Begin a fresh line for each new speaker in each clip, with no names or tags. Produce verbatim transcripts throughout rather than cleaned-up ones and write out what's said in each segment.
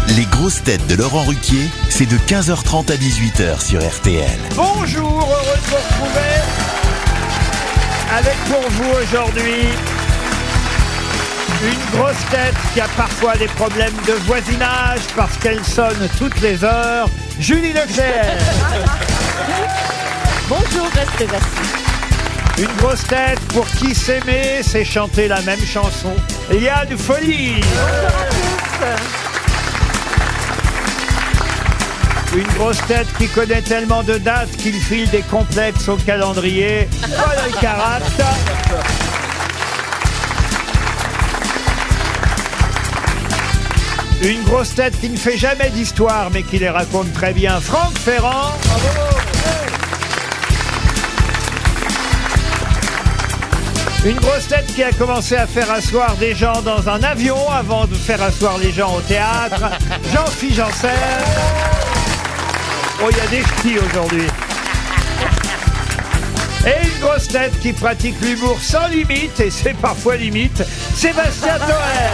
Les grosses têtes de Laurent Ruquier, c'est de quinze heures trente à dix-huit heures sur R T L.
Bonjour, heureux de vous retrouver avec pour vous aujourd'hui une grosse tête qui a parfois des problèmes de voisinage parce qu'elle sonne toutes les heures, Julie Leclerc.
Bonjour, restez assis.
Une grosse tête pour qui s'aimer, c'est chanter la même chanson. Liane Folie. Une grosse tête qui connaît tellement de dates qu'il file des complexes au calendrier. Paul Elkarat. Une grosse tête qui ne fait jamais d'histoire mais qui les raconte très bien. Franck Ferrand. Bravo. Une grosse tête qui a commencé à faire asseoir des gens dans un avion avant de faire asseoir les gens au théâtre. Jean-Philippe Janssen. Oh, il y a des ch'tis aujourd'hui. Et une grosse tête qui pratique l'humour sans limite, et c'est parfois limite, Sébastien Toer.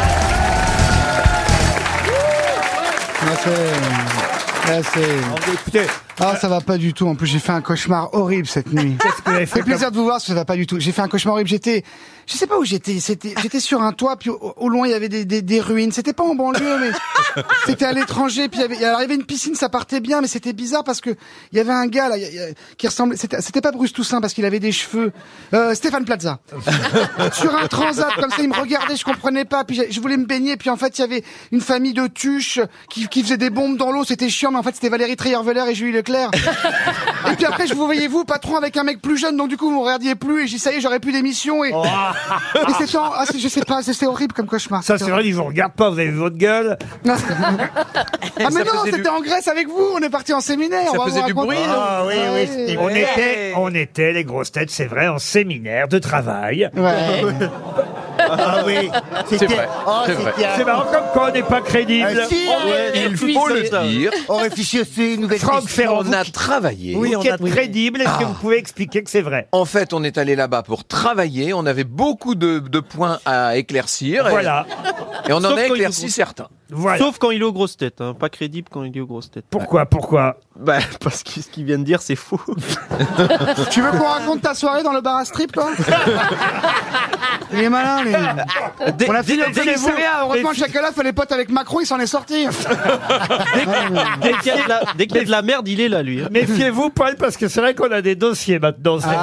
Merci. Merci.
Écoutez,
Ah, ça va pas du tout. En plus, j'ai fait un cauchemar horrible cette nuit.
qu'est-ce que vous avez
Ça fait
fait
plaisir de vous voir, parce que ça va pas du tout. J'ai fait un cauchemar horrible. J'étais, je sais pas où j'étais. C'était, j'étais sur un toit, puis au, au loin il y avait des, des, des ruines. C'était pas en banlieue, mais c'était à l'étranger. Puis il y avait, il y avait une piscine, ça partait bien, mais c'était bizarre parce que il y avait un gars là, il y a- qui ressemblait. C'était, c'était pas Bruce Toussaint parce qu'il avait des cheveux. Euh, Stéphane Plaza. Sur un transat comme ça, il me regardait, je comprenais pas. Puis j'ai- je voulais me baigner, puis en fait il y avait une famille de tuches qui, qui faisait des bombes dans l'eau. C'était chiant, mais en fait c'était Valérie Trierweiler et Julie Leclerc. Et puis après, je vous voyais vous, patron, avec un mec plus jeune, donc du coup, vous me regardiez plus, et j'ai dit, ça y est, j'aurais plus d'émission, et,
Oh.
et c'était, en- ah, c'est- je sais pas, c'est c'est horrible comme cauchemar.
Ça, c'est vrai, ils vous regardent pas, vous avez vu votre gueule.
Non. Ah, mais non, c'était en Grèce avec vous, on est parti en séminaire.
Ça
on va
faisait
vous
du
raconter.
bruit,
Ah oui, oui.
Ouais.
On était, on était, les grosses têtes, c'est vrai, en séminaire de travail.
Ouais.
Ah oui.
C'est vrai, c'est vrai.
C'est marrant comme quoi on n'est pas crédible.
Il faut le dire,
On réfléchissait une nouvelle
Franck Ferrand,
on
vous
a
qui-
travaillé.
vous qui êtes crédible, est-ce que vous pouvez expliquer que c'est vrai?
En fait, on est allé là-bas pour travailler. On avait beaucoup de, de points à éclaircir. Et,
Voilà,
et on en
Sauf
a
quand il
éclairci
est-
certains.
voilà.
Sauf quand il est aux grosses têtes, hein. Pas crédible quand il est aux grosses têtes.
Pourquoi, pourquoi?
Bah, parce que ce qu'il vient de dire, c'est faux.
Tu veux qu'on raconte ta soirée dans le bar à strip, toi? Il est malin, lui.
Dès,
On a fini
dès-
le
dès-
commissariat, heureusement,
dès-
le chocolat fait les potes avec Macron, il s'en est sorti.
dès qu'il y a de la, dès qu'il y a de la merde, il est là, lui. hein.
Méfiez-vous, Paul, parce que c'est vrai qu'on a des dossiers maintenant. c'est-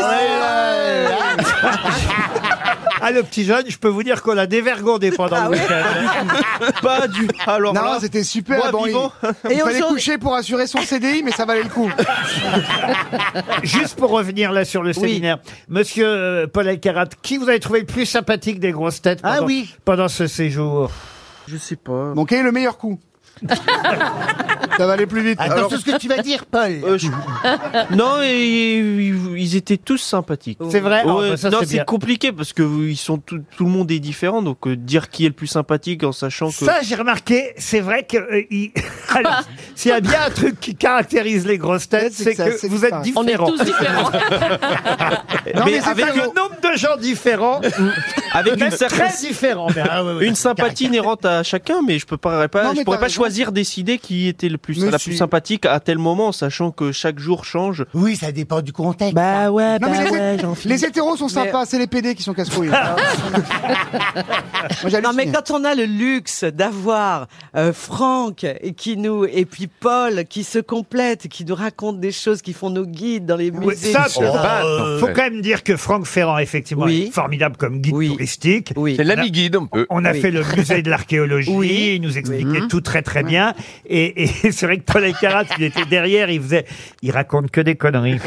Ah, le petit jeune, je peux vous dire qu'on l'a dévergondé pendant le week-end.
Pas du. Alors
Non,
là,
c'était super.
moi,
Bon, il,
vivant.
il fallait coucher pour assurer son C D I, mais ça valait le coup.
Juste pour revenir là sur le séminaire, Monsieur euh, Paul Elkarat, qui vous avez trouvé le plus sympathique des grosses têtes pendant,
Ah oui.
pendant ce séjour?
je sais pas.
Bon, quel est le meilleur coup? Ça va aller plus vite.
Attention ce que tu vas dire, Paul.
Euh, je- Non, et, ils, ils étaient tous sympathiques.
C'est vrai. Ah,
Ouais,
bah, ça,
non,
c'est
c'est
bien.
compliqué parce que ils sont tout, tout le monde est différent, donc euh, dire qui est le plus sympathique en sachant que.
Ça, j'ai remarqué, c'est vrai que euh, il- Alors, s'il y a bien un truc qui caractérise les grosses têtes,
C'est
c'est
que ça,
que
c'est
vous êtes
pareil.
On est
différents.
tous différents.
Non, mais
mais
c'est
avec
pas
Avec
faux.
le nombre de gens différents,
avec une
même
certaine
très différents. Mais, ah, ouais, ouais.
une sympathie inhérente à chacun, mais je peux pas, pas
Non, mais
je pourrais
t'as
pas
raison.
choisir décider qui était le plus
Mais
la
si.
plus sympathique à tel moment, sachant que chaque jour change.
Oui, ça dépend du contexte.
Bah ouais,
Non, mais les,
ouais,
les hétéros sont sympas, c'est les P D qui sont casse-couilles. Moi, j'hallucine.
Non mais quand on a le luxe d'avoir euh, Franck et qui nous et puis Paul qui se complètent, qui nous racontent des choses, qui font nos guides dans les
Oui,
musées.
ça,
Oh,
euh, faut quand même dire que Franck Ferrand, effectivement,
Oui.
est formidable comme guide
Oui.
touristique.
Oui.
C'est l'ami guide un peu.
On a
Oui.
fait le musée de l'archéologie,
Oui.
il nous expliquait tout très très bien. Et, et c'est vrai que Paul Elkarat, il était derrière, il faisait, il raconte que des conneries.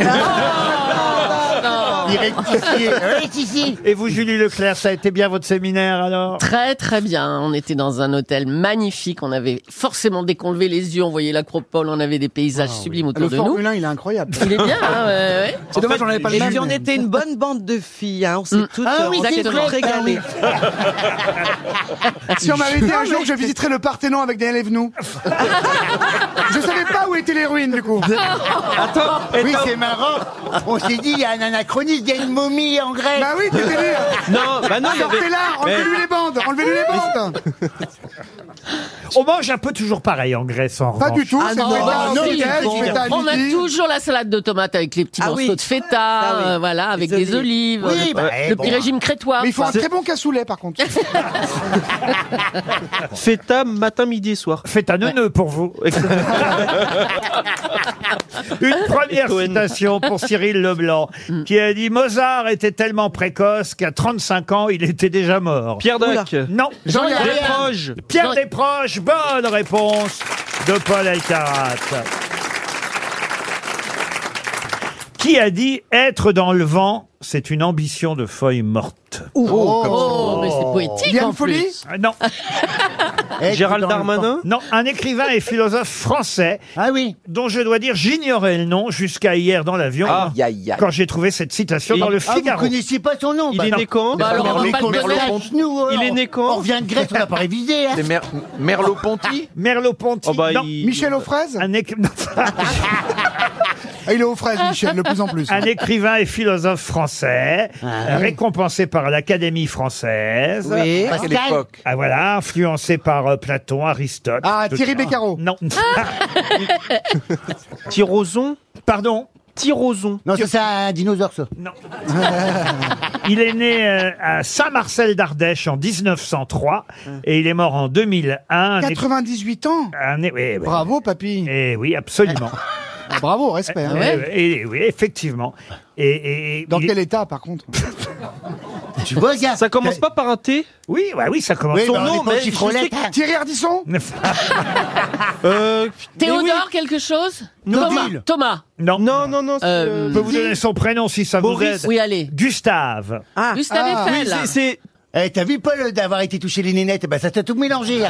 Il rectifie. Rectifie.
Et vous, Julie Leclerc, ça a été bien votre séminaire alors?
Très très bien. On était dans un hôtel magnifique. On avait forcément, dès qu'on levait les yeux, on voyait l'acropole, on avait des paysages sublimes autour
Le
de nous.
Formule un, il est incroyable.
Il est bien, hein, ouais, ouais.
C'est dommage, on n'avait pas le
Et
même.
puis on
mais-
était une bonne bande de filles, hein. On s'est
Mm.
toutes,
Ah oui,
on s'est
c'est
toutes
vrai,
régalées.
Si on m'avait dit un jour que je visiterais le Parthénon avec Daniel Evenou. Je savais pas où étaient les ruines, du coup.
Oui, c'est marrant. On s'est dit, il y a un anachronisme, il y a une momie en grec.
Bah oui, t'étais dit.
Non, bah non, il y avait.
Sortez là, enlevez-lui
Mais-
les bandes, enlevez-lui les bandes.
On mange un peu toujours pareil en Grèce, en
Pas
revanche.
du tout,
Ah
c'est
non,
feta
ah
au
non,
petit-déj,
bon.
feta à
On a
midi.
toujours la salade de tomates avec les petits
Ah
morceaux
oui.
de feta,
Ah oui.
euh, voilà, avec
Les
des olives.
Oui,
le,
bah,
le
eh,
petit
bon.
régime crétois.
Mais il faut un
quoi.
très bon cassoulet par contre.
Feta matin, midi et soir.
Faites un neuneu pour vous. Une première
Cohen.
citation pour Cyril Leblanc, qui a dit « Mozart était tellement précoce qu'à trente-cinq ans, il était déjà mort.
Pierre
Oula.
Dac. »
Non,
Jean-Yann.
Desproges.
Pierre Desproges, bonne réponse de Paul Elkarat. Qui a dit « Être dans le vent, c'est une ambition de feuille morte
Oh, mais c'est poétique
Liane
en
Folly
plus.
Ah, » Non,
Eh,
Gérald
dans le
Darmanin.
non, un écrivain et philosophe français
Ah oui.
dont je dois dire j'ignorais le nom jusqu'à hier dans l'avion
Ah, aïe, aïe, aïe.
quand j'ai trouvé cette citation
Et-
dans le
Ah, vous
Figaro.
connaissiez pas son nom
Il
bah
est
non.
né quand
Bah alors, on va
Mais
pas le
qu'on
donner.
sache, nous, euh,
Il est né quand
On revient de Grèce, on n'a pas révisé. Hein.
C'est Mer- Merleau-Ponty.
Merleau-Ponty.
Oh bah,
non.
il-
Michel aux fraises.
Un, éc- non.
Ah, il est aux fraises, Michel, de plus en plus.
Un écrivain et philosophe français,
Ah.
récompensé par l'Académie française.
Oui.
À quelle
Pascal.
époque?
Ah voilà, influencé par euh, Platon, Aristote.
Ah,
tout
Thierry
ça.
Beccaro.
Non.
Tyroson.
Pardon.
Tyroson.
Non, ça c'est un dinosaure, ça.
Non. Il est né euh, à Saint-Marcel d'Ardèche en dix-neuf cent trois et il est mort en deux mille un. Un éc-
quatre-vingt-dix-huit ans.
un é- oui, oui.
Bravo, papy.
Eh oui, absolument.
Ah, bravo, respect. hein.
Et- et- oui, effectivement. Et, et-
Dans
il-
quel état, par contre?
Tu vois, gars.
Ça commence pas par un T.
Oui, bah oui, ça commence.
Oui,
Son
bah, on
nom,
est pas
mais
au
je
chiffrelette,
sais
hein.
Thierry Ardisson.
Euh,
Théodore, quelque chose
Nodule.
Thomas.
non.
Non, non, non. c'est,
Euh,
euh,
Je peux vous donner son prénom si ça vous
Maurice.
aide.
Oui, allez.
Gustave.
Ah.
Gustave
Ah.
Oui,
Eiffel.
c'est- c'est.
Eh, t'as vu, Paul, d'avoir été touché les nénettes? Bah, ça t'a tout mélangé. hein.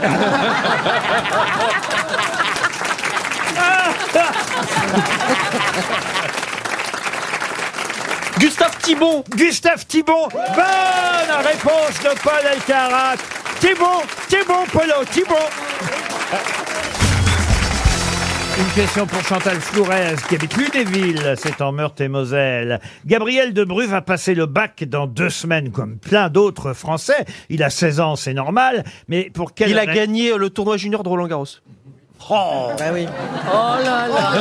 Gustave Thibon.
Gustave Thibon. Bonne réponse de Paul Elkarat. Thibon, Thibon, Polo, Thibon. Une question pour Chantal Flourez, qui habite Lunéville, c'est en Meurthe-et-Moselle. Gabriel Debru va passer le bac dans deux semaines, comme plein d'autres Français. Il a seize ans, c'est normal, mais pour quelle
Il a
raison-
gagné euh, le tournoi junior de Roland Garros.
Bah oui.
Oh là là.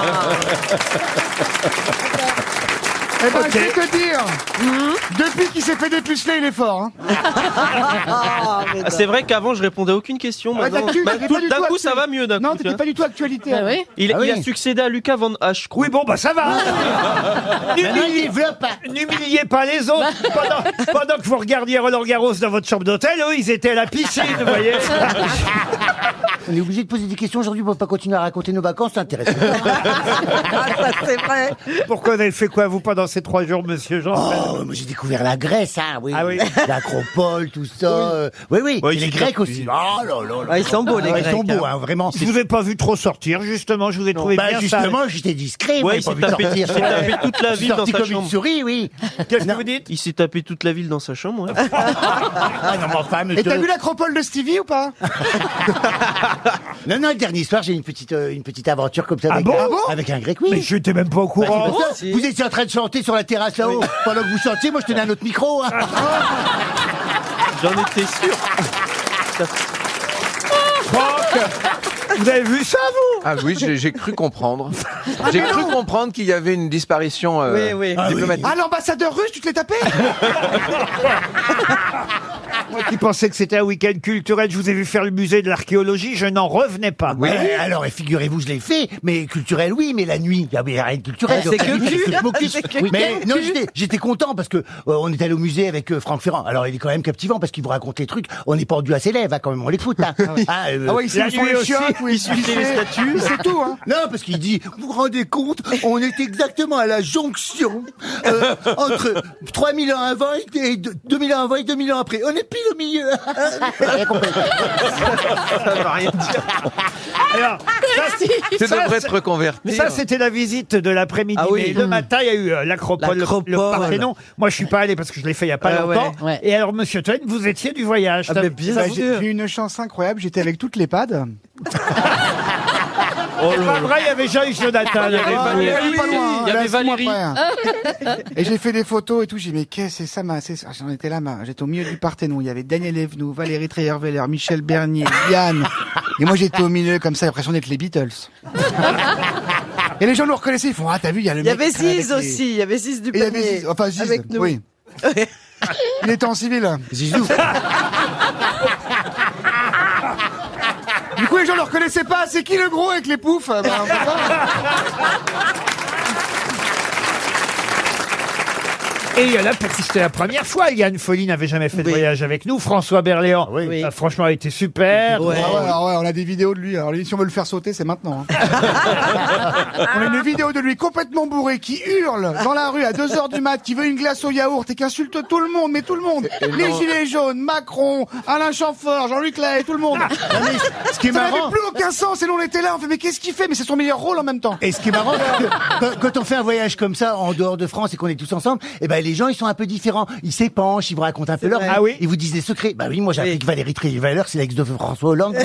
Eh ben,
Ok.
je vais te dire, depuis qu'il s'est fait dépuceler, il est fort. Hein.
Ah, mais
Ah, c'est vrai qu'avant je répondais à aucune question.
Ouais,
Maintenant,
d'actu,
bah,
t'étais
tout-
pas du
d'un
tout
coup
actu.
ça va mieux d'un
Non,
coup. tu
t'étais
vois.
pas du tout actualité.
Ah
hein.
oui.
Il,
Ah
il
oui.
a succédé à Lucas Van Hache, je crois.
Oui, bon, bah ça va.
Maintenant, il
N'humiliez
développe. hein.
n'humiliez pas les autres. Pendant, pendant que vous regardiez Roland Garros dans votre chambre d'hôtel, eux, ils étaient à la piscine, vous voyez.
On est obligé de poser des questions aujourd'hui pour pas continuer à raconter nos vacances, c'est intéressant.
Ah, ça, c'est vrai.
Pourquoi vous avez fait quoi, vous, pendant ces trois jours, monsieur Jean?
Oh, moi j'ai découvert la Grèce, hein, oui.
Ah oui.
L'Acropole, tout ça. euh, Oui, oui.
Ouais,
Et les
ils-
Grecs aussi. Oh là là là.
Ah, ils sont beaux, les
Ah,
Grecs.
Ils sont beaux,
hein.
hein, vraiment.
Je vous ai pas vu trop sortir, justement. Je vous ai trouvé
Bah
bien
justement, j'étais discret. moi,
Ouais,
j'ai
il
pas
s'est
vu
tapé,
sortir.
il s'est tapé toute la
Je suis
ville dans
sorti
sa
comme une
chambre.
souris, oui.
sale. Qu'est-ce que
Non.
vous dites?
Il s'est tapé toute la ville dans sa chambre. Ouais.
Ah non, mais enfin,
Et
monsieur-
t'as vu l'acropole de Stevie ou pas?
Non, non, le dernier soir, j'ai une petite, euh, une petite aventure comme ça
Ah
avec,
bon
un,
Ah bon
avec un grec, oui.
Mais je n'étais même pas au
Bah, c'est
courant.
pour ça. Vous étiez en train de chanter sur la terrasse là-haut. Pendant que vous chantiez, moi je tenais un autre micro. hein.
J'en étais sûr.
Franck, vous avez vu ça, vous?
Ah oui, j'ai j'ai cru comprendre. J'ai cru comprendre qu'il y avait une disparition euh,
Oui, oui.
diplomatique.
Ah, l'ambassadeur russe, tu te l'es tapé?
Moi qui pensais que c'était un week-end culturel, je vous ai vu faire le musée de l'archéologie, je n'en revenais pas.
Oui. alors, et figurez-vous, je l'ai fait, mais culturel, oui, mais la nuit, il n'y a rien de culturel.
Ah, c'est
Donc,
que
il fallait
cul.
se moquer.
C'est que
Oui, mais
cul.
non, j'étais- j'étais content parce que euh, on est allé au musée avec euh, Franck Ferrand. Alors, il est quand même captivant parce qu'il vous raconte les trucs. On est pendu à ses lèvres, hein, quand même, on l'écoute. Hein. Ah, euh,
Ah ouais, il sait
La
où sont
nuit
les
aussi,
chiottes, où
il suffit les statues.
C'est tout, hein.
Non, parce qu'il dit, vous vous rendez compte, on est exactement à la jonction euh, entre trois mille ans avant et deux mille ans avant et deux mille ans après. On est pile au milieu. Rien compris.
Ça veut rien dire.
Alors, ça,
Si.
Tu
ça,
devrais
c'est-
te reconvertir.
mais ça, c'était la visite de l'après-midi.
Ah oui.
Mais le matin, il y a eu euh, l'acropole, le,
L'acropole.
le Parthénon. Moi, je suis pas allé parce que je l'ai fait il y a pas
Ah
longtemps.
ouais. Ouais.
Et alors, monsieur Toen, vous étiez du voyage.
Ah,
Ça-
mais bien
ça
Bah,
vous-
j'ai j'ai eu une chance incroyable, j'étais avec toutes les pads.
Oh
C'est pas vrai, il y avait Jean-Yves Jonathan.
Il y avait
Ah,
Valérie,
elle est pas loin, hein,
il y
elle est
avait
à six mois
Valérie.
près, hein. Et j'ai fait des photos et tout, j'ai dit, mais qu'est-ce que c'est ça, ma, c'est, ah, j'en étais là, ma, j'étais au milieu du Parthénon, il y avait Daniel Evenou, Valérie Trierweiler, Michel Bernier, Yann, et moi j'étais au milieu comme ça, l'impression d'être les Beatles. Et les gens nous reconnaissaient, ils font, ah, t'as vu, il y a le
Il y
mec
avait
qui traîne avec
Ziz
les-
aussi, il y avait Ziz du
Et il y avait
panier.
Ziz, enfin Ziz,
avec nous.
oui. Il était en civil.
Zizou.
Du coup, les gens ne le reconnaissaient pas. C'est qui le gros avec les poufs? Bah, on peut pas.
Et il y en a pour qui c'était la première fois. Yann Folly n'avait jamais fait de
Oui.
voyage avec nous. François Berléand,
Oui.
euh, franchement, a été super.
Ouais.
Ah ouais, alors ouais, on a des vidéos de lui. Alors lui, si on veut le faire sauter, c'est maintenant. hein. On a une vidéo de lui complètement bourré qui hurle dans la rue à deux heures du mat, qui veut une glace au yaourt et qui insulte tout le monde, mais tout le monde. Les gilets jaunes, Macron, Alain Chamfort, Jean-Luc Lahaye, tout le monde.
Ce qui est
Ça n'avait
marrant,
plus aucun sens et nous on était là. On fait mais qu'est-ce qu'il fait? Mais c'est son meilleur rôle en même temps.
et ce qui est marrant, c'est que quand, quand on fait un voyage comme ça en dehors de France et qu'on est tous ensemble, eh ben les gens ils sont un peu différents. Ils s'épanchent, ils vous racontent un peu leur
vrai.
vie,
Ah oui
ils vous disent des secrets. Bah oui, moi j'ai appris
Oui.
que Valérie Trierweiler c'est l'ex de François Hollande.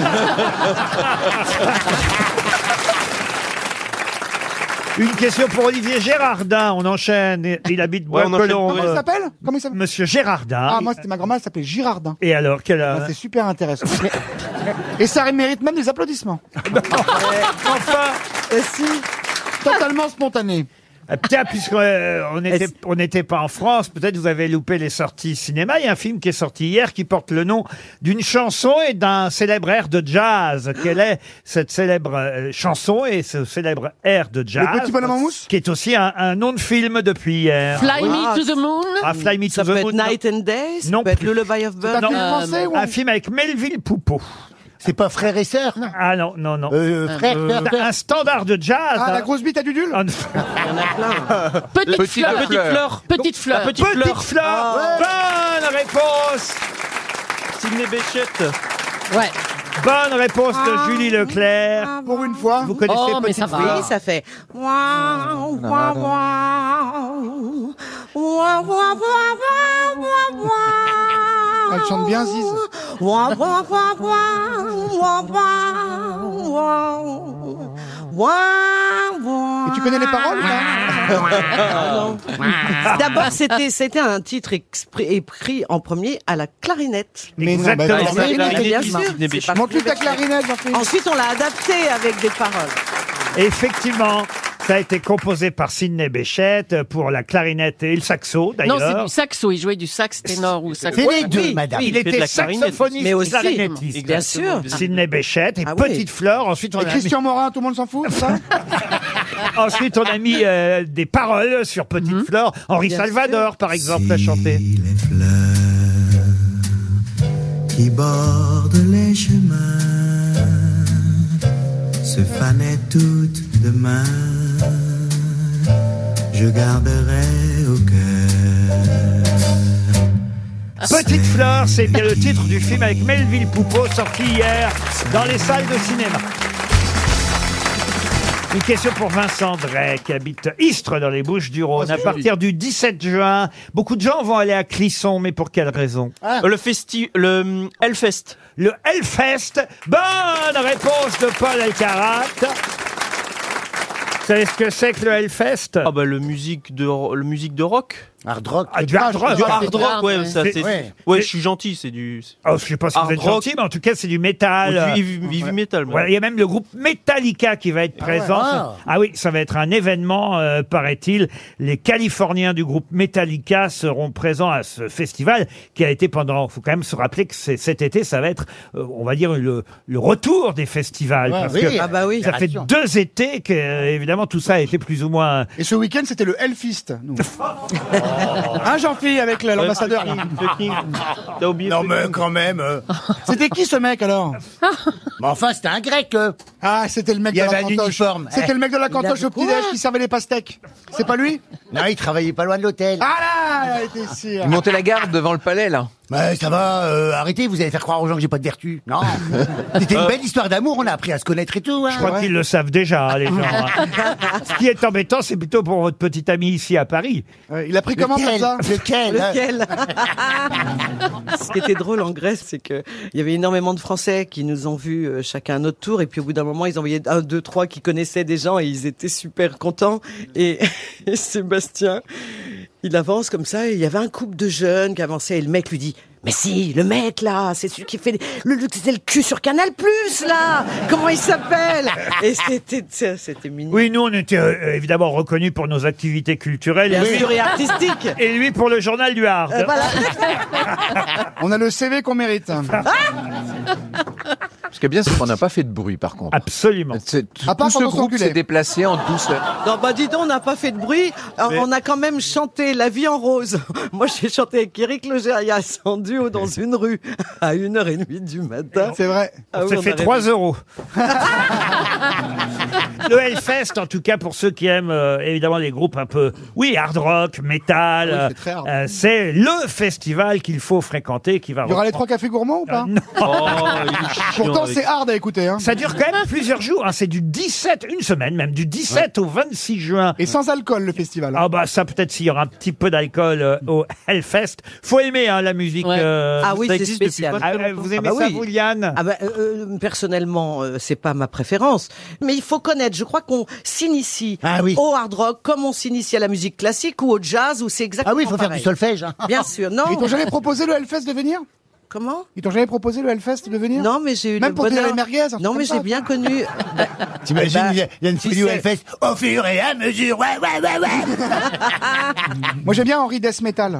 Une question pour Olivier Gérardin. On enchaîne. Il habite
Ouais, on enchaîne.
Bois-Colombes.
Comment il s'appelle? Comment il s'appelle?
Monsieur Gérardin.
Ah moi c'était ma grand-mère, elle s'appelait Girardin.
Et alors, quel
Ah,
a...
c'est super intéressant. Et ça mérite même des applaudissements.
Enfin,
Euh, si.
Totalement spontané.
euh, tiens, puisqu'on n'était on n'était pas en France, peut-être vous avez loupé les sorties cinéma. Il y a un film qui est sorti hier qui porte le nom d'une chanson et d'un célèbre air de jazz. Quelle est cette célèbre euh, chanson et ce célèbre air de jazz?
Le petit bonhomme en mousse?
Qui est aussi un, un nom de film depuis hier.
Fly
oui.
Me to the Moon.
Ah, Fly Me
Ça
to
peut
the
être
Moon.
Night and Day, ça
Non
peut être
plus.
Lullaby of
C'est un
Bird.
film
Euh,
français ou
Un film avec Melville Poupeau.
C'est pas frère et sœur.
Ah non, non, non.
Euh, frère,
Euh,
sœur, sœur.
un standard de jazz.
Ah,
hein.
la grosse bite à Dudule?
Ah, non.
Petite,
Petite
fleur.
fleur.
Petite fleur.
Petite fleur.
La petite
Petite
fleur.
fleur. Bonne réponse.
Sidney Bechet.
Ouais.
Bonne réponse de Julie Leclerc.
Pour une fois.
Vous connaissez
Oh, mais
Petite
ça va.
fleur?
Oui, ça fait. Waouh, waouh, waouh. Waouh, waouh, waouh, waouh, waouh.
Elle chante bien, Ziz.
Waouh, waouh, waouh, waouh, waouh, waouh. Waouh, waouh.
Et tu connais les paroles ou pas?
D'abord, c'était, c'était un titre expré- écrit en premier à la clarinette.
Mais non, bah,
Exactement.
la
Oui,
clarinette,
mais bien
Sidney
sûr,
Bechet.
c'est pas
Montre-lui ta
Sidney Bechet.
clarinette, Jean-Philippe.
Ensuite, on l'a adapté avec des paroles.
Effectivement, ça a été composé par Sidney Bechet pour la clarinette et le saxo,
Non, c'est
d'ailleurs.
du saxo. Il jouait du sax ténor ou sax.
C'est les
Oui,
deux,
oui,
madame.
Il
fait de
était
la clarinette.
saxophoniste
Mais aussi,
clarinettiste.
bien sûr.
Sidney Bechet et
Ah oui.
Petite Fleur. Ensuite, on
Et
a mis,
Christian Morin, tout le monde s'en fout, c'est ça?
ensuite, on a mis euh, des paroles sur Petite Fleur. Henri
Bien
Salvador, par exemple, a chanté.
Si les fleurs qui bordent les chemins se fanaient toutes demain, je garderai au cœur.
Petite Fleur, c'est bien le titre du film avec Melville Poupeau, sorti hier dans les salles de cinéma. Une question pour Vincent Drey, qui habite Istres dans les Bouches-du-Rhône. À partir du dix-sept juin, beaucoup de gens vont aller à Clisson, mais pour quelle raison?
Euh, Le festi, le hum, Hellfest.
Le Hellfest. Bonne réponse de Paul Elkarat. Vous savez ce que c'est que le Hellfest?
Ah bah le musique de le musique de rock.
Hard rock.
Ah, du hard rock.
Du
c'est
hard
du
rock,
hard,
ouais,
ouais.
ça
C'est-
c'est.
ouais.
Ouais,
Mais-
je suis gentil, c'est du.
Oh, je sais pas si vous
Hard
êtes
rock.
gentil, mais en tout cas, c'est du métal.
Du heavy, heavy metal.
Voilà, il y a même le groupe Metallica qui va être présent.
Ah.
Ah oui, ça va être un événement, euh, paraît-il. Les Californiens du groupe Metallica seront présents à ce festival qui a été pendant. Faut quand même se rappeler que c'est cet été, ça va être, euh, on va dire le, le retour des festivals,
Ouais,
parce
oui.
que
Ah bah oui.
ça fait deux étés que euh, évidemment tout ça a été plus ou moins.
Et ce week-end, c'était le Hellfest, nous. Hein, Jean-Philippe, avec le- l'ambassadeur, là.
Fucking- T'as oublié.
Non
fucking.
mais quand même. euh.
C'était qui, ce mec, alors?
Mais enfin, c'était un grec. euh.
Ah, c'était le mec
Il y
de la
avait un
cantoche.
uniforme.
C'était le mec de la cantoche
avait
au petit-déj qui servait les pastèques. C'est pas lui?
Non, il travaillait pas loin de l'hôtel.
Ah là, il a été sûr.
Il montait la garde devant le palais, là.
Bah, ça va, euh, arrêtez, vous allez faire croire aux gens que j'ai pas de vertu. Non. C'était une belle histoire d'amour, on a appris à se connaître et tout. Hein.
Je crois
Ouais.
qu'ils le savent déjà, hein, les gens. hein. Ce qui est embêtant, c'est plutôt pour votre petit ami ici à Paris.
Ouais, il a pris comment
Lequel
comme ça
Lequel hein
Lequel Ce qui était drôle en Grèce, c'est que il y avait énormément de Français qui nous ont vus euh, chacun à notre tour, et puis au bout d'un moment, ils envoyaient un, deux, trois qui connaissaient des gens et ils étaient super contents. Et, et Sébastien, il avance comme ça, et il y avait un couple de jeunes qui avançaient, et le mec lui dit: mais si, le mec là, c'est celui qui fait le, le, c'est le cul sur Canal Plus là. Comment il s'appelle? Et c'était, c'était mignon.
Oui, nous, on était euh, évidemment reconnus pour nos activités culturelles.
Bien
lui-
sûr, et artistique.
Et lui pour le journal du Hard.
Euh, voilà.
On a le C V qu'on mérite.
Ce qui est bien, c'est qu'on n'a pas fait de bruit, par contre.
Absolument.
C'est- Tout,
À part
tout ce
quand on
groupe
s'enculait.
s'est déplacé en douceur.
Non, bah dis donc, on n'a pas fait de bruit. Alors,
Mais-
On a quand même chanté La vie en rose. Moi, j'ai chanté avec Eric Logérias en duo dans une rue à une heure trente du matin.
C'est vrai.
Ah oui,
Ça
on
fait
a
trois
rêvé.
euros. Le Hellfest, en tout cas, pour ceux qui aiment euh, évidemment les groupes un peu, oui, hard rock, metal,
Oui,
euh,
c'est très hard.
euh, c'est le festival qu'il faut fréquenter, qui va.
Il y aura les trois cafés gourmands ou pas
Euh, non.
Oh, il est chiant
Pourtant,
avec
c'est hard à écouter. Hein.
Ça dure quand même plusieurs jours. Hein. C'est du dix-sept, une semaine même, du dix-sept au vingt-six juin.
Et sans alcool, le festival. hein.
Ah bah ça peut-être s'il y aura un petit peu d'alcool euh, au Hellfest. Faut aimer hein, la musique.
Ouais.
euh,
Ah oui,
ça
c'est
existe depuis
spécial.
pas
ah, euh, vous aimez
Ah bah
ça,
oui.
vous, Liane?
Ah bah, euh, euh, personnellement, euh, c'est pas ma préférence, mais il faut connaître. Je crois qu'on s'initie
Ah oui.
au hard rock comme on s'initie à la musique classique ou au jazz, ou c'est exactement
Ah oui, il faut faire
pareil.
du solfège. Hein.
Bien sûr, non.
Ils t'ont jamais proposé le Hellfest de venir
Comment?
Ils t'ont jamais proposé le Hellfest de venir
Non, mais j'ai eu
Même
le
pour dire
bonheur.
les merguez, un truc
Non,
comme
mais
ça.
j'ai bien connu. Bah,
T'imagines,
bah,
il y a- il y a une
tu
folie au
sais-
Hellfest au fur et à mesure. Ouais, ouais, ouais, ouais.
Moi, j'aime bien Henri Death Metal.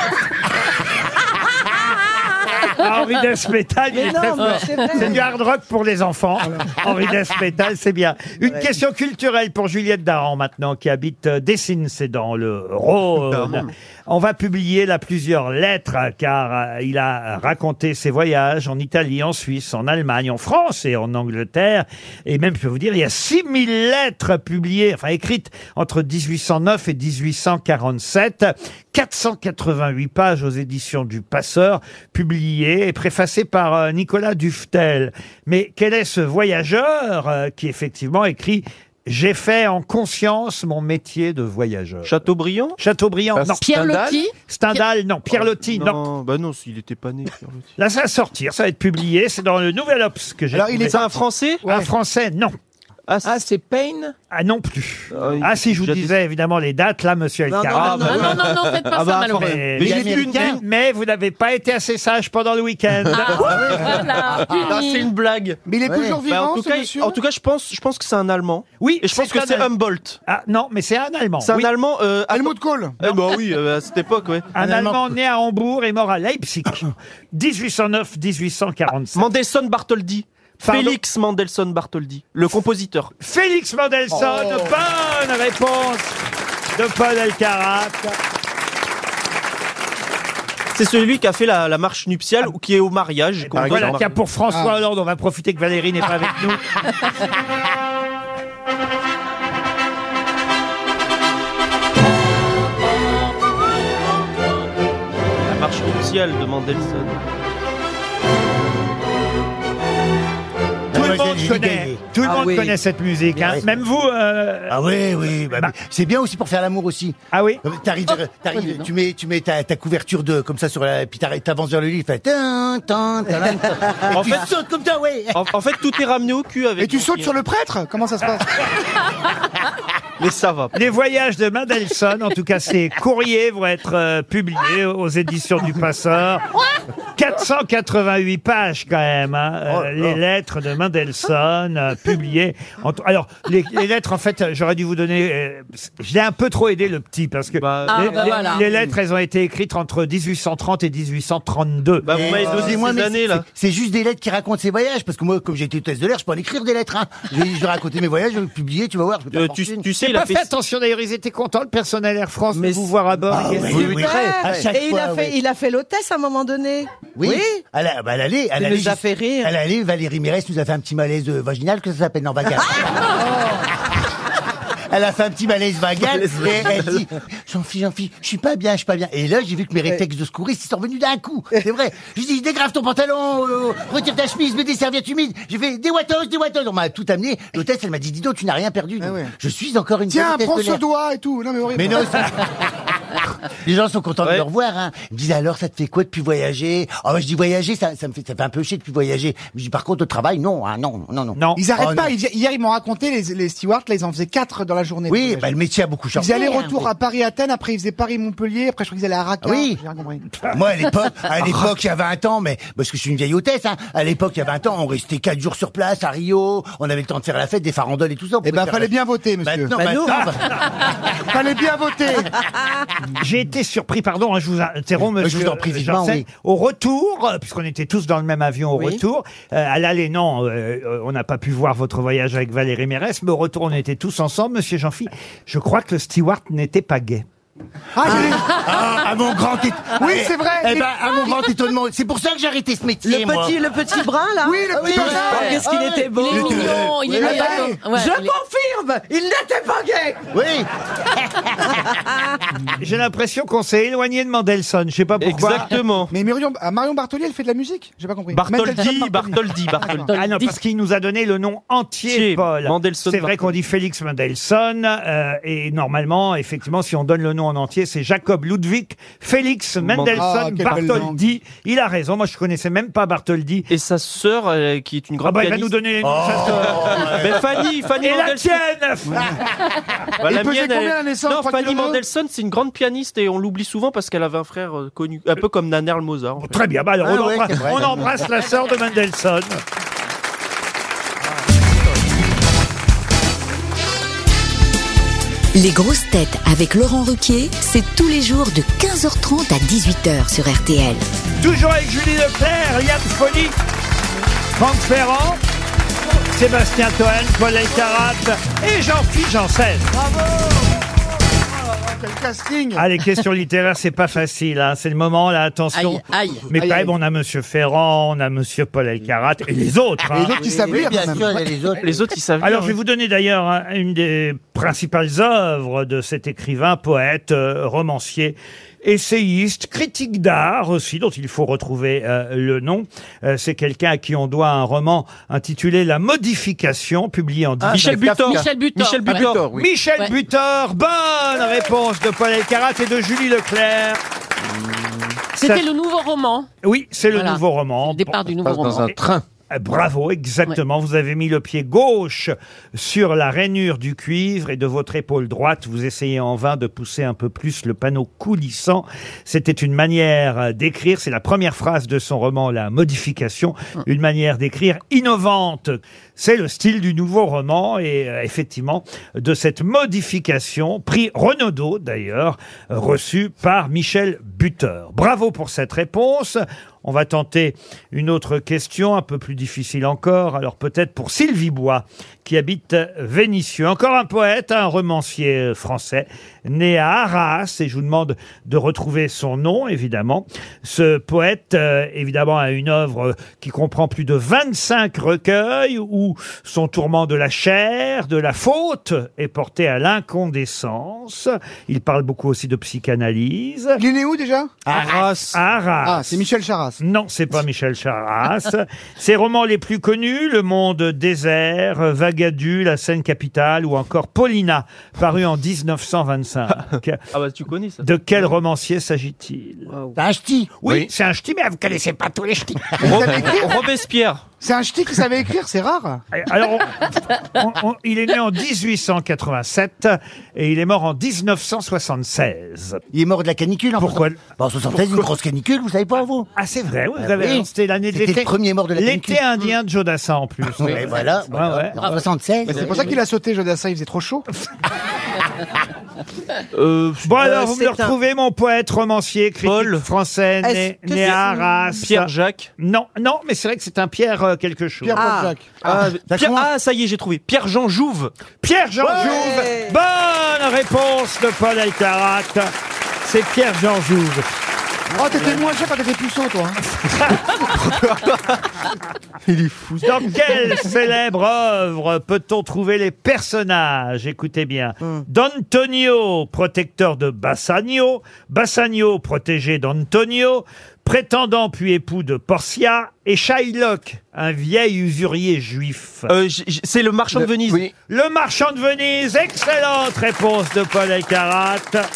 Ah, Henri Death Metal, il
Mais
est
non,
très
mais
fort.
c'est vrai.
C'est du hard rock pour les enfants. Henri Death Metal, c'est bien. Une
Ouais.
question culturelle pour Juliette Daran maintenant, qui habite euh, Dessines, c'est dans le Rhône. On va publier là plusieurs lettres, car euh, il a raconté ses voyages en Italie, en Suisse, en Allemagne, en France et en Angleterre. Et même, je peux vous dire, il y a six mille lettres publiées, enfin écrites entre dix-huit cent neuf et dix-huit cent quarante-sept. quatre cent quatre-vingt-huit pages aux éditions du Passeur, publiées et préfacées par euh, Nicolas Duftel. Mais quel est ce voyageur euh, qui effectivement écrit « J'ai fait en conscience mon métier de voyageur ».
Chateaubriand.
Chateaubriand,
Ah,
non.
Pierre
Stendhal
Loti.
Stendhal, non. Pierre Loti, non.
Non, bah non, il était pas né. Pierre Loti.
Là, ça va sortir, ça va être publié. C'est dans le Nouvel Obs que j'ai
Alors, il
trouvé.
est
C'est un Français.
Un Français, non.
Ah, c'est-
Ah, c'est Payne?
Ah non plus.
Ah, il-
Ah si je vous
déjà
disais évidemment les dates, là, monsieur
Non, non,
Elkarat.
non,
Non, non, non, non, faites pas
Ah
ça,
bah,
malheureux.
Mais,
Mais
Il est
j'ai vu une.
américain.
mais vous n'avez pas été assez sage pendant le week-end.
Ah, voilà,
Ah,
puni.
c'est une blague.
Mais il est
Ouais.
toujours
Bah,
vivant,
en tout
ce
cas,
monsieur
en tout cas, je pense, je pense que c'est un Allemand.
Oui,
Et je pense que
un
c'est
Allemand.
Humboldt.
Ah non, mais c'est un Allemand.
C'est
oui.
un Allemand. Euh, attends-
Helmut Kohl.
Eh bah oui, euh, à cette époque, ouais.
Un,
Un
Allemand
Allemand.
né à Hambourg et mort à Leipzig. dix-huit cent neuf à dix-huit cent quarante-sept.
Mendelssohn Bartholdy.
Pardon
Félix Mendelssohn Bartholdy, le compositeur.
Félix Mendelssohn, bonne réponse de Paul Elkarat.
C'est celui qui a fait la, la marche nuptiale ou qui est au mariage. qu'on voit
Voilà,
dans-
tiens, pour François
Ah.
Hollande, on va profiter que Valérie n'est pas avec nous.
La marche nuptiale de Mendelssohn.
Tout le
moi,
monde
j'ai- j'ai
connaît,
gagné.
tout le
Ah
monde
oui.
connaît cette musique. Hein.
Oui.
Même vous. euh,
Ah oui, oui. Bah, mais c'est bien aussi pour faire l'amour aussi.
Ah oui.
Euh, T'arrives, t'arrives, tu mets, tu mets ta, ta couverture de comme ça sur la, puis t'arrêtes- t'avances vers le lit, fait. Tin, tin, tin, tin.
En
Et tu
fait-
sautes comme ça, ouais.
En, en fait, tout est ramené au cul avec.
Et tu
mon
sautes
frère.
sur le prêtre Comment ça se passe
Mais ça va.
Les voyages de Mendelssohn, en tout cas ces courriers vont être euh, publiés aux éditions du Passeur. quatre cent quatre-vingt-huit pages quand même, hein, euh, les lettres de Mendelssohn euh, publiées. En t- Alors les, les lettres, en fait, j'aurais dû vous donner. Euh, je l'ai un peu trop aidé le petit parce que
Bah,
Ah,
les,
bah
les-
voilà.
les lettres, elles ont été écrites entre dix-huit cent trente et dix-huit cent trente-deux.
bah vous m'avez donné
Excusez-moi,
ces
mais
années
c'est-
là.
C'est c'est juste des lettres qui racontent ses voyages, parce que moi, comme j'ai été hôtesse de l'air, je peux en écrire des lettres. Hein. Je, vais, je vais raconter mes voyages, je vais les publier, tu vas voir. Je vais
Euh,
faire
tu,
fortune.
tu sais,
J'ai
il a
pas
fait.
fait attention d'ailleurs, ils étaient contents, le personnel Air France,
Mais
de vous voir à bord.
Ah,
Et-
oui,
Oui, oui.
oui. À chaque
Et il a
fois,
fait,
oui.
il a fait l'hôtesse à un moment donné.
Oui. Elle, a- bah, elle allait, elle
Tu
allait
nous as
juste-
fait rire.
Elle allait, Valérie Mérès nous a fait un petit malaise euh, vaginal, que ça s'appelle, non, vagal. elle a fait un petit malaise vagal, et elle dit, Jean-Philippe, Jean-Philippe, je suis pas bien, je suis pas bien. Et là, j'ai vu que mes réflexes de secouriste, ils sont revenus d'un coup. C'est vrai. Je lui dis, dégrave ton pantalon, euh, retire ta chemise, mets des serviettes humides. J'ai fait, des wattos, des wattos. On m'a tout amené. L'hôtesse, elle m'a dit, dis donc, tu n'as rien perdu.
Ah ouais.
Je suis encore une
Tiens,
hôtesse
prends
de
ce
l'air.
doigt et tout. Non, mais horrible.
Mais non, ça... Les gens sont contents
Ouais.
de me revoir, hein. Ils me disent, alors, ça te fait quoi depuis voyager? Ah, moi, je dis voyager, ça, ça me fait, ça fait un peu chier depuis voyager. Je dis, par contre, au travail, non, hein, non, non, non.
Non.
Ils arrêtent
Oh,
pas.
non.
Ils- hier, ils m'ont raconté, les, les stewards, là, ils en faisaient quatre dans la journée. de
Oui,
voyage.
bah, le métier a beaucoup
Ils
changé.
faisaient aller-retour
hein.
à Paris-Athènes, après ils faisaient Paris-Montpellier, après je crois qu'ils allaient à Raqqa.
Oui.
J'ai rien compris.
Moi, à l'époque, à l'époque, il y a vingt ans, mais, parce que je suis une vieille hôtesse, hein. À l'époque, il y a vingt ans, on restait quatre jours sur place, à Rio. On avait le temps de faire la fête, des farandoles et tout ça. On
Eh
pouvait
ben,
faire
fallait
la-
bien voter, monsieur.
Maintenant,
Bah, nous-
maintenant, bah,
Fallait bien voter.
J'ai été surpris, pardon, hein, je vous interromps,
Je
monsieur
vous en prie, vivement,
Janssen.
oui.
Au retour, euh, puisqu'on était tous dans le même avion au
Oui.
retour, euh, à l'aller, non, euh, euh, on n'a pas pu voir votre voyage avec Valérie Mérès, mais au retour, on était tous ensemble, monsieur Jean-Philippe. Je crois que le steward n'était pas gay.
Ah, j'ai-
ah, à mon grand étonnement.
Oui, c'est vrai.
Eh ben, à mon grand étonnement. C'est pour ça que j'ai arrêté ce métier,
Le
moi.
petit, le petit brun, là.
Oui, le petit
Oh,
brun.
qu'est-ce qu'il
Ah,
était beau.
Il est mignon, il est
Oui,
mignon.
oui.
Ouais,
Je
il est-
confirme, il n'était pas gay.
Oui.
J'ai l'impression qu'on s'est éloigné de Mendelssohn, je sais pas pourquoi.
Exactement.
Mais Marion, ah, Marion Bartoli, elle fait de la musique? J'ai pas compris.
Bartholdi,
Mendelssohn
Bartholdi, Bartholdi.
Ah non, parce qu'il nous a donné le nom entier,
Entier,
Paul.
Mendelssohn
C'est vrai
Bartholdi.
qu'on dit Félix Mendelssohn, euh, et normalement, effectivement, si on donne le nom en entier, c'est Jacob Ludwig Félix
Ah,
Mendelssohn
quelle belle
Bartholdi. Il a raison, moi je connaissais même pas Bartholdi.
Et sa sœur, euh, qui est une
Ah
grande
bah il va
pianiste.
nous donner les noms de sa sœur.
Mais Fanny, Fanny
Et la
Mendelssohn.
tienne
Bah,
Il
la
pesait
mienne,
combien,
elle-
la naissance,
Non,
trois
Fanny
kilos
Mendelssohn, c'est une grande pianiste et on l'oublie souvent parce qu'elle avait un frère euh, connu, un peu comme Nannerl Mozart. en fait.
Très bien, bah alors
Ah
on,
ouais,
embrasse,
c'est vrai.
on embrasse la sœur de Mendelssohn.
Les grosses têtes avec Laurent Ruquier, c'est tous les jours de quinze heures trente à dix-huit heures sur R T L.
Toujours avec Julie Leclerc, Yann Folly, Franck Ferrand, Sébastien Toen, Paul Elkarat et Jean-Philippe Janssen.
Quel casting.
Ah, les questions littéraires, c'est pas facile, hein. C'est le moment, là, attention.
Aïe, aïe.
Mais
Aïe,
quand
aïe.
même, on a Monsieur Ferrand, on a Monsieur Paul Elkarat et les autres.
Et
hein.
les autres qui savent
Oui,
lire,
bien
quand même.
sûr, il y a les autres.
Les autres, ils savent
Alors,
lire,
je vais
oui.
vous donner d'ailleurs hein, une des principales œuvres de cet écrivain, poète, euh, romancier, essayiste, critique d'art aussi, dont il faut retrouver euh, le nom. Euh, c'est quelqu'un à qui on doit un roman intitulé La Modification, publié en
Ah,
Michel
avec Kafka.
Butor.
Michel Butor.
Michel
Voilà.
Butor.
Oui.
Michel
Ouais.
Butor, bonne réponse de Paul Elkarat et de Julie Leclerc.
C'était
Ça-
le nouveau roman.
Oui, c'est le
Voilà.
nouveau roman.
Le départ du nouveau
passe dans
roman.
un train.
Euh, Bravo, exactement. Vous avez mis le pied gauche sur la rainure du cuivre et de votre épaule droite, vous essayez en vain de pousser un peu plus le panneau coulissant. C'était une manière euh, d'écrire, c'est la première phrase de son roman La Modification, une manière d'écrire innovante. C'est le style du nouveau roman et euh, effectivement de cette modification, prix Renaudot d'ailleurs, euh, reçu par Michel Butor. Bravo pour cette réponse. On va tenter une autre question, un peu plus difficile encore. Alors peut-être pour Sylvie Bois, qui habite Vénissieux. Encore un poète, un romancier français, né à Arras. Et je vous demande de retrouver son nom, évidemment. Ce poète, euh, évidemment, a une œuvre qui comprend plus de vingt-cinq recueils où son tourment de la chair, de la faute, est porté à l'incandescence. Il parle beaucoup aussi de psychanalyse.
Il est né où déjà?
Arras.
À Arras.
Ah, c'est Michel Charras.
Non, c'est pas Michel Charras. Ses romans les plus connus, Le Monde désert, Vagadu, La Seine capitale ou encore Paulina, paru en dix-neuf cent vingt-cinq.
Ah bah tu connais ça.
De quel romancier s'agit-il?
T'as un ch'ti.
Oui,
Oui.
c'est un ch'ti, mais vous connaissez pas tous les ch'tis.
Ro- Robespierre.
C'est un ch'ti qui savait écrire, c'est rare.
Alors, on- on- on- il est né en dix-huit cent quatre-vingt-sept et il est mort en dix-neuf cent soixante-seize.
Il est mort de la canicule en
Pourquoi?
Bon, en soixante-seize, une grosse canicule, vous savez pas, vous?
Ah, c'est vrai, vous
Ah
avez
oui.
raison, c'était l'année de
C'était
l'été.
le premier mort de la canicule.
L'été indien de Jodassin en plus. oui.
Et voilà. voilà.
ouais.
En soixante-seize.
C'est pour ça qu'il a sauté, Jodassin, il faisait trop chaud.
Euh,
Bon alors,
Euh,
vous me le
c'est un-
retrouvez, mon poète, romancier, critique
Paul.
français, né,
Est-ce que
né
c'est-
à Arras.
Pierre Jacques.
Non, non, mais c'est vrai que c'est un Pierre euh, quelque chose.
Pierre
Ah.
Paul Jacques.
Ah,
ça
Pierre-
commence.
ah, ça y est, j'ai trouvé. Pierre-Jean Jouve.
Pierre-Jean
Ouais.
Jouve. Bonne réponse de Paul Elkarat. C'est Pierre-Jean Jouve.
Oh, t'étais moins cher quand t'étais puceau, toi.
Il est fou.
Dans quelle célèbre œuvre peut-on trouver les personnages? Écoutez bien. D'Antonio, protecteur de Bassanio. Bassanio, protégé d'Antonio. Prétendant puis époux de Portia. Et Shylock, un vieil usurier juif.
Euh, j- j- c'est le marchand de Venise.
Oui.
Le marchand de Venise. Excellente réponse de Paul Elkarat.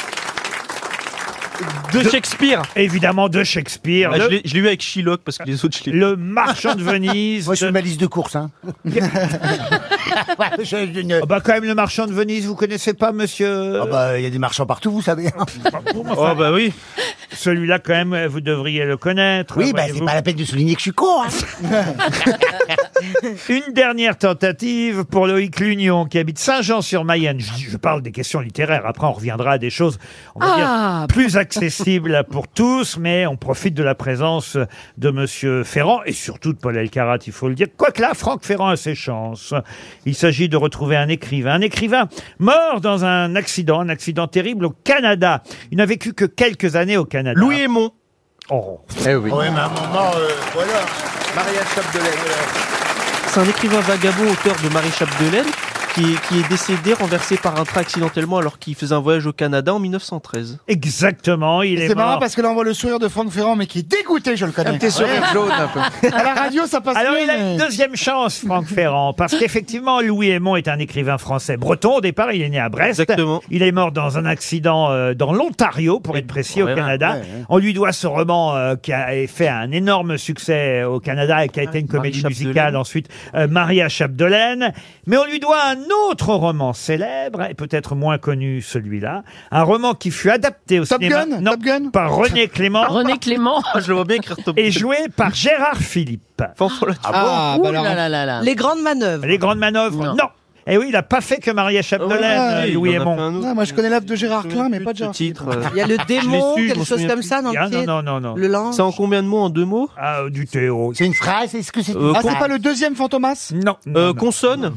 De Shakespeare.
Évidemment de Shakespeare.
Ah,
le,
je l'ai- je l'ai eu avec Shylock parce que les autres, je l'ai.
le marchand de Venise.
Moi, je
de-
fais ma liste de courses, hein. Ouais, je- je ne-
Ah bah quand même le marchand de Venise, vous connaissez pas monsieur
Ah bah, il y a des marchands partout, vous savez.
Oh bah oui.
Celui-là quand même, vous devriez le connaître.
Oui, bah, c'est
voyez-vous.
pas la peine de souligner que je suis con, hein.
Une dernière tentative pour Loïc Lunion qui habite Saint-Jean-sur-Mayenne. Je, je parle des questions littéraires. Après, on reviendra à des choses, on va
Ah.
dire, plus accessibles pour tous, mais on profite de la présence de Monsieur Ferrand et surtout de Paul Elkarat, il faut le dire. Quoique là, Franck Ferrand a ses chances. Il s'agit de retrouver un écrivain. Un écrivain mort dans un accident, un accident terrible au Canada. Il n'a vécu que quelques années au Canada.
Louis Aymon.
Oh.
Eh oui.
Ouais, mais à un moment, euh, voilà.
Maria Chapdelaine.
C'est un écrivain vagabond, auteur de Marie Chapdelaine, qui, qui est décédé renversé par un train accidentellement alors qu'il faisait un voyage au Canada en mille neuf cent treize.
Exactement, il est
C'est marrant
mort.
parce que là, on voit le sourire de Franck Ferrand, mais qui est dégoûté, je le connais.
Un petit sourire jaune un peu.
À la radio, ça passe
Alors,
mieux,
il a
mais-
une deuxième chance, Franck Ferrand, parce qu'effectivement, Louis Aymon est un écrivain français breton. Au départ, il est né à Brest.
Exactement.
Il est mort dans un accident euh, dans l'Ontario, pour être précis, au
ouais,
Canada.
ouais, ouais.
On lui doit ce roman euh, qui a fait un énorme succès au Canada et qui a été une comédie
Marie
musicale
Chapdelaine.
ensuite, euh, Maria Chapdelaine. Mais on lui doit un autre roman célèbre, et peut-être moins connu celui-là. Un roman qui fut adapté au
Top
cinéma
Gun
non,
Top Gun
par René Clément
René Clément.
Ah, je le vois bien écrire Top
et joué par Gérard Philippe.
Fanfan la-
Ah,
Ouh
bah alors,
là là là là.
Les grandes manœuvres.
Les grandes manœuvres, non.
Non.
Et oui, il n'a pas fait que Maria Chapdelaine,
Ah,
euh,
il
Louis
en a fait
Aymon.
un autre.
Ah, moi, je connais l'œuvre de Gérard
Je me
Klein, mais
souviens
pas de
plus
Gérard
ce titre. euh.
Il y a le démon,
su, je m'en
quelque chose
souviens
comme
plus.
ça dans
Ah,
le
non,
titre.
non, non, non.
Le lance.
C'est en combien de mots, en deux mots?
Ah, du Théo.
C'est une phrase, est-ce que c'est une
Euh,
Ah,
phrase
c'est pas le deuxième Fantomas
Non, non,
Euh,
non.
consonne.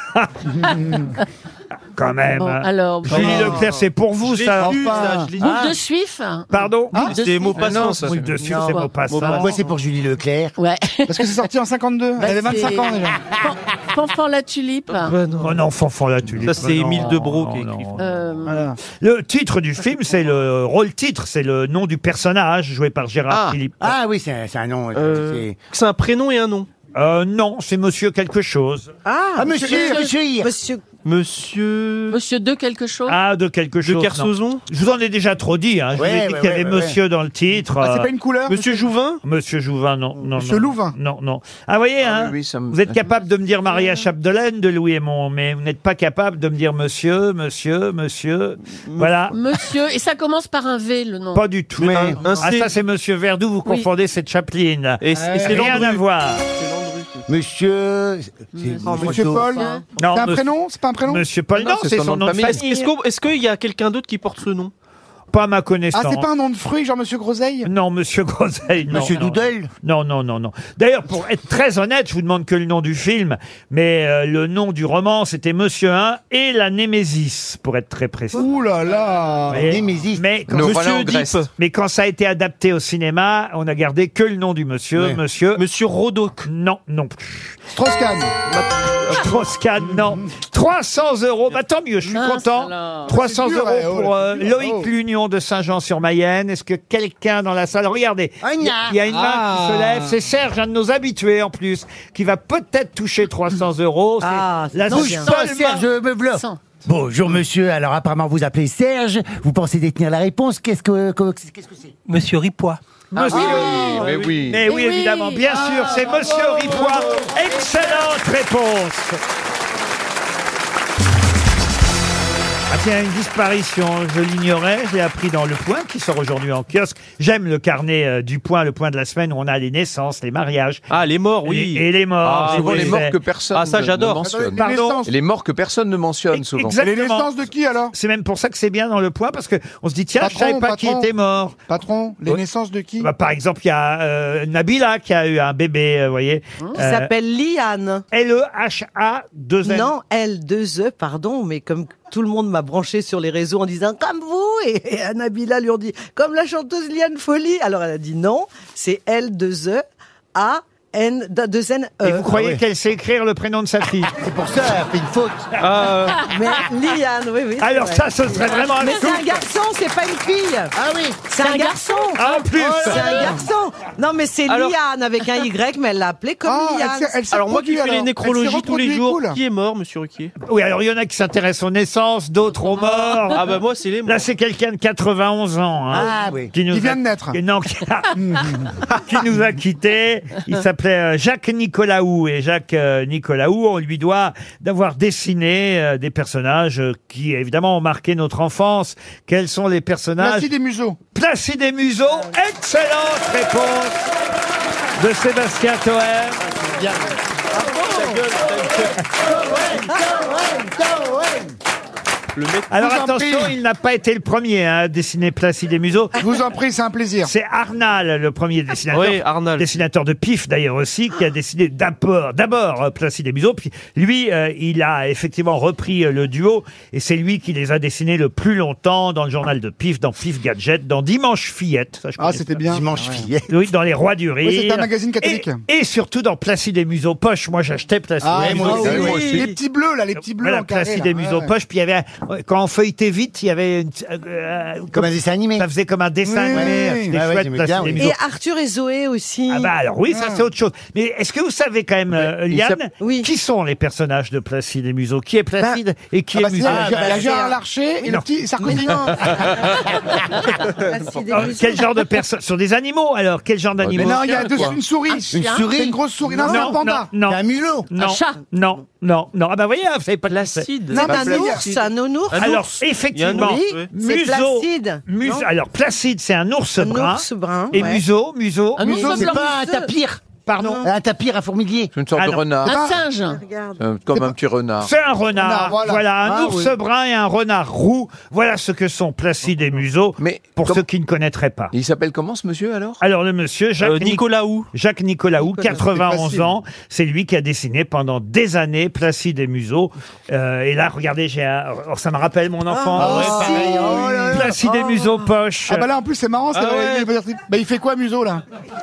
Quand même.
Bon,
hein.
alors,
Julie
bon.
Leclerc, c'est pour vous,
Je l'ai
ça.
su,
Enfin.
ça, je l'ai
Boule
su.
de suif.
Pardon
Boule de
C'est
suif.
mot
Ah non,
passant,
ça,
ça.
Boule de suif,
Non.
c'est mot passant.
Pourquoi c'est pour Julie Leclerc?
Ouais.
Parce que c'est sorti en cinquante-deux.
Bah,
Elle avait
c'est-
vingt-cinq ans déjà.
Fanfan la tulipe.
Bah non.
Oh non, Fanfan la tulipe.
Ça, c'est
Non,
Émile Debro qui a
non,
écrit.
non.
Euh,
Voilà.
Le titre du film, c'est le rôle titre, c'est le nom du personnage joué par Gérard
Ah.
Philippe.
Ah oui, c'est un, c'est un nom.
Euh,
c'est-
C'est un prénom et un nom.
Euh, non, c'est Monsieur quelque chose.
Ah,
Ah, monsieur, monsieur Hir.
Monsieur.
Monsieur.
Monsieur de quelque chose.
Ah, de quelque
De
chose. non.
Kersozon.
Je vous en ai déjà trop dit. Hein. Je
Ouais,
vous ai dit
ouais,
qu'il y avait
ouais, ouais,
Monsieur dans le titre.
Ah, c'est
euh,
pas une couleur
Monsieur Jouvin.
Monsieur Jouvin, non, non,
Monsieur
non.
Louvain.
Non, non. Ah, vous voyez,
Ah
hein,
oui, oui, ça me-
vous êtes capable de me dire Maria Chapdelaine de Louis Aymon, mais vous n'êtes pas capable de me dire Monsieur, Monsieur, Monsieur. Voilà.
Monsieur. Et ça commence par un V, le nom.
Pas du tout.
Mais un- un
ah,
C.
ça, c'est Monsieur Verdoux, vous
Oui.
confondez, c'est Chaplin.
Et c'est et c'est
Rien à
Landru.
voir.
C'est Landru.
Monsieur. c'est-
Monsieur
Monsieur Paul
Non,
C'est un
monsieur-
prénom C'est pas un prénom
Monsieur Paul, non, c'est son nom de
Est-ce
famille.
est-ce qu'on- est-ce qu'il y a quelqu'un d'autre qui porte ce nom?
Pas à ma connaissance.
Ah, c'est pas un nom de fruit, genre Monsieur Groseille
Non, Monsieur Groseille, non.
Monsieur
non.
Doodle.
Non, non, non, non. D'ailleurs, pour être très honnête, je vous demande que le nom du film, mais euh, le nom du roman, c'était Monsieur un et la Némésis, pour être très précis.
Ouh là là
Et-
Némésis.
mais, quand,
Nos
Monsieur
voilà en
Oedipe.
Grèce.
mais quand ça a été adapté au cinéma, on a gardé que le nom du monsieur,
Ouais.
Monsieur.
Monsieur Rodoc.
Non, non plus.
Strauss-Kahn
Strauss-Kahn, non. trois cents euros, bah tant mieux, je suis
Mince
content.
alors.
trois cents
C'est dur,
euros
ouais, oh,
pour euh,
c'est dur.
Loïc
Oh.
Lunion de Saint-Jean-sur-Mayenne. Est-ce que quelqu'un dans la salle, regardez,
Ah,
il y, a- il y a une main
Ah.
qui se lève, c'est Serge, un de nos habitués en plus, qui va peut-être toucher trois cents euros. C'est
Ah, c'est
la
non,
seule
bien.
main-
Serge, me v'là.
Cent.
Bonjour monsieur, alors apparemment vous appelez Serge, vous pensez détenir la réponse, qu'est-ce que que- qu'est-ce que c'est?
Monsieur Ripois.
Monsieur.
Ah, mais oui.
Mais oui,
Eh oui.
évidemment, bien sûr, c'est Monsieur Ripois. Excellente réponse. Ah tiens, une disparition, je l'ignorais, j'ai appris dans Le Point, qui sort aujourd'hui en kiosque. J'aime le carnet euh, du Point, le Point de la semaine, où on a les naissances, les mariages.
Ah, les morts, oui.
Et, et les morts.
Ah,
je
Souvent
vous
les
le
morts
sais.
que personne
Ah, ça,
ne-
j'adore.
ne mentionne.
Les
Pardon
naissances.
Et les morts que personne ne mentionne souvent.
Exact.
Et les naissances de qui alors
C'est même pour ça que c'est bien dans Le Point, parce que on se dit, tiens, je
Patron,
savais pas qui
patron.
était mort.
Patron, les
Ouais.
naissances de qui
Bah, par exemple, il y a euh, Nabila qui a eu un bébé, vous voyez.
Qui s'appelle Liane.
L E H A deux N.
Non, L deux E, pardon, mais comme tout le monde m'a branché sur les réseaux en disant comme vous, et, et Nabila lui ont dit comme la chanteuse Liane Folly. Alors elle a dit non, c'est L deux E A N deux N E.
Et vous croyez qu'elle sait écrire le prénom de sa fille?
C'est pour ça, elle fait une faute.
Euh,
Mais Liane, oui, oui. c'est
Alors
vrai.
ça, ce serait vraiment un
Mais c'est
scoop.
un garçon, c'est pas une fille.
Ah oui.
C'est un garçon.
Ah, en plus.
C'est un garçon. Non, mais c'est
Alors-
Liane avec un Y, mais elle l'a appelé comme
Ah, elle
Liane.
s'est- elle s'est
Alors moi qui
reproduite,
fais les
alors.
nécrologies
Elle s'est
tous les
reproduite,
jours,
cool.
qui est mort, monsieur Ruquier?
Oui, alors il y en a qui s'intéressent aux naissances, d'autres aux morts.
Ah bah moi c'est les morts.
Là, c'est quelqu'un de quatre-vingt-onze ans. Hein,
Ah oui.
qui, nous
Qui vient
a-
de naître.
qui- non, qui, qui nous a quittés. Il s'appelait euh, Jacques Nicolaou. Et Jacques euh, Nicolaou, on lui doit d'avoir dessiné euh, des personnages euh, qui, évidemment, ont marqué notre enfance. Quels sont les personnages?
Placide et Museau.
Placide et Museau. Excellente réponse de Sébastien Toer.
Le mec.
Alors
vous en
attention,
prie.
il n'a pas été le premier hein, à dessiner Placide et Museau.
Je vous en prie, c'est un plaisir.
C'est Arnal, le premier dessinateur.
Oui, Arnal.
Dessinateur de Pif, d'ailleurs aussi, qui a dessiné d'abord, d'abord euh, Placide et Museau. Puis lui, euh, il a effectivement repris euh, le duo. Et c'est lui qui les a dessinés le plus longtemps dans le journal de Pif, dans Pif Gadget, dans Dimanche Fillette. Ça, je
Ah,
connais.
c'était bien.
Dimanche fillet.
Oui, dans Les Rois du Rire.
Oui, c'était un magazine catholique.
Et, et surtout dans Placide et Museau Poche. Moi, j'achetais Placide
Ah,
et
moi
Museau.
aussi,
oui,
moi
oui.
aussi. Les petits bleus, là, les petits bleus
Voilà,
en carré.
Placide
là.
et Museau
Ouais,
Poche. Puis il y avait, un- quand on feuilletait vite, il y avait une, euh, euh,
Comme un dessin animé.
ça faisait comme un dessin
Oui,
animé.
oui,
C'était
ouais, ouais,
chouette,
j'aimais
Placide
bien,
et
oui.
Museau.
Et Arthur et Zoé aussi.
Ah bah alors oui, ça
Ah.
c'est autre chose. Mais est-ce que vous savez quand même, euh,
Il
Liane,
s'appelle-
Oui.
qui sont les personnages de Placide et Museau? Qui est Placide et qui
Ah bah,
est
c'est
Museau?
il y a- il y a
bah,
Gérard
c'est-
Larcher et
Non.
le petit Sarkozy.
Placide et
Oh,
Museau.
quel genre de personnes? Sur des animaux alors? Quel genre
Mais
d'animaux?
non, il y a dessus
quoi.
une souris.
Une
C'est
souris.
une grosse souris. Non, c'est un panda.
non,
C'est un mulot.
non,
Un chat.
non, non, non. Ah bah voyez, vous savez pas de la
Placide.
Non,
C'est
bah,
un
c'est-
ours, un nounours.
Un
Alors
ours. Il y a un
effectivement,
ours,
Oui,
oui.
c'est
Museau,
Placide.
Museau-
Non
alors Placide, c'est un ours
Un
brun.
ours brun.
Et
ouais.
Museau, Museau,
Un
Museau,
ours
C'est
blanc.
pas un tapir.
pardon.
Un tapir, un fourmilier.
C'est une sorte
Ah
de
non.
renard.
Un singe.
Regarde.
Euh, Comme un petit renard.
C'est un renard,
Non,
voilà.
voilà.
un
Ah,
ours
oui.
brun et un renard roux. Voilà ce que sont Placide et Museau,
Mais
pour
comme-
ceux qui ne connaîtraient pas.
Il s'appelle comment ce monsieur alors?
Alors le monsieur Jacques,
Euh,
Nic-
Nicolaou.
Jacques Nicolaou,
Nicolas,
quatre-vingt-onze
c'est facile.
ans, c'est lui qui a dessiné pendant des années Placide et Museau. Euh, et là, regardez, j'ai un... oh, ça me rappelle mon enfant.
Ah,
ouais,
si.
pareil. Oh là là.
Placide et Museau poche.
Ah bah là, en plus, c'est marrant. c'est
Ah
vrai,
ouais.
il veut dire- Bah, il fait quoi, Museau, là?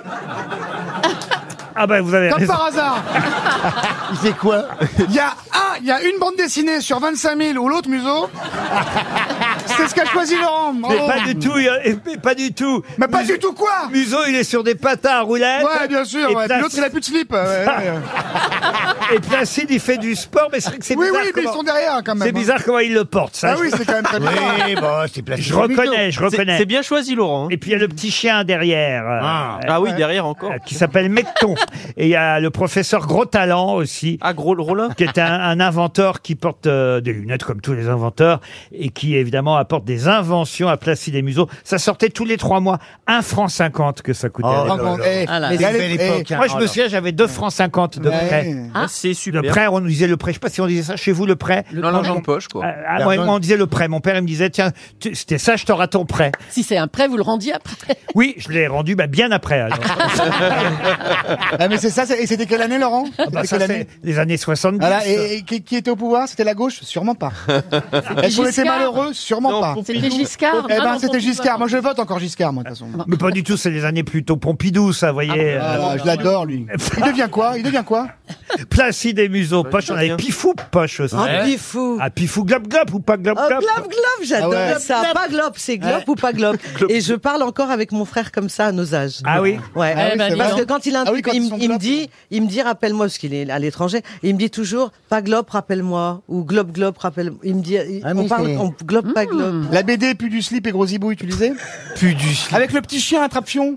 Ah bah vous avez
Comme
raison.
par hasard.
Il fait quoi?
Il y a un, il y a une bande dessinée sur vingt-cinq mille ou l'autre Museau. C'est ce qu'a choisi Laurent.
Mais
Bravo.
pas du tout, il y a- mais pas du tout.
Mais pas
Museau-
du tout quoi?
Museau, il est sur des patins à roulettes.
Ouais, bien sûr.
Et
Ouais. Puis
Plac-
l'autre, il a plus de slip. Ouais, ouais.
Et Placide, il fait du sport, mais c'est vrai que c'est
Oui,
bizarre.
oui, mais ils
comment-
sont derrière quand même.
C'est bizarre comment il le porte, ça.
Ah oui, c'est quand même très bizarre.
Oui, bon, c'est placé.
Je reconnais, je
C'est
reconnais.
c'est bien choisi, Laurent. hein.
Et puis il y a le petit chien derrière. euh,
Ah.
euh,
Ah oui, derrière encore.
euh, qui s'appelle Mecton. Et il y a le professeur Gros Talent aussi,
Ah, gros le Rollin.
qui est un, un inventeur qui porte euh, des lunettes comme tous les inventeurs et qui évidemment apporte des inventions à Placide et Museau. Ça sortait tous les trois mois, un franc cinquante que ça coûtait. à
Oh,
l'époque.
Par contre, eh,
Ah là.
mais
C'est une
allez,
belle
eh,
époque. hein.
Moi je
Oh
me
là.
souviens, j'avais deux francs cinquante de
ouais.
prêt.
Ah, c'est
Le
super.
prêt, on nous disait le prêt. Je sais pas si on disait ça chez vous, le prêt.
Non, l'argent de poche quoi.
Ah, ah, moi, moi, on disait le prêt. Mon père il me disait tiens, tu- c'était ça, je t'aurai ton prêt.
Si c'est un prêt, vous le rendiez après.
Oui, je l'ai rendu bah, bien après. Alors.
Ah, mais c'est ça. c'est- Et c'était quelle année, Laurent?
Bah,
C'était
ça,
quelle année?
c'est les années soixante-dix.
Voilà, et, et qui, qui était au pouvoir? C'était la gauche? Sûrement pas. Est-ce qu'on était
Giscard.
malheureux? Sûrement
Non,
pas.
C'était Giscard.
Eh
Ah
ben,
non,
c'était
Pompidou.
Giscard. Moi, je vote encore Giscard, moi, de toute façon.
Mais pas du tout, c'est les années plutôt Pompidou, ça, vous voyez.
Ah,
euh,
là, je l'adore, lui. Il devient quoi? Il devient quoi?
Placide et Museau, poche, on avait
bien.
Pifou poche aussi.
Oh, Pifou.
Ah, Pifou globe globe ou pas globe
Oh,
globe
glop, glop, j'adorais
Ah ouais.
ça. Pas glop, c'est glop ou pas glop. Et je parle encore avec mon frère comme ça à nos âges.
Ah oui.
Ouais.
Ah oui,
Eh ben,
c'est
dis
vrai.
Parce que quand il a un
Ah oui,
truc,
quand
il,
ils
me-
sont
il me
glop.
dit, il me dit, rappelle-moi, parce qu'il est à l'étranger, il me dit toujours, pas glop, rappelle-moi, ou glop, glop, rappelle-moi. Il me dit,
Ah,
on
mais
parle,
c'est-
on glop, pas glop.
La B D, plus du slip et gros zibouille, tu lisais? Plus du slip. Avec le petit chien attrape-fion.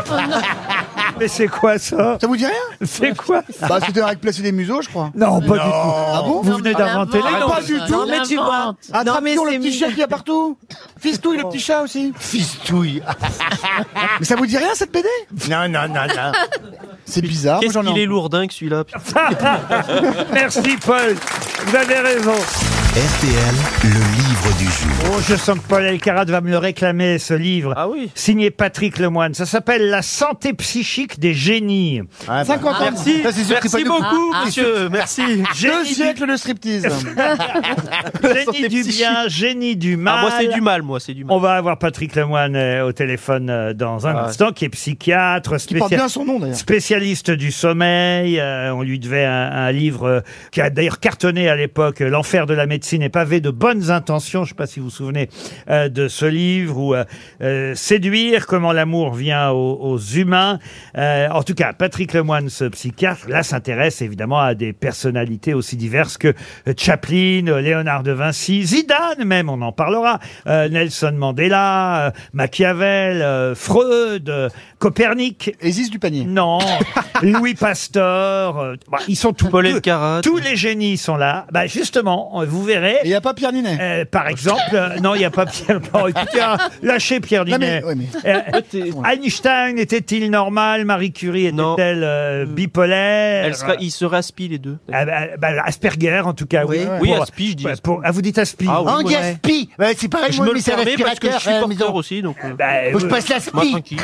Mais c'est quoi ça?
Ça vous dit rien?
C'est quoi?
Bah, c'était avec Placide et Museau, je crois.
Non, pas du tout.
Ah bon?
Vous venez d'inventer les
Non,
noms.
Pas du tout.
Non, mais tu vois. Non, mais
Attrape-fion,
c'est
le petit
mis-
chien qu'il y a partout. Fistouille, le petit chat aussi.
Fistouille.
Mais ça vous dit rien, cette B D?
Non, non, non, non.
C'est bizarre.
Qu'est-ce
moi, j'en ai
qu'il est
un.
lourdin que celui-là.
Merci Paul. Vous avez raison.
R T L, le livre livre du jour.
Oh, je sens que Paul Elkarat va me le réclamer, ce livre.
Ah oui.
Signé Patrick Lemoine. Ça s'appelle La santé psychique des génies.
Ah, cinquante ans.
Merci,
Ça, c'est sûr que c'est
merci
pas nous.
beaucoup,
Ah, ah.
monsieur. Merci.
Deux
Génie
siècles de striptease.
Génie
santé
du
psychique.
bien, génie du mal.
Ah, moi, c'est du mal, moi, c'est du mal.
On va avoir Patrick Lemoine euh, au téléphone euh, dans un
Ah.
instant, qui est psychiatre,
Qui porte
spécia-
bien son nom, d'ailleurs.
spécialiste du sommeil. Euh, on lui devait un, un livre euh, qui a d'ailleurs cartonné à l'époque, euh, L'enfer de la médecine est pavé de bonnes intentions. Je ne sais pas si vous vous souvenez euh, de ce livre, où euh, euh, séduire, comment l'amour vient aux, aux humains. Euh, en tout cas, Patrick Lemoine, ce psychiatre, là, s'intéresse évidemment à des personnalités aussi diverses que euh, Chaplin, euh, Léonard de Vinci, Zidane même, on en parlera, euh, Nelson Mandela, euh, Machiavel, euh, Freud, euh, Copernic.
Et Ziz du panier.
Non, Louis Pasteur, euh, bah, ils sont tous,
Paul
tous-
Elkarat.
tous les génies sont là. Bah justement, euh, vous verrez.
Et il n'y a pas Pierre Ninet.
Euh, par exemple, euh, non, il n'y a pas Pierre. Bon, écoutez, hein, lâchez Pierre
Non,
Ninet.
mais- ouais, mais-
Euh,
T'es-
Einstein était-il normal? Marie Curie
Non.
était-elle euh, bipolaire?
Elle sera, ils se raspient les deux.
Ah, bah, bah, Asperger, en tout cas, oui.
Oui.
Oui,
Pour-
Aspi, je dis.
ouais, pour- ah, vous dites Aspi.
Ah oui.
En
Ouais.
gaspi. Ouais, c'est pareil,
Je
moi,
me
mais
le
c'est
permets parce que je suis
respirateur à la
porteur
maison.
aussi, donc. euh,
Bah,
Faut que je
vous-
passe la
moi,
spi.
tranquille.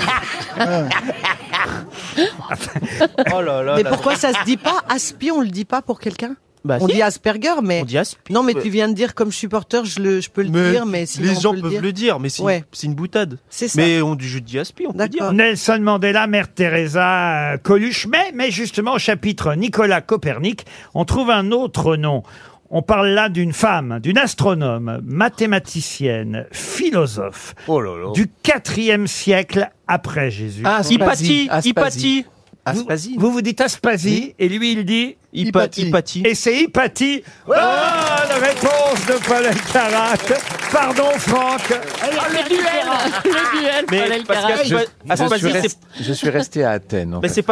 Oh là là.
Mais
là.
pourquoi ça se dit pas Aspi, on le dit pas pour quelqu'un?
Bah,
On
si.
dit Asperger, mais.
On dit Aspi.
Non, mais
Ouais.
tu viens de dire comme supporter, je le, je peux le
Mais
dire, mais sinon
les
on
gens
peut
peuvent
le dire.
le dire, mais c'est
Ouais.
une, c'est une boutade.
C'est ça.
Mais on dit, je dis Aspi, on peut le dire.
D'accord.
Nelson Mandela, Mère Teresa, euh, Coluche, mais, mais justement au chapitre Nicolas Copernic, on trouve un autre nom. On parle là d'une femme, d'une astronome, mathématicienne, philosophe
Oh là là.
du quatrième siècle après Jésus.
Ah,
Hypatie,
Aspasie.
Hypatie,
vous,
Aspasie.
vous vous dites Aspasie, et lui il dit...
Hypatie, Hypatie.
Et c'est Hypatie. Oh, la réponse de Paul Elkarat. Pardon, Franck.
Le duel, le duel, Paul
Mais parce
Elkarat.
qu'Aspa-
Je
Aspasie,
suis,
c'est
rest- je suis resté à Athènes. en
mais
fait.
c'est pas.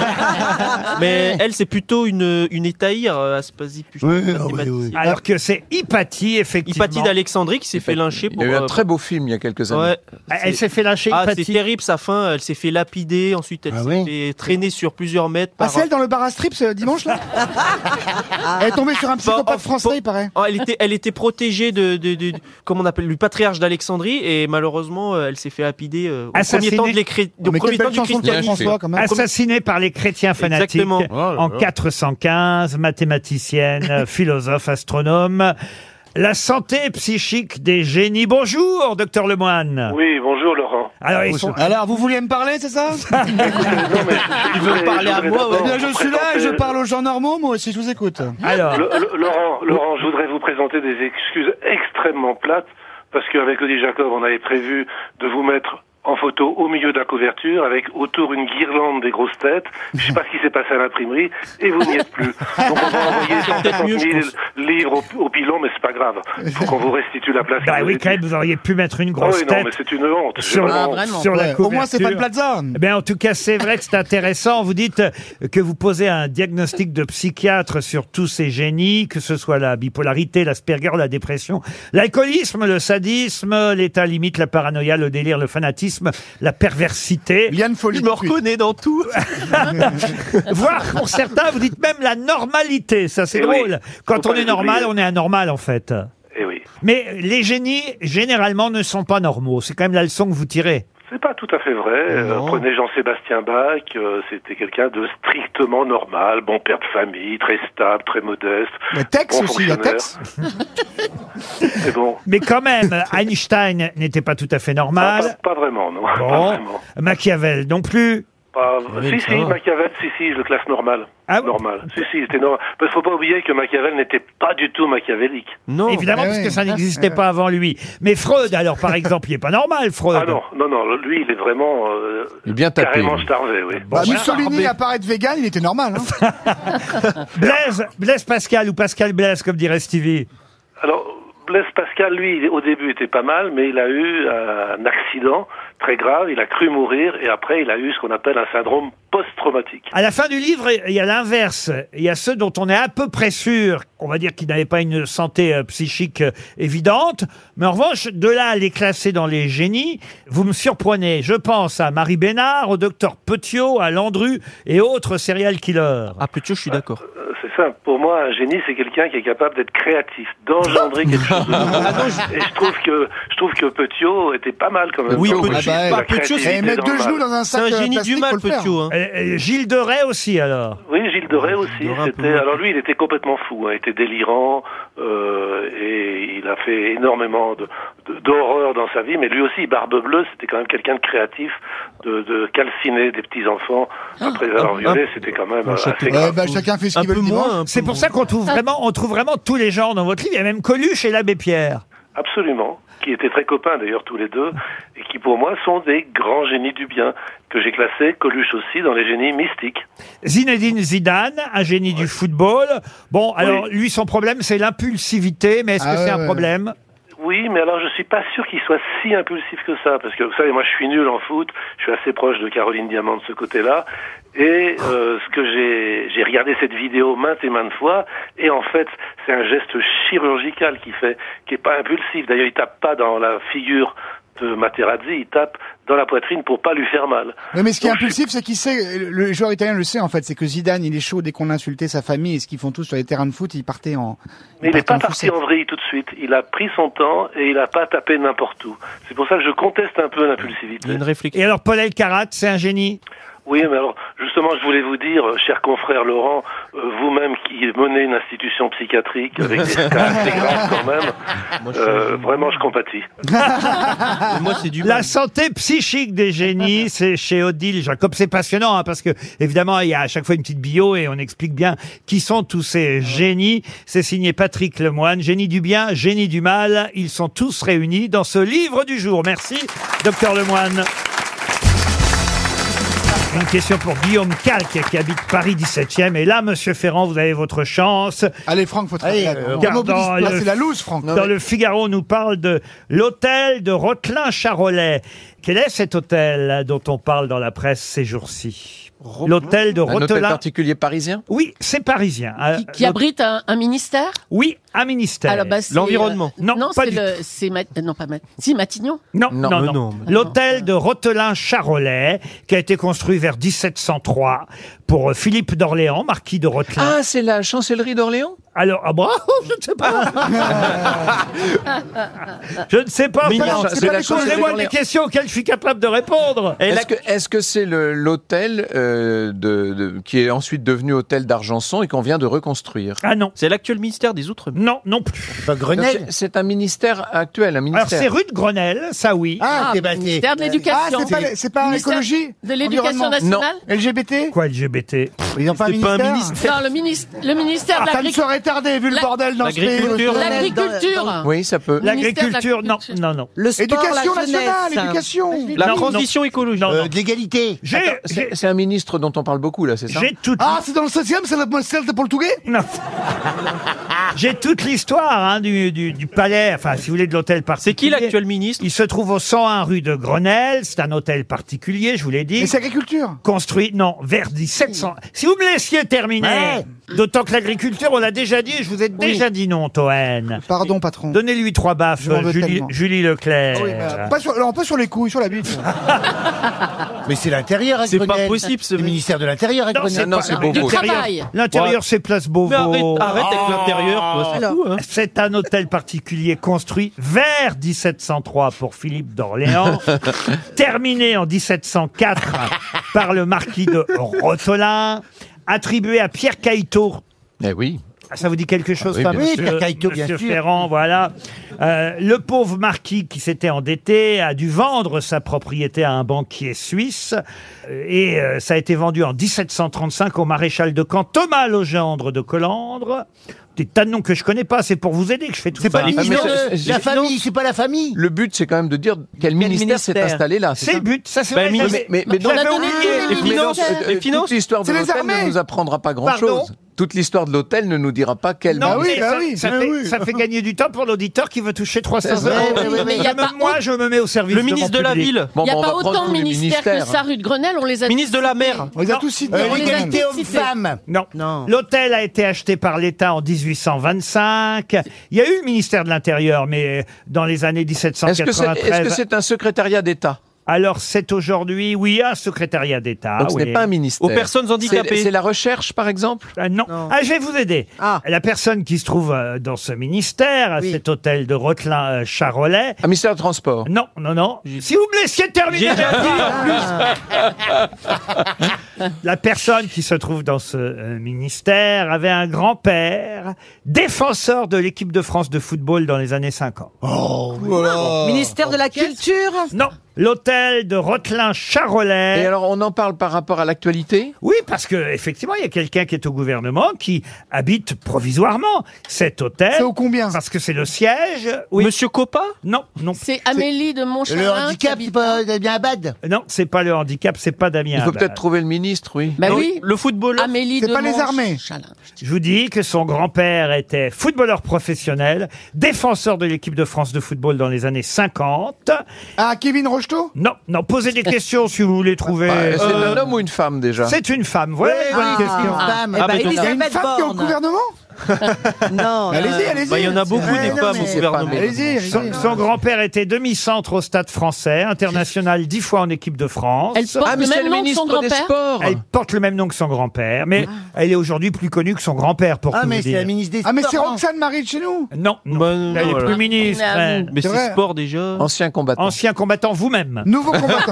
Mais elle, c'est plutôt une une étaïre, euh, Aspasie, plus
Oui, oui,
mathématicienne.
oui, oui.
Alors que c'est Hypatie, effectivement.
Hypatie d'Alexandrie qui s'est fait lyncher
Il
pour.
y a eu un
euh,
très beau film il y a quelques années.
Ouais.
Elle s'est fait lâcher,
Ah, c'est
Hypatie.
terrible sa fin. Elle s'est fait lapider. Ensuite, elle
Ah
s'est
oui.
fait traîner sur plusieurs mètres.
Ah,
Par...
celle dans le bar à strip ce dimanche, là Elle est tombée sur un psychopathe
en-
français, il paraît.
Oh, elle était, elle était protégée de, de, de, de- comment on appelle, du patriarche d'Alexandrie et malheureusement, euh, elle s'est fait lapider euh, au
Assassinée.
premier temps de l'écré- au
Mais
premier
quelle
temps
belle
du
chanson de Claude
christianisme.
François, quand même.
Assassinée par les chrétiens fanatiques
Exactement.
en quatre cent quinze, mathématicienne, philosophe, astronome. La santé psychique des génies. Bonjour, docteur Lemoine.
Oui, bonjour Laurent.
Alors, ils sont...
Alors, vous vouliez me parler, c'est ça
Non, mais
Il veut me parler à moi,
Eh bien, je suis là et je parle aux gens normaux, moi aussi, je vous écoute.
Alors,
Laurent, Laurent, je voudrais vous présenter des excuses extrêmement plates parce qu'avec Odile Jacob, on avait prévu de vous mettre en photo au milieu de la couverture avec autour une guirlande des grosses têtes. Je sais pas ce qui s'est passé à l'imprimerie et vous n'y êtes plus. Donc on va envoyer cent
peut-être mieux,
cinquante
je
mille livres au, au pilon, mais c'est pas grave. Il faut qu'on vous restitue la place.
bah
qui vous
oui,
est
quand même,
due.
vous auriez pu mettre une
Ah
grosse
oui, non,
tête
mais c'est une honte. J'ai
sur,
vraiment
Ah,
honte.
vraiment.
sur la
Ouais,
couverture.
au moins, c'est pas le Plaza.
Eh bien, en tout cas, c'est vrai que c'est intéressant. Vous dites que vous posez un diagnostic de psychiatre sur tous ces génies, que ce soit la bipolarité, l'Asperger, la dépression, l'alcoolisme, le sadisme, l'état limite, la paranoïa, le délire, le fanatisme, la perversité.
Liane Folie.
Je me reconnais dans tout.
Voire, pour certains, vous dites même la normalité. Ça, c'est
Eh oui.
drôle. Quand
Faut
on
pas
est
les
normal,
oublier.
on est anormal, en fait.
Eh oui.
Mais les génies, généralement, ne sont pas normaux. C'est quand même la leçon que vous tirez.
C'est pas tout à fait vrai. Euh,
Non.
prenez Jean-Sébastien Bach, euh, c'était quelqu'un de strictement normal, bon père de famille, très stable, très modeste.
Il y a Tex
bon
aussi, il y a
fonctionnaire.
Tex.
Mais bon,
Mais quand même, Einstein n'était pas tout à fait
pas,
normal.
pas, pas vraiment, non. Pas
Bon,
vraiment.
Machiavel non plus.
Pas-
Oui,
si,
ça
si,
va.
Machiavel, si, si, je le classe normal.
Ah,
Normal. Si, si, c'était normal. Parce qu'il faut pas oublier que Machiavel n'était pas du tout machiavélique.
Non.
Évidemment,
Eh
parce
oui.
que ça n'existait pas avant lui. Mais Freud, alors, par exemple, il est pas normal, Freud.
Ah non, non, non, lui, il est vraiment euh,
Il est bien tapé.
carrément
lui.
starvé, oui.
Bon,
Bah,
voilà.
Mussolini, à part être vegan, il était normal. Hein.
Blaise, Blaise Pascal ou Pascal Blaise, comme dirait Stevie.
Alors, Blaise Pascal, lui, il- au début, était pas mal, mais il a eu un accident très grave, il a cru mourir, et après, il a eu ce qu'on appelle un syndrome post-traumatique.
À la fin du livre, il y a l'inverse. Il y a ceux dont on est à peu près sûr, on va dire qu'ils n'avaient pas une santé euh, psychique euh, évidente. Mais en revanche, de là à les classer dans les génies, vous me surprenez. Je pense à Marie Bénard, au docteur Petiot, à Landru et autres serial killers.
Ah, Petiot, je suis d'accord.
Euh, C'est simple. Pour moi, un génie, c'est quelqu'un qui est capable d'être créatif, d'engendrer quelque chose de nouveau. Et je trouve que je trouve que Petiot était pas mal quand même.
Oui,
Pour
Petiot,
la
bah, Petiot,
créativité
c'est
mettre
dans
deux
le
genoux
mal.
dans un
C'est
sac
un
euh,
génie du
plastique,
mal,
faut le faire.
Petiot. Hein.
Et- et Gilles de Rais aussi, alors.
Oui, Gilles de Rais aussi.
Doré un peu
C'était
moins.
alors lui, il était complètement fou, hein, il était délirant euh, et il a fait énormément de, de- d'horreur dans sa vie. Mais lui aussi, Barbe Bleue, c'était quand même quelqu'un de créatif, de, de calciner des petits enfants après les avoir violés. C'était quand même euh, assez
Ouais,
grave.
bah, chacun fait ce
Un
qu'il veut
peu
le dimanche.
moins. un peu
C'est pour
moins.
ça qu'on trouve vraiment, on trouve vraiment tous les genres dans votre livre. Il y a même Coluche et l'abbé Pierre.
Absolument, qui étaient très copains d'ailleurs tous les deux, et qui pour moi sont des grands génies du bien, que j'ai classé, Coluche aussi, dans les génies mystiques.
Zinedine Zidane, un génie du football. Bon, alors lui, son problème, c'est l'impulsivité, mais est-ce
Ah
que
ouais,
c'est un
ouais.
problème?
Oui, mais alors je suis pas sûr qu'il soit si impulsif que ça, parce que vous savez, moi je suis nul en foot, je suis assez proche de Caroline Diamant de ce côté-là, et euh, ce que j'ai j'ai regardé cette vidéo maintes et maintes fois, et en fait c'est un geste chirurgical qui fait, qui est pas impulsif. D'ailleurs, il tape pas dans la figure de Materazzi, il tape dans la poitrine pour pas lui faire mal.
Non, mais ce qui est
Donc, je suis-
impulsif, c'est qu'il sait, le joueur italien le sait en fait, c'est que Zidane, il est chaud dès qu'on insultait sa famille et ce qu'ils font tous sur les terrains de foot, il partait en.
Mais il n'est
partait
pas
en
parti
foussette.
en vrille tout de suite. Il a pris son temps et il n'a pas tapé n'importe où. C'est pour ça que je conteste un peu
Il y
l'impulsivité.
a une réflexion.
Et alors, Paul Elkarat, c'est un génie?
Oui, mais alors, justement, je voulais vous dire, euh, cher confrère Laurent, euh, vous-même qui menez une institution psychiatrique avec des cas assez graves quand même,
Moi, je
euh,
suis-
vraiment, je compatis.
Mais moi, c'est du mal.
La santé psychique des génies, c'est chez Odile Jacob. C'est passionnant, hein, parce que, évidemment, il y a à chaque fois une petite bio et on explique bien qui sont tous ces génies. C'est signé Patrick Lemoine. Génie du bien, génie du mal. Ils sont tous réunis dans ce livre du jour. Merci, docteur Lemoine. Une question pour Guillaume Calque qui habite Paris dix-septième. Et là, monsieur Ferrand, vous avez votre chance.
Allez, Franck, faut te
Allez,
rappeler.
euh,
On
car
mobilise
dans
pas,
le-
c'est la loose, Franck.
Dans le Figaro, on nous parle de l'hôtel de Rotelin-Charolais. Quel est cet hôtel dont on parle dans la presse ces jours-ci? L'hôtel de
Un hôtel
Rotelin.
particulier parisien?
Oui, c'est parisien. Euh,
Qui, qui abrite un, un ministère.
Oui, un ministère.
Alors, bah, c'est,
L'environnement.
euh,
Non,
non,
pas
c'est
du
le, c'est Ma- euh, non pas Mat- si Matignon.
Non,
Non,
non,
mais
non.
non, mais-
L'hôtel de Rotelin-Charolais, qui a été construit vers dix-sept cent trois pour euh, Philippe d'Orléans, marquis de Rotelin.
Ah, c'est la chancellerie d'Orléans?
Alors, ah bravo, je ne sais pas. je ne sais pas.
Mignon,
Enfin,
c'est la chose-
posez-moi des questions auxquelles je suis capable de répondre.
Et la-
Est-ce que est-ce que c'est le- l'hôtel euh, de, de- qui est ensuite devenu hôtel d'Argenson et qu'on vient de reconstruire?
Ah non,
C'est l'actuel ministère des Outre-mer.
non, non plus.
Pas
Donc,
Grenelle.
c'est- C'est un ministère actuel, un
Alors
ministère.
c'est rue de Grenelle, ça oui.
Ah, t'es battu.
ministère de
Ah,
l'éducation.
c'est pas, c'est pas
Ministère
écologie
de l'éducation
environnement.
nationale.
L G B T
Quoi L G B T?
Ils n'ont pas un
C'est pas un
ministère,
ministère.
Non, le ministre, le ministère
Ah,
de
ça ne
l'agriculture.
serait tardé vu le
La-
bordel dans ce pays.
L'agriculture.
monsieur.
L'agriculture.
Oui, ça peut.
Ministère de
L'agriculture, non,
l'agriculture.
non, non.
Le sport,
Éducation
la
nationale,
jeunesse.
éducation.
La
Non,
transition écologique.
Non, non.
Euh, de l'égalité.
J'ai,
Attends,
j'ai,
C'est c'est un ministre dont on parle beaucoup là, c'est ça?
j'ai toute,
Ah, c'est dans le septième, c'est le Marcel de Portugais.
non. J'ai toute l'histoire hein, du, du, du palais, enfin, si vous voulez, de l'hôtel
C'est
particulier.
qui l'actuel ministre?
Il se trouve au cent un rue de Grenelle. C'est un hôtel particulier, je vous l'ai dit.
Mais c'est agriculture.
Construit, non, vers dix-sept cents. Si vous me laissiez terminer,
Ouais.
d'autant que l'agriculture, on l'a déjà dit, et je vous ai déjà dit non, Toen.
Pardon, patron.
Donnez-lui trois baffes,
Je m'en veux
Julie,
tellement.
Julie Leclerc.
Ah oui, mais, euh, pas sur, non, pas sur les couilles, sur la bite.
Mais c'est l'intérieur à
C'est pas
Grenelle.
possible, ce
C'est le
mec.
ministère de l'Intérieur à
Non, c'est
Grenelle.
non,
pas-
c'est
non,
Beauvau.
Du
l'intérieur-
travail.
L'intérieur, c'est Place Beauvau.
Mais arrête, arrête avec l'intérieur, toi, c'est fou, hein.
C'est un hôtel particulier construit vers dix-sept cent trois pour Philippe d'Orléans, terminé en dix-sept cent quatre par le marquis de Rotelin, attribué à Pierre Caïto.
Eh oui.
Ah, ça vous dit quelque chose,
Oui,
ça,
bien
sûr.
monsieur,
Oui, Pierre Caïto, bien
monsieur
sûr.
Ferrand, voilà. Euh, le pauvre marquis qui s'était endetté a dû vendre sa propriété à un banquier suisse euh, et euh, ça a été vendu en dix-sept cent trente-cinq au maréchal de camp Thomas Legendre de Collandre. Des tas de noms que je connais pas, c'est pour vous aider que je fais tout
C'est
ça.
pas le
Ah, mais
ministre
c'est-
de
c'est-
la famille, c'est pas la famille.
Le but, c'est quand même de dire quel, ministère s'est
ministère
installé là.
C'est
ça
le but, ça c'est
Bah,
vrai.
mais-
j'avais-
mais- mais
On a
j'avais
donné
oublié.
tous les
Les
Mais non,
finances,
euh,
les
toute
finances.
l'histoire de
C'est les
l'hôtel
armées.
ne nous apprendra pas
Pardon
grand-chose. Toute l'histoire de l'hôtel ne nous dira pas quel
Non,
Bah oui,
mais
bah
ça,
oui,
ça
bah
fait,
oui.
ça fait gagner du temps pour l'auditeur qui veut toucher trois cents
C'est
euros.
vrai,
oui, oui, mais il y a
Même
pas
moi, je me mets au service
Le
de mon
ministre de la
public.
ville.
Bon,
Il n'y a
bon, on
pas
va prendre
autant de
tous les
ministères que
ministères,
ça
hein.
rue de Grenelle, on les a
Ministre de la mer.
On les a
Non.
tous cités.
Euh,
on les a
L'égalité
tous cités.
homme-femme.
Non.
Non.
L'hôtel a été acheté par l'État en dix-huit cent vingt-cinq. Il y a eu le ministère de l'Intérieur, mais dans les années
Est-ce que c'est est-ce que
dix-sept cent quatre-vingt-treize.
c'est un secrétariat d'État?
Alors c'est aujourd'hui, oui, un secrétariat d'État.
Donc ce
oui.
n'est pas un ministère.
Aux personnes handicapées.
C'est c'est la recherche, par exemple?
Ah, non.
Non.
Ah, je vais vous aider.
Ah.
La personne qui se trouve euh, dans ce ministère, à
Oui.
cet hôtel de Rothelin-Charolais.
Un ministère de Transport.
Non, non, non. Si vous me laissiez terminer,
J'ai déjà dit,
la personne qui se trouve dans ce euh, ministère avait un grand-père, défenseur de l'équipe de France de football dans les années cinquante.
Ministère de la Culture.
Non, l'hôtel de Rothelin-Charolais.
Et alors, on en parle par rapport à l'actualité?
Oui, parce que effectivement, il y a quelqu'un qui est au gouvernement qui habite provisoirement cet hôtel.
C'est au combien?
Parce que c'est le siège. Oui.
Monsieur Coppa?
Non, non.
C'est Amélie de Montchalin.
Le handicap,
qui
c'est
habite
pas
là.
Damien Abad.
Non, c'est pas le handicap, c'est pas Damien.
Il faut
Abad.
peut-être trouver le ministre, oui.
Bah
Non,
oui.
Le footballeur?
Amélie
C'est
de
pas les armées.
Montchalin.
Je vous dis que son grand-père était footballeur professionnel, défenseur de l'équipe de France de football dans les années cinquante.
Ah, Kevin Rocheteau?
Non, non, posez des questions si vous voulez trouver.
Bah, c'est
Euh,
un homme ou une femme, déjà?
c'est une femme, voilà une bonne
Ah,
question.
une femme.
Eh ben,
Ah, mais donc-
Il y a une
Elisabeth
femme qui est au
Borne.
gouvernement?
Non.
Allez-y,
euh,
allez-y.
Bah, il y en a beaucoup
Ouais,
des
non,
femmes
mais
au
c'est
gouvernement.
pas-
Allez-y, allez-y.
Son, son grand-père était demi-centre au Stade français, international dix fois en équipe de France.
Elle porte
Ah, mais
le
c'est
même
le
nom que
ministre
son
des
grand-père.
Sports.
Elle porte le même nom que son grand-père, mais elle est aujourd'hui plus connue que son grand-père, pour
Ah,
tout
mais
vous
c'est
dire.
la ministre des
Ah, mais c'est
Sports.
Roxane Marie de chez nous.
Non, non.
Bah, non,
elle est
voilà.
plus ministre.
On est à
hein.
vous.
Mais
C'est
c'est
vrai.
sport déjà.
Ancien combattant.
Ancien combattant vous-même.
Nouveau combattant.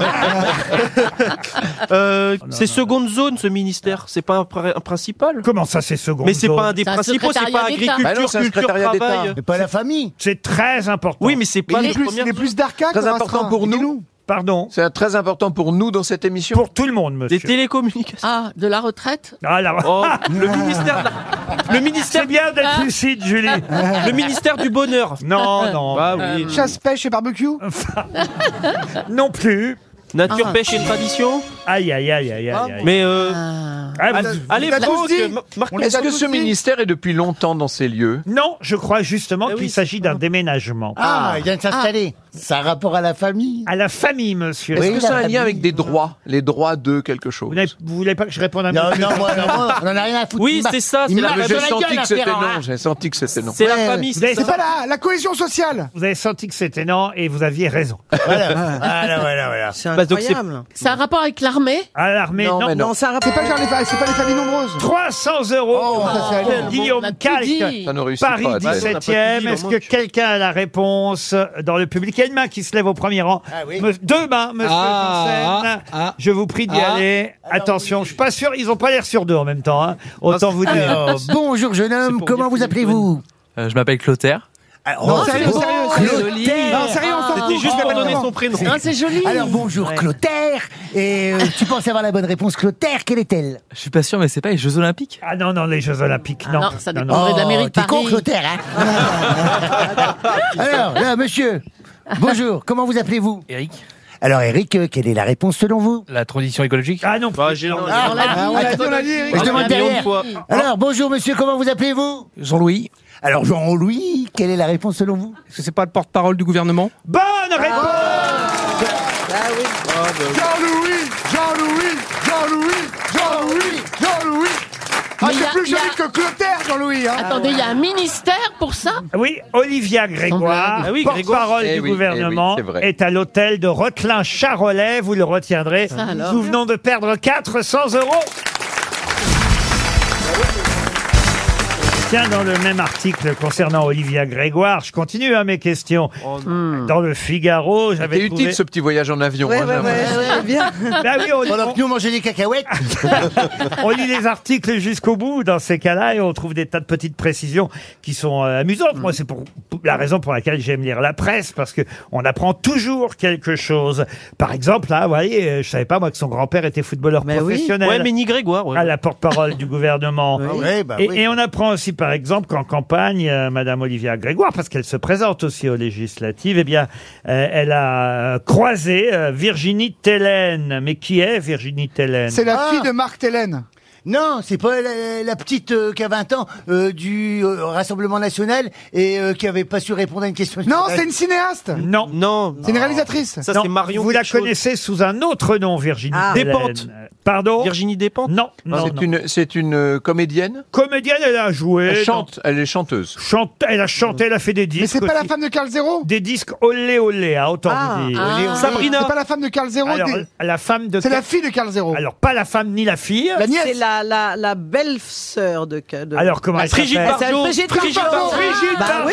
Euh, c'est seconde zone ce ministère. C'est pas un, pr- un principal.
Comment ça, c'est second
Mais c'est
zone
pas un des
C'est un
principaux. C'est pas
secrétariat d'État.
agriculture,
Bah non, c'est un
culture,
secrétariat d'État.
travail.
Mais pas la famille.
C'est très important.
Oui, mais c'est pas
Il
les
est plus,
premières.
il est plus d'arcade.
Très important pour nous.
Pardon.
C'est très important pour nous dans cette émission.
Pour tout le monde,
Des
monsieur.
télécommunications.
Ah, de la retraite.
Ah, là,
Oh, le ministère, de la- le ministère,
c'est bien d'être lucide, Julie.
le ministère du bonheur.
Non, non.
Bah oui.
Chasse, pêche et barbecue.
Non plus.
Nature,
Ah.
pêche et tradition.
Aïe, aïe, aïe, aïe, aïe. aïe.
Mais euh,
Ah.
Ah, vous-
allez, allez,
t'as
Franck,
tous dit
Ma- Marc-
On les
Est-ce
a
que
tous
ce
dit.
ministère est depuis longtemps dans ces lieux?
Non, je crois justement
Eh
qu'il
oui,
s'agit d'un déménagement.
Ah, il vient de s'installer. Ça a rapport à la famille.
À la famille, monsieur.
Est-ce
Oui,
que ça a un
la
lien avec
famille.
des droits? Les droits de quelque chose?
Vous, n'avez- vous voulez pas que je réponde à
Non,
monsieur
non, moi, non, moi, on en a rien à foutre.
Oui,
Il m'a-
c'est ça,
il
c'est
m'a
la-
Mais
fait
j'ai
la
senti
gueule,
que c'était
Ferrand,
non,
hein.
j'ai senti que c'était non.
c'est
Ouais.
la famille.
Vous avez-
C'est
C'est
ça.
pas la, la cohésion sociale.
Vous avez senti que c'était non et vous aviez raison.
Voilà, voilà, voilà, voilà.
C'est
Bah, donc c'est-
incroyable.
C'est un rapport avec l'armée.
À l'armée,
Non,
non.
mais non.
Non, c'est un rapport.
C'est pas genre les, fa- c'est pas les familles nombreuses.
trois cents euros
Oh, ça, c'est
pour
allé.
Guillaume
On a tout
Calque.
dit.
Ça ne réussit
Paris
pas.
dix-sept.
dix-septième.
Ouais,
Est-ce
on
que
a pas dit,
quelqu'un a la réponse dans le public? Il y a une main qui se lève au premier rang.
Ah oui.
Me- Deux mains, monsieur
Ah,
Janssen.
ah, ah.
Je vous prie d'y
Ah.
aller. Attention, je suis pas sûr, ils ont pas l'air sur deux en même temps. Hein. Autant vous dire.
Alors, bonjour jeune homme,
pour
comment
dire
vous
qu'il
appelez-vous?
Euh, je m'appelle Clotaire.
Oh,
sérieux,
c'est beau.
sérieux,
Clotaire.
Non, sérieux, on s'en
C'était
fout.
juste pour
Oh,
donner
non.
son prénom.
Ah, c'est joli.
Alors bonjour Clotaire. Et euh, tu penses avoir la bonne réponse, Clotaire? Quelle est-elle?
Je suis pas sûr, mais c'est pas les Jeux Olympiques.
Ah non, non, les Jeux Olympiques,
Ah
non.
non, ça
non,
dépend. André de la mairie de
t'es con,
Paris.
Clotaire, hein? Alors, là, monsieur, bonjour, comment vous appelez-vous?
Eric,
Alors, Eric, euh, quelle est la réponse selon vous?
la transition écologique.
Ah non,
Bah, j'ai-
On l'a dit.
Ah, on l'a dit, on l'a dit, Eric.
Je demande
un million de
derrière.
fois.
Alors, bonjour monsieur, comment vous appelez-vous?
Jean-Louis.
Alors, Jean-Louis, quelle est la réponse selon vous?
Est-ce que c'est pas le porte-parole du gouvernement?
bonne réponse.
Jean-Louis, Jean-Louis, Jean-Louis, Jean-Louis, Jean-Louis. Ah,
Mais y
c'est
a-
plus
y a-
joli que Clotaire, Jean-Louis. Hein.
Attendez, il y a un ministère pour ça.
Oui, Olivia Grégoire,
Ah oui, Grégoire.
porte-parole
Eh
du
oui, eh
gouvernement,
oui, c'est vrai.
est à l'hôtel de Rothelin-Charolais. Vous le retiendrez.
Ça alors.
Nous venons de perdre quatre cents euros. Tiens, dans le même article concernant Olivia Grégoire, je continue à mes questions. Dans le Figaro,
C'est
j'avais
utile
trouvé...
ce petit voyage en avion.
Ouais,
hein,
ouais,
j'avoue.
ouais, c'est bien.
Bah oui, on,
Pendant que nous on mangeait des cacahuètes.
on lit les articles jusqu'au bout dans ces cas-là et on trouve des tas de petites précisions qui sont euh, amusantes. Moi, c'est pour, pour la raison pour laquelle j'aime lire la presse parce que on apprend toujours quelque chose. Par exemple, là, vous voyez, euh, je savais pas moi que son grand-père était footballeur
Mais oui.
professionnel.
Ouais, mais ni Grégoire. ouais.
À la porte-parole du gouvernement.
Ah ouais, bah
et,
oui.
et on apprend aussi, par exemple, qu'en campagne, euh, Madame Olivia Grégoire, parce qu'elle se présente aussi aux législatives, eh bien, euh, elle a croisé euh, Virginie Télène. Mais qui est Virginie Télène?
C'est la
Ah.
fille de Marc Télène.
Non, c'est pas la, la petite euh, qui a vingt ans euh, du euh, Rassemblement National et euh, qui avait pas su répondre à une question.
Non, c'est une cinéaste.
Non.
Non.
C'est une réalisatrice.
Ça,
Non,
c'est Marion.
vous la
quelque chose.
connaissez sous un autre nom, Virginie
Ah.
Despentes.
Despentes.
Pardon
Virginie Despentes.
Non, non,
C'est
non.
une, c'est une euh, comédienne.
Comédienne, elle a joué.
Elle chante, elle est chanteuse.
Chante, elle a chanté, elle a fait des disques.
Mais c'est pas la
aussi.
femme de Carl Zero.
Des disques olé olé, hein, autant
Ah.
vous dire.
Ah.
Olé, olé.
Sabrina.
C'est pas la femme de Carl Zero.
Alors,
des-
la femme de.
C'est la fille de Carl Zero.
Alors, pas la femme ni la fille.
La nièce.
C'est la, la, la belle-sœur de, de...
Alors, comment elle
Frigide
s'appelle
Bardot.
Brigitte
Frigide
Bardot.
Bardot.
Frigide
Bah oui.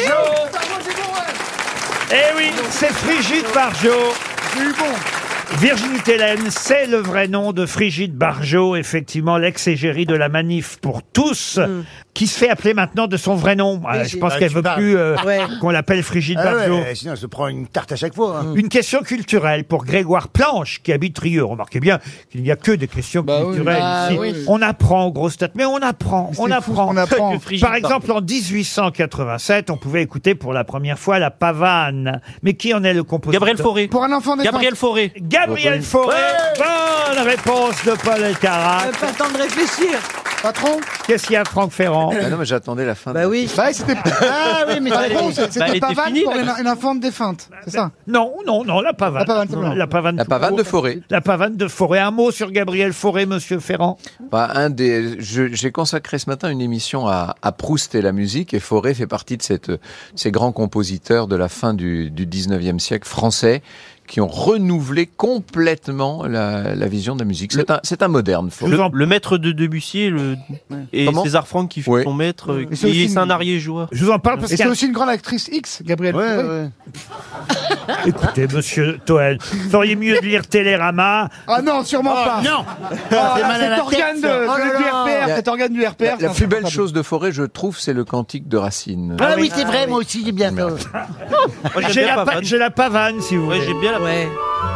Bardot. Eh oui, c'est Frigide Bardot.
J'ai eu bon.
Virginie Télène, c'est le vrai nom de Frigide Bardot, effectivement, l'ex-égérie de la Manif pour tous, qui se fait appeler maintenant de son vrai nom. Euh, je pense
Ah,
qu'elle
tu
veut
parles.
plus euh,
Ouais.
qu'on l'appelle Frigide
Ah
Bardot.
ouais, sinon, elle se prend une tarte à chaque fois. hein.
Une question culturelle pour Grégoire Planche, qui habite Rieux. Remarquez bien qu'il n'y a que des questions
Bah oui.
culturelles
Bah
ici.
oui.
On apprend aux grosses têtes, mais on apprend, on
C'est fou
apprend.
ce qu'on apprend.
Que Frigide
Par exemple, en dix-huit cent quatre-vingt-sept, on pouvait écouter pour la première fois la pavane. Mais qui en est le compositeur?
Gabriel Fauré.
Pour un enfant des
Gabriel Fauré.
Gabriel Fauré. Bonne réponse de Paul Elkarat.
Euh, Pas le temps de réfléchir.
patron.
Qu'est-ce qu'il y a, Franck Ferrand?
Ah non, mais j'attendais la fin.
Bah
de-
oui.
Bah c'était.
Ah oui, mais ça
Patron,
allait.
c'est-
Bah, elle
c'était
était
pavane
finie,
pour
la-
une, une enfant défunte. C'est ça.
Non, non, non, la pavane.
La pavane, simplement.
La pavane,
La
tout
pavane
court.
de Fauré.
La pavane de Fauré. Un mot sur Gabriel Fauré, monsieur Ferrand?
Bah, un des, je- j'ai consacré ce matin une émission à, à Proust et la musique, et Fauré fait partie de cette, ces grands compositeurs de la fin du, du dix-neuvième siècle français qui ont renouvelé complètement la, la vision de la musique. C'est un, c'est un moderne, Fauré.
Je
Le,
vous en-
le maître de Debussy et, le, et
Comment
César Franck qui fait
Oui.
son maître. euh,
Et c'est aussi
et
une-
c'est un arrière-joueur.
Je vous en parle parce
Et
qu'il
c'est
y a-
aussi une grande actrice X, Gabriel.
Ouais,
Fauré.
ouais.
Écoutez, monsieur Toen, vous feriez mieux de lire Télérama.
Ah non, sûrement pas.
Non.
Ah,
C'est
là,
mal à
cet
la
organe
tête,
de,
ça.
de-
Oh là
du
là.
R P R,
La-
cet organe du R P R.
La,
c'est
la plus belle
insupportable.
chose de Fauré, je trouve, c'est le cantique de Racine.
Ah oui, c'est vrai, moi aussi, j'ai bien ça.
Moi, j'aime
J'ai
bien
la, pa-
Pavane.
j'ai la pavane, si vous
Ouais,
voulez.
j'ai bien la.
Ouais.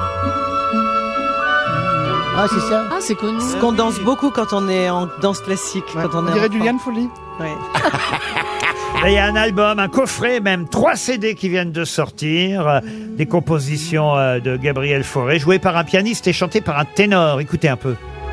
Ah, c'est ça.
Ah, c'est connu.
Ce qu'on danse beaucoup quand on est en danse classique.
Ouais,
Quand on,
on
est
dirait
enfant.
du Liane Folly.
Ouais.
Là, il y a un album, un coffret, même trois C D qui viennent de sortir, euh, des compositions euh, de Gabriel Fauré, jouées par un pianiste et chantées par un ténor. Écoutez un peu.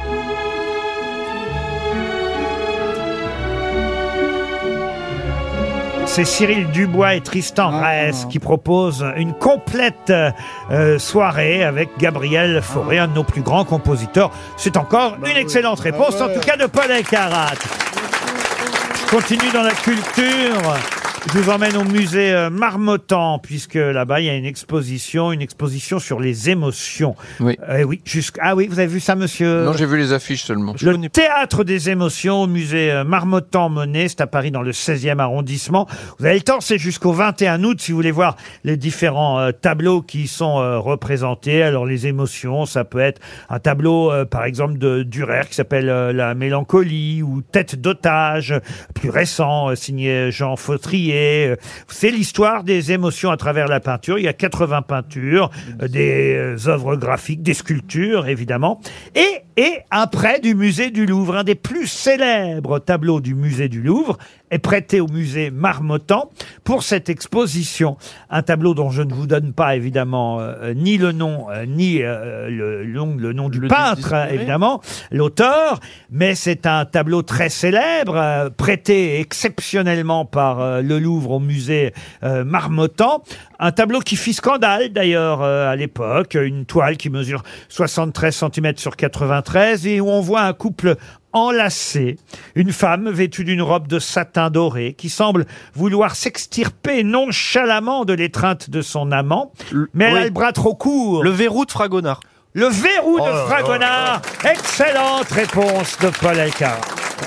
C'est Cyril Dubois et Tristan
Ah.
Raes qui proposent une complète euh, soirée avec Gabriel Fauré, un de nos plus grands compositeurs. C'est encore une excellente réponse, en tout cas de Paul Elkarat. Je continue dans la culture. Je vous emmène au musée euh, Marmottan, puisque là-bas, il y a une exposition, une exposition sur les émotions.
Oui.
Euh, oui, jusqu'- Ah oui, vous avez vu ça, monsieur?
Non, j'ai vu les affiches seulement.
Le théâtre des émotions au musée euh, Marmottan-Monet, c'est à Paris dans le seizième arrondissement. Vous avez le temps, c'est jusqu'au vingt et un août si vous voulez voir les différents euh, tableaux qui y sont euh, représentés. Alors les émotions, ça peut être un tableau euh, par exemple de Dürer qui s'appelle euh, La mélancolie ou Tête d'otage, plus récent, euh, signé Jean Fautrier. Euh, C'est l'histoire des émotions à travers la peinture. Il y a quatre-vingts peintures, euh, des euh, œuvres graphiques, des sculptures évidemment. Et, et un prêt du musée du Louvre, un des plus célèbres tableaux du musée du Louvre, est prêté au musée Marmottan pour cette exposition. Un tableau dont je ne vous donne pas évidemment euh, ni le nom, euh, ni euh, le, le nom, le nom du
Le
peintre,
désespéré.
évidemment, l'auteur, mais c'est un tableau très célèbre, euh, prêté exceptionnellement par euh, le Louvre au musée euh, Marmottan. Un tableau qui fit scandale d'ailleurs euh, à l'époque, une toile qui mesure soixante-treize centimètres sur quatre-vingt-treize et où on voit un couple enlacé, une femme vêtue d'une robe de satin doré qui semble vouloir s'extirper nonchalamment de l'étreinte de son amant, mais elle
oui.
a le bras trop court.
Le verrou de Fragonard.
Le verrou de Fragonard. Excellente réponse de Paul Elkarat.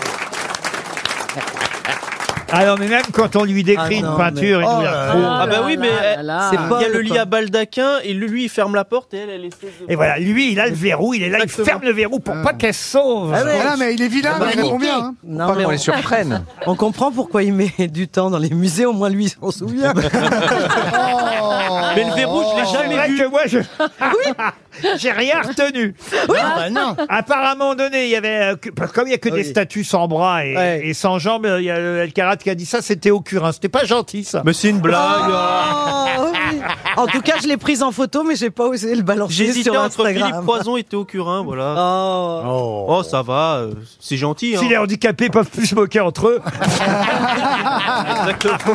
Alors, mais même quand on lui décrit
Ah
une
non,
peinture,
mais-
il nous
Oh
la
là
trouve.
là
Ah bah oui, mais
là là.
C'est
il y a
Paul,
le lit
quoi.
à baldaquin et lui il ferme la porte et elle elle essaie de.
Et voilà, lui, il a le verrou, il est là, il
Exactement.
ferme le verrou pour pas qu'elle se sauve.
Ah ouais.
Voilà, mais il est vilain,
Ah,
mais il répond
magnifique.
bien. Hein.
Non,
Pas
mais
qu'on
on,
les surprenne.
on comprend pourquoi il met du temps dans les musées, au moins lui il s'en souvient.
Mais le verrou je l'ai
C'est
jamais
vrai
vu.
que moi, je... J'ai rien retenu.
Ah, bah non.
Apparemment donné, il y avait, euh, que- parce que comme il y a que des statues sans bras et,
Ouais.
et sans jambes, il y a le El Karat qui a dit ça, c'était au curin. C'était pas gentil, ça.
Mais c'est une blague.
Oh, oui. En tout cas, je l'ai prise en photo, mais j'ai pas osé le balancer
J'hésitais
sur
entre Philippe
Instagram.
Poison et Théo Curin, voilà.
Oh.
Oh.
Oh, ça va, euh, c'est gentil. Hein.
Si les handicapés peuvent plus se moquer entre eux.
Exactement.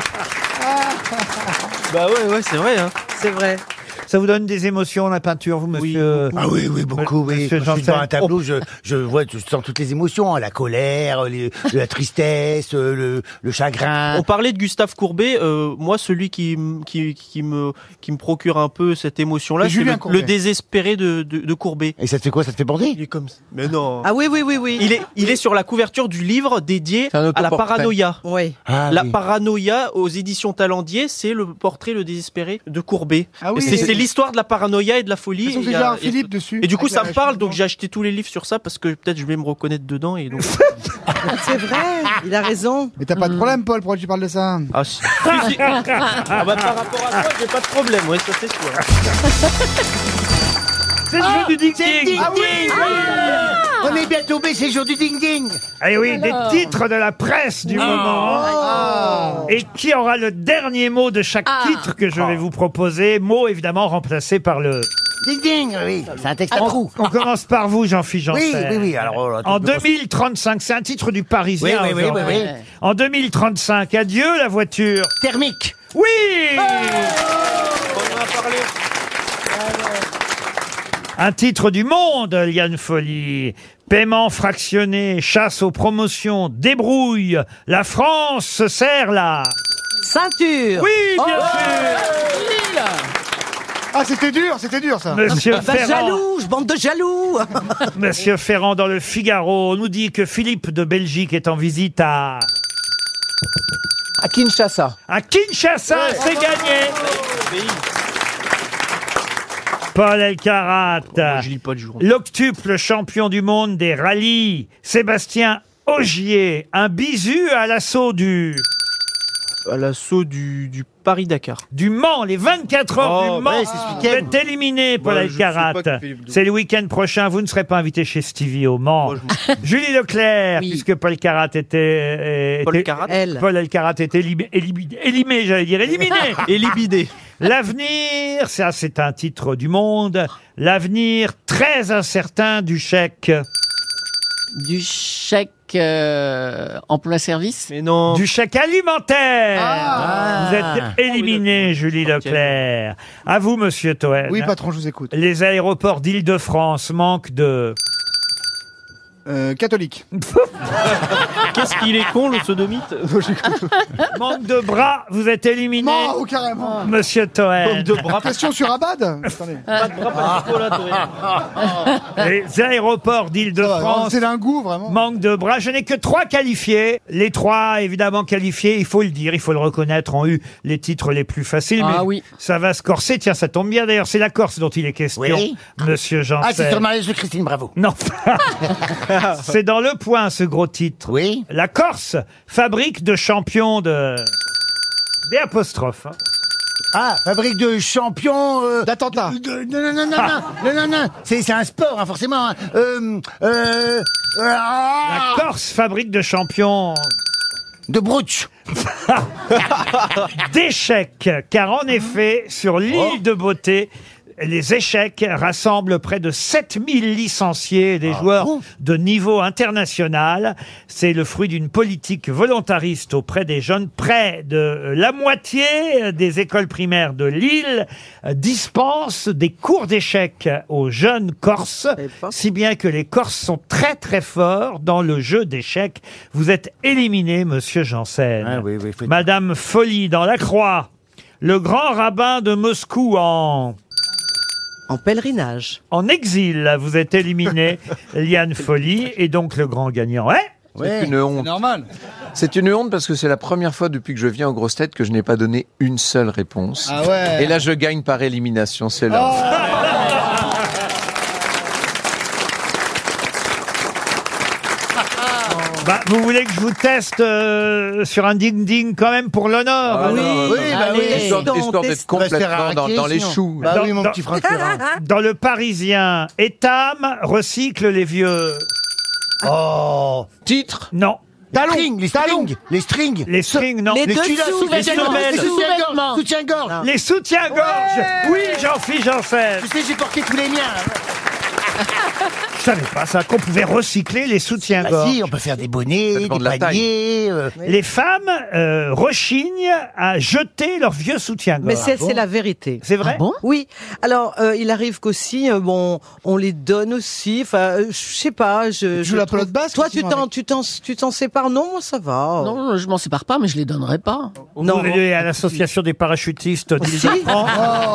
Bah ouais, ouais, c'est vrai. Hein.
C'est vrai.
Ça vous donne des émotions, la peinture, vous, monsieur?
Ah oui, oui, beaucoup, oui.
Monsieur
Quand je suis
Janssen.
devant un tableau, je, je vois, je sens toutes les émotions, hein, la colère, les- la tristesse, le, le chagrin.
On parlait de Gustave Courbet. Euh, moi, celui qui, m- qui, qui, me, qui me procure un peu cette émotion-là,
C'est
c'est
Julien
le,
Courbet.
le désespéré de, de, de Courbet.
Et ça te fait quoi? Ça te fait bander?
Il est comme ça. Mais non.
Ah oui, oui, oui, oui.
Il est, il est sur la couverture du livre dédié
C'est un
à la
autoportrait.
paranoïa.
Oui.
Ah,
La
oui.
paranoïa aux éditions Talendier, c'est le portrait le désespéré de Courbet.
Ah oui.
c'est c'est l'histoire de la paranoïa et de la folie.
Ils ont
Il y a-
déjà un
et-
Philippe dessus.
Et du coup,
Avec
ça
la
me parle,
chemise
donc
blanche.
j'ai acheté tous les livres sur ça parce que peut-être je vais me reconnaître dedans et donc.
C'est vrai. Il a raison.
Mais t'as pas de problème, Paul, pourquoi tu parles de ça?
Ah, si. Si, si. Ah bah, par rapport à toi, j'ai pas de problème, ouais, ça c'est sûr.
C'est le jeu du ding
C'est le
ding.
ding-ding. On est bien tombé, c'est le jour du ding-ding.
Eh oui, des titres de la presse du moment. Et qui aura le dernier mot de chaque
Ah.
titre que je vais vous proposer? Mot évidemment remplacé par le...
Ding-ding, oui. C'est un texte à
On,
trous.
on commence par vous, Jean-Philippe
Oui,
Janssen.
oui, oui. Alors, oh là, tu
En
peux
deux mille trente-cinq, c'est un titre du Parisien.
Oui, oui, oui,
aujourd'hui.
oui, oui.
En deux mille trente-cinq, adieu la voiture.
Thermique.
Oui.
On en a parlé.
Un titre du Monde, Liane Folly. Paiement fractionné, chasse aux promotions, débrouille. La France se serre là.
Ceinture.
Oui, bien
Oh.
sûr.
Ah, c'était dur, c'était dur, ça.
Monsieur
Bah,
Ferrand.
jaloux, je bande de jaloux.
Monsieur Ferrand dans le Figaro nous dit que Philippe de Belgique est en visite à...
À Kinshasa.
À Kinshasa, c'est gagné. Paul Elkarat.
Moi, je lis pas le jour.
L'octuple champion du monde des rallyes, Sébastien Ogier, un bisu à l'assaut du...
À l'assaut du, du Paris-Dakar.
Du Mans, les vingt-quatre heures
Oh,
du Mans.
ouais, c'est ce
Vous
week-end.
êtes éliminé, Paul
Bah, je
Elkarat.
sais pas que Philippe de-
C'est le week-end prochain. Vous ne serez pas invité chez Stevie au Mans.
Moi, je
Julie Leclerc,
Oui.
puisque Paul Elkarat était... euh,
Paul
était-
Carat.
Elle.
Paul Elkarat était élimé, élimé, élimé, j'allais dire, éliminé.
Et libidé.
L'avenir, ça c'est un titre du Monde. L'avenir très incertain du chèque.
Du chèque euh, emploi-service.
Mais non.
Du chèque alimentaire.
Ah.
Vous êtes éliminé, Julie Leclerc. À vous, monsieur Toen.
Oui, patron, je vous écoute.
Les aéroports d'Île-de-France manquent de...
Euh, catholique.
Qu'est-ce qu'il est con, le sodomite.
Manque de bras, vous êtes éliminé,
Non, ou carrément.
monsieur Toen.
Manque de bras.
Question sur Abad. Attendez.
Pas de bras, pas de dispo, là, Toré.
Les aéroports
Oh,
d'Île-de-France
c'est un goût, vraiment.
manquent de bras. Je n'ai que trois qualifiés. Les trois, évidemment, qualifiés, il faut le dire, il faut le reconnaître, ont eu les titres les plus faciles.
Ah
mais
oui.
ça va se corser. Tiens, ça tombe bien d'ailleurs. C'est la Corse dont il est question,
Oui.
monsieur Janssen.
Ah, c'est sur le mariage de Christine Bravo.
Non. C'est dans Le Point, ce gros titre.
Oui.
La Corse, fabrique de champions de... Des apostrophes. hein.
Ah, fabrique de champions. Euh,
D'attentats.
de- Non, non, non, non, non, non, non, non. C'est c'est un sport, hein, forcément. hein. Euh, euh, ah,
La Corse, fabrique de champions
de Brouch.
d'échecs. Car en effet, sur l'île
Oh.
de Beauté, les échecs rassemblent près de sept mille licenciés et des joueurs
bon
de niveau international. C'est le fruit d'une politique volontariste auprès des jeunes. Près de la moitié des écoles primaires de l'île dispensent des cours d'échecs aux jeunes Corses,
savais pas.
si bien que les Corses sont très très forts dans le jeu d'échecs. Vous êtes éliminé, monsieur Janssen.
Ah oui, oui, faut-
Madame Folly dans la Croix, le grand rabbin de Moscou en...
En pèlerinage.
En exil, vous êtes éliminé, Liane Folly, et donc le grand gagnant est...
C'est une honte.
Normal.
C'est une honte parce que c'est la première fois depuis que je viens aux grosses têtes que je n'ai pas donné une seule réponse.
Ah ouais.
Et là, je gagne par élimination, c'est là.
Bah, vous voulez que je vous teste euh, sur un ding-ding quand même pour l'honneur?
Ah,
oui,
non,
oui,
euh,
bah oui.
Histoire,
Testons,
histoire d'être
testons.
On va se faire
complètement dans,
arraquer,
dans les
sinon.
choux.
Bah
Dans-
oui, mon
dans-
petit Franck Ferrand.
Dans le Parisien, Etam recycle les vieux.
Oh.
Titre.
Non.
Les strings, les strings, les strings.
Les strings, non.
Les
Les
dessous,
culottes,
les
les soutiens-gorge,
semelles.
les soutiens-gorge,
Sous-vêtements.
soutiens-gorge.
Les soutiens-gorge. Oui, Jean-Philippe Janssen.
Tu sais, j'ai porté tous les miens.
Je savais pas ça, qu'on pouvait recycler les
Bah
soutiens-gorge.
si, on peut faire des
Ça
bonnets,
dépend
des
de la taille.
paniers. euh.
Les femmes euh, rechignent à jeter leurs vieux soutiens-gorge.
Mais c'est c'est la vérité.
C'est vrai?
Ah bon?
Oui. Alors, euh, il arrive qu'aussi, euh, bon, on les donne aussi. Enfin, euh, je sais pas. Je,
Tu
je
joues la
trouve-
pelote basse,
Toi, tu
sinon,
t'en,
avec-
tu t'en, tu t'en sépares? Non, moi, ça va.
Non, je m'en sépare pas, mais je les donnerai pas.
Non. Vous allez à l'association des parachutistes d'Île-de-France.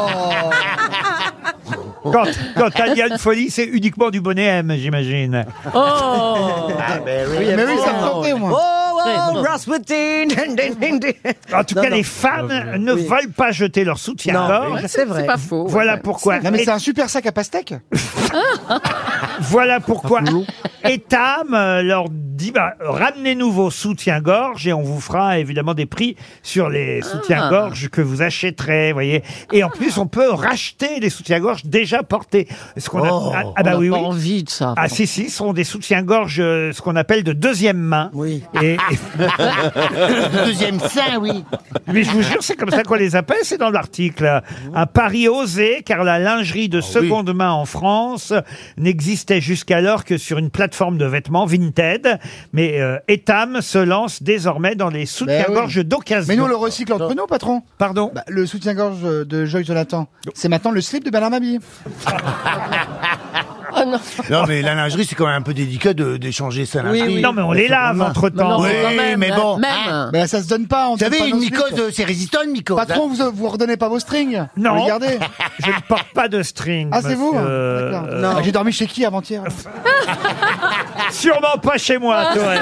Quand, quand il y a une folie, c'est uniquement du bonnet M, j'imagine.
Oh!
Ah, ben oui.
Mais oui, ça me tentait,
Oh,
moi.
oh, Rasputin.
En tout
Non,
cas,
non.
les femmes ne
Oui.
veulent pas jeter leur soutien-gorge.
c'est vrai.
C'est pas faux.
Voilà
ouais.
pourquoi.
Non, mais
Et-
c'est un super sac à pastèque.
Voilà pourquoi Etam euh, leur dit bah, ramenez-nous vos soutiens-gorge et on vous fera évidemment des prix sur les soutiens-gorge que vous achèterez, voyez. Et en plus, on peut racheter les soutiens-gorge déjà portés. Ce qu'on a-
Oh,
ah, ah bah
On
oui,
n'a
oui.
pas envie de ça.
Ah si si, ce sont des soutiens-gorge, euh, ce qu'on appelle de deuxième main.
Oui.
Et,
Le deuxième sein, oui.
mais je vous jure, c'est comme ça qu'on les appelle, c'est dans l'article. Un pari osé, car la lingerie de seconde main en France n'existait jusqu'alors que sur une plateforme de vêtements Vinted. Mais euh, Etam se lance désormais dans les soutiens-gorge d'occasion.
Mais nous, on le recycle entre nous, patron.
Pardon
Bah, le soutien-gorge de Joyce Jonathan, c'est maintenant le slip de Bernard Mabille.
Oh non.
Non, mais la lingerie, c'est quand même un peu délicat de- d'échanger sa
Oui,
lingerie.
oui.
Non, mais on les lave entre-temps.
Non,
Oui,
quand même,
mais bon.
Même.
Ah.
Mais ça se donne pas. On
Vous
donne
savez,
pas
une
nos slips.
mycose, c'est résistant, une mycose.
Patron, vous, vous redonnez pas vos strings?
Non.
Regardez.
Je ne porte pas de string.
Ah, c'est vous?
monsieur.
D'accord.
Euh,
Non.
Ah, j'ai dormi chez qui avant-hier?
Sûrement pas chez moi, Toen.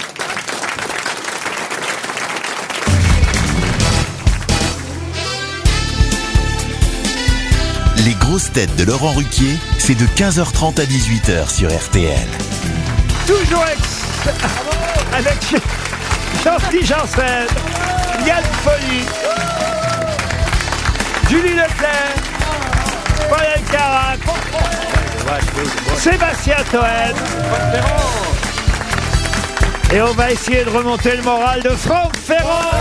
Les grosses têtes de Laurent Ruquier, c'est de quinze heures trente à dix-huit heures sur R T L.
Toujours ex... avec Jean-Philippe Janssen, Yann Folly, Julie Leclerc, Paul Elkarat, Sébastien Toen. Et on va essayer de remonter le moral de Franck Ferrand.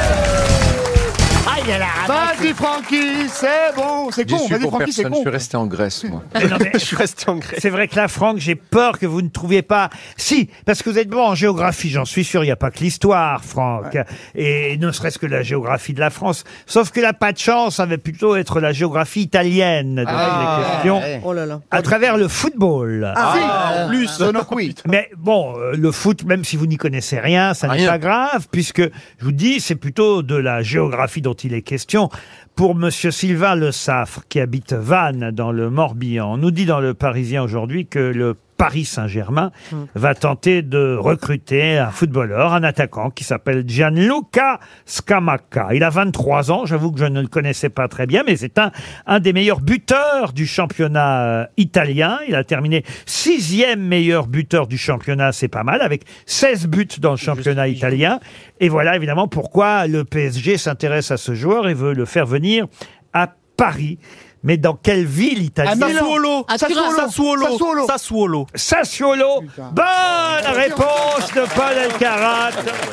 Ah, il y a la ramasse.
Vas-y, Francky, c'est bon. C'est con.
Déçu
Vas-y,
pour
Francky, c'est
personne, je
con.
suis resté en Grèce, moi.
Mais non, mais
Je suis resté en Grèce.
c'est vrai que là, Franck, j'ai peur que vous ne trouviez pas... Si, parce que vous êtes bon en géographie, j'en suis sûr, il n'y a pas que l'histoire, Franck. Et ne serait-ce que la géographie de la France. Sauf que là, pas de chance, ça va plutôt être la géographie italienne de
Ah,
les questions.
ouais.
Oh là là.
À travers le football.
Ah, en plus. Sonoqui.
Mais bon, euh, le foot, même si vous n'y connaissez rien, ça n'est
Rien.
pas grave, puisque je vous dis, c'est plutôt de la géographie dont il est question. Pour Monsieur Sylvain Le Saffre, qui habite Vannes, dans le Morbihan, on nous dit dans le Parisien aujourd'hui que le Paris Saint-Germain va tenter de recruter un footballeur, un attaquant qui s'appelle Gianluca Scamacca. Il a vingt-trois ans, j'avoue que je ne le connaissais pas très bien, mais c'est un, un des meilleurs buteurs du championnat euh, italien. Il a terminé sixième meilleur buteur du championnat, c'est pas mal, avec seize buts dans le championnat italien. Et voilà évidemment pourquoi le P S G s'intéresse à ce joueur et veut le faire venir à Paris. Mais dans quelle ville italienne?
Sassuolo.
À Turin.
Sassuolo.
Sassuolo.
Sassuolo.
Sassuolo. Bonne réponse de Paul Elkarat.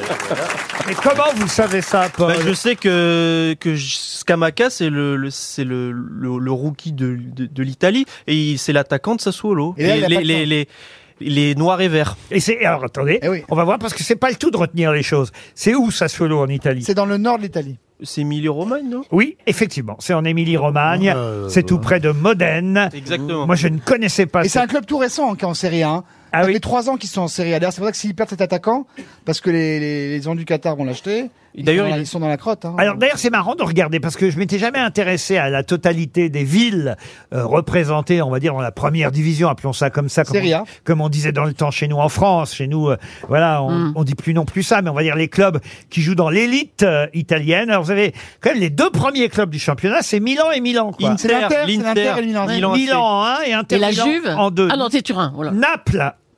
Mais comment vous savez ça, Paul?
Bah, je sais que que Scamacca c'est le, le c'est le, le le rookie de de, de l'Italie et il- c'est l'attaquant de Sassuolo.
Et là, il a
les,
pas de
les,
chance.
les les noirs et verts.
Et c'est alors attendez,
Eh oui.
on va voir parce que c'est pas le tout de retenir les choses. C'est où Sassuolo en Italie?
C'est dans le nord de l'Italie.
C'est Emilie-Romagne, non?
Oui, effectivement, c'est en Émilie-Romagne.
Euh,
c'est tout près de Modène.
Exactement.
Moi, je ne connaissais pas.
Et c'est
ce-
un club tout récent hein, qui est en Série un.
Ah
ça
oui.
fait trois ans qu'ils sont en Série A. D'ailleurs, c'est pour ça que s'ils perdent cet attaquant, parce que les, les, les gens du Qatar vont l'acheter, ils,
D'ailleurs,
sont dans la-
il-
ils sont dans la crotte. Hein.
Alors d'ailleurs, c'est marrant de regarder parce que je m'étais jamais intéressé à la totalité des villes euh, représentées, on va dire, dans la première division, appelons ça comme ça, comme,
Serie A.
on, comme on disait dans le temps chez nous en France. Chez nous, euh, voilà, on,
Mm.
on dit plus non plus ça, mais on va dire les clubs qui jouent dans l'élite euh, italienne. Alors vous avez quand même les deux premiers clubs du championnat, c'est Milan et Milan, quoi.
C'est l'Inter, c'est l'Inter et le Milan.
Milan, en un et Inter
Et la
Milan
Juve
en deux.
Ah non, c'est Turin. Voilà.
Naples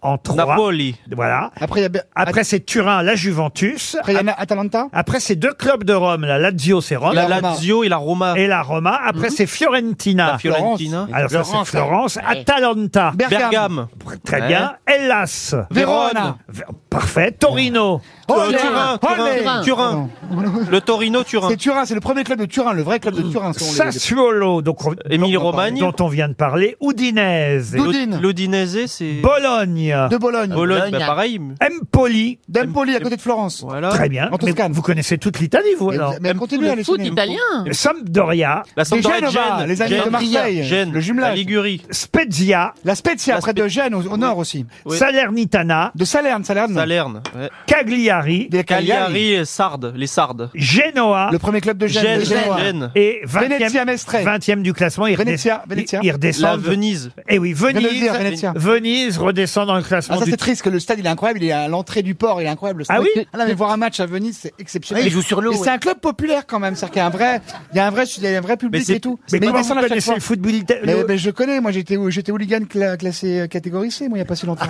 en trois.
Napoli.
Voilà.
Après, il y a... Be-
Après, c'est Turin, la Juventus.
Après, il y a Atalanta.
Après, c'est deux clubs de Rome, la Lazio, c'est Rome.
La Lazio et la Roma.
Et la Roma. Après, c'est Fiorentina.
La Fiorentina.
Alors, ça, c'est
Florence.
Florence. Atalanta.
Bergame.
Bergame.
Très
Ouais.
bien. Hellas.
Verona.
V- Parfait. Torino.
Euh,
Olé.
Turin.
Olé.
Turin. Turin. Le Torino, Turin.
C'est Turin, c'est le premier club de Turin, le vrai club de Turin. selon les- les-
Sassuolo. Donc, on-
Émilie-Romagne.
dont on vient de parler. Udinese.
Udine.
L'Udinese, c'est...
Bologne.
De Bologne.
Bologne, bah,
Bologne.
pareil.
Empoli.
D'Empoli, à côté de Florence.
Voilà.
Très bien.
En
Mais
Toscane.
vous connaissez toute l'Italie, vous,
Mais,
alors.
mais continue à
Le
les
foot
sonner.
italien.
Sampdoria.
La
C'est
Sampdoria de
Genova,
Gênes.
les amis
Gênes.
de Marseille.
Gênes.
Le
La
jumelage.
Ligurie.
Spezia.
La Spezia,
La
près de Gênes, au, au nord aussi.
Oui.
Salernitana.
De Salerne, Salerne.
Salerne. Ouais.
Cagliari.
Des Cagliari.
Cagliari et Sardes. Les Sardes.
Genoa.
Le premier club de Gênes.
Gênes.
de Genoa.
Gênes.
Et
Venezia
vingtième,
Mestre.
vingtième du classement. Il
Venezia,
redescend-
Venezia.
il- il
La
redescend.
Venise.
Et oui,
Je viens de le
Venise.
dire, Venezia.
Venise redescend dans le classement
Ah, ça
du
c'est triste, que le stade il est incroyable, il est à l'entrée du port, il est incroyable. le stade.
Ah oui
Ah non, mais voir un match à Venise, c'est exceptionnel.
Ouais, il joue sur l'eau,
Et
ouais.
c'est un club populaire quand même, c'est-à-dire qu'il y a un vrai, il y a un vrai, il y a un vrai public
Mais c'est-
et tout.
Mais,
ils
comment vous
descendent à chaque
connaissez
fois.
le football italien
Mais, mais je connais, moi j'étais j'étais hooligan cla- classé euh, catégorie C, moi il y a pas si longtemps.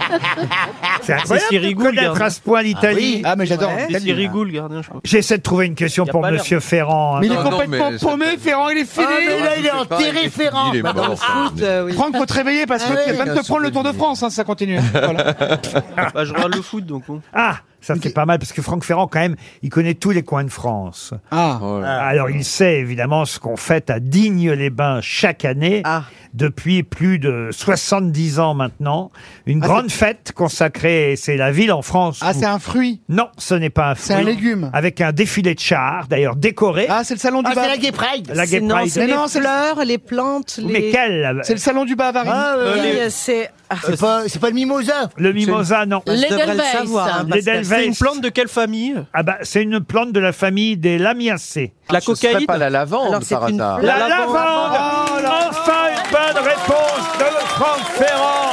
C'est incroyable
C'est Cyril
de
Gould,
connaître
gardien.
à ce point l'Italie.
Ah mais j'adore.
C'est
l'Italie,
Cyril
là.
Gould, gardien, je crois.
J'essaie de trouver une question
Y a
pour
pas l'air.
Monsieur Ferrand. hein.
Mais il est
Non, non,
complètement
mais c'est
paumé,
pas-
Ferrand, il est fini.
Ah, mais là, il est
C'est pas-
enterré, Ferrand.
Il est
Bah, dans le
mort.
foot, euh, oui.
Franck, faut te réveiller parce que
Ah
tu
ouais.
vas pas te prendre le Tour de France, hein, si ça continue. Voilà.
Bah, je regarde le foot, donc bon.
Ah, ça c'est
Ok.
pas mal parce que Franck Ferrand quand même, il connaît tous les coins de France.
Ah.
Oh là.
Alors il sait évidemment ce qu'on fête à Digne-les-Bains chaque année
Ah.
depuis plus de soixante-dix ans maintenant. Une
Ah,
grande fête consacrée, c'est la ville en France.
Ah,
où-
c'est un fruit.
Non, ce n'est pas un fruit.
C'est un légume.
Avec un défilé de chars, d'ailleurs décoré.
Ah, c'est le salon du
Ah, c'est
Bas.
la Gay Pride.
La Gay
C'est- non,
Pride.
c'est
Mais
les
non, c'est le-
fleurs, les plantes, les...
Mais quel
C'est le salon du Bavarie.
Ah, euh,
Oui,
les-
c'est... ah,
c'est pas, c'est pas le mimosa.
Le mimosa, non.
je devrais le
L'Edelweiss.
savoir, hein,
Les
parce que-
Edelweiss.
C'est une plante de quelle famille?
Ah bah, c'est une plante de la famille des Lamiacées.
La
Ce serait
cocaïne?
pas la lavande
Alors, c'est
par
une
hasard.
fleur.
La,
La
lavande,
lavande.
Enfin une bonne réponse de Franck Ferrand.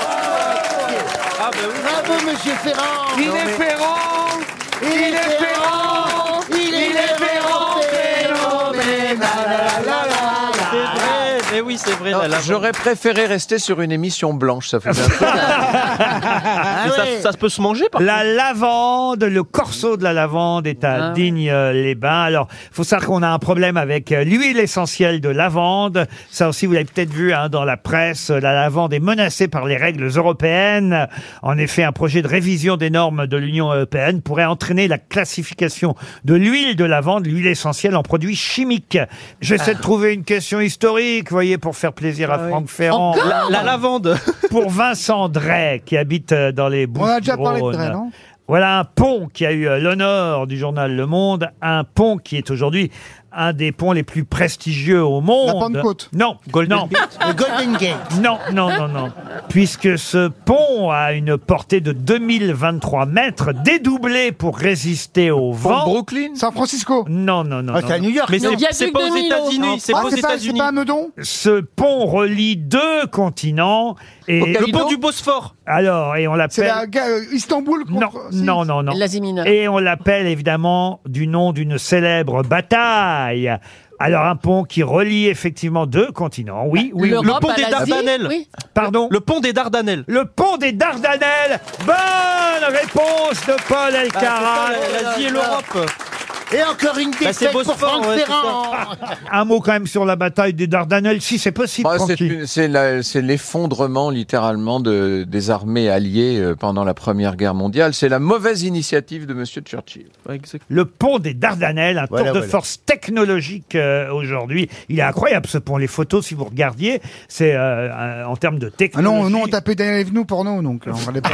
Ah, bah oui.
Bravo, monsieur Ferrand.
Il est Ferrand.
Il est Ferrand. Il est Ferrand.
C'est vrai, mais oui, c'est vrai.
Non,
la lavande.
J'aurais préféré rester sur une émission blanche, ça faisait un peu.
Ah
Mais ça,
ouais.
ça se peut se manger, par
La lavande, le corso de la lavande est à
Ah.
Digne-les-Bains. Alors, faut savoir qu'on a un problème avec euh, l'huile essentielle de lavande. Ça aussi, vous l'avez peut-être vu hein, dans la presse. La lavande est menacée par les règles européennes. En effet, un projet de révision des normes de l'Union européenne pourrait entraîner la classification de l'huile de lavande, l'huile essentielle, en produit chimique. J'essaie de trouver une question historique, vous voyez, pour faire plaisir à
Ah oui.
Franck Ferrand.
La, la lavande.
Pour Vincent Drey, qui habite euh, dans les
On a déjà parlé de
Bouches-du-Rhône.
Drey, non?
Voilà un pont qui a eu euh, l'honneur du journal Le Monde, un pont qui est aujourd'hui un des ponts les plus prestigieux au monde.
La Pentecôte.
Non,
Golden
non,
Le Golden Gate.
non, non, non, non. Puisque ce pont a une portée de deux mille vingt-trois mètres, dédoublé pour résister au
Pont
vent.
de Brooklyn.
San Francisco.
Non, non, non.
Ah,
non,
c'est à
non.
New York.
Mais
non.
c'est
Viaduc
c'est pas
de
aux
Milo.
États-Unis, c'est
Ah,
pas aux
c'est pas, c'est
États-Unis.
pas à Meudon?
Ce pont relie deux continents et
Le pont du Bosphore.
alors et on
C'est
l'appelle
la euh, Istanbul
non,
contre... si.
non, non, non.
L'Asie mineure.
Et on l'appelle évidemment du nom d'une célèbre bataille. Alors un pont qui relie effectivement deux continents. Oui, oui.
L'Europe
Le pont
à
des
l'Asie.
Dardanelles.
Oui.
Pardon.
Le pont des Dardanelles.
Le pont des Dardanelles. Bonne réponse de Paul Elkarat.
Ah, L'Asie et l'Europe.
Et encore une
Bah, c'est
défaite pour
Bosphore,
Franck
ouais, c'est
Ferrand.
Un mot quand même sur la bataille des Dardanelles, si c'est possible.
Bah, c'est
Francky.
une- c'est la- c'est l'effondrement littéralement de, des armées alliées euh, pendant la Première Guerre mondiale. C'est la mauvaise initiative de Monsieur Churchill.
Ouais, exact.
Le pont des Dardanelles, un
Voilà,
tour de
voilà.
force technologique euh, aujourd'hui. Il est incroyable ce pont. Les photos, si vous regardiez, c'est euh, euh, en termes de
Ah
technologie.
non, non, on tapait Daniel Evenou porno, donc euh, on regardait pas.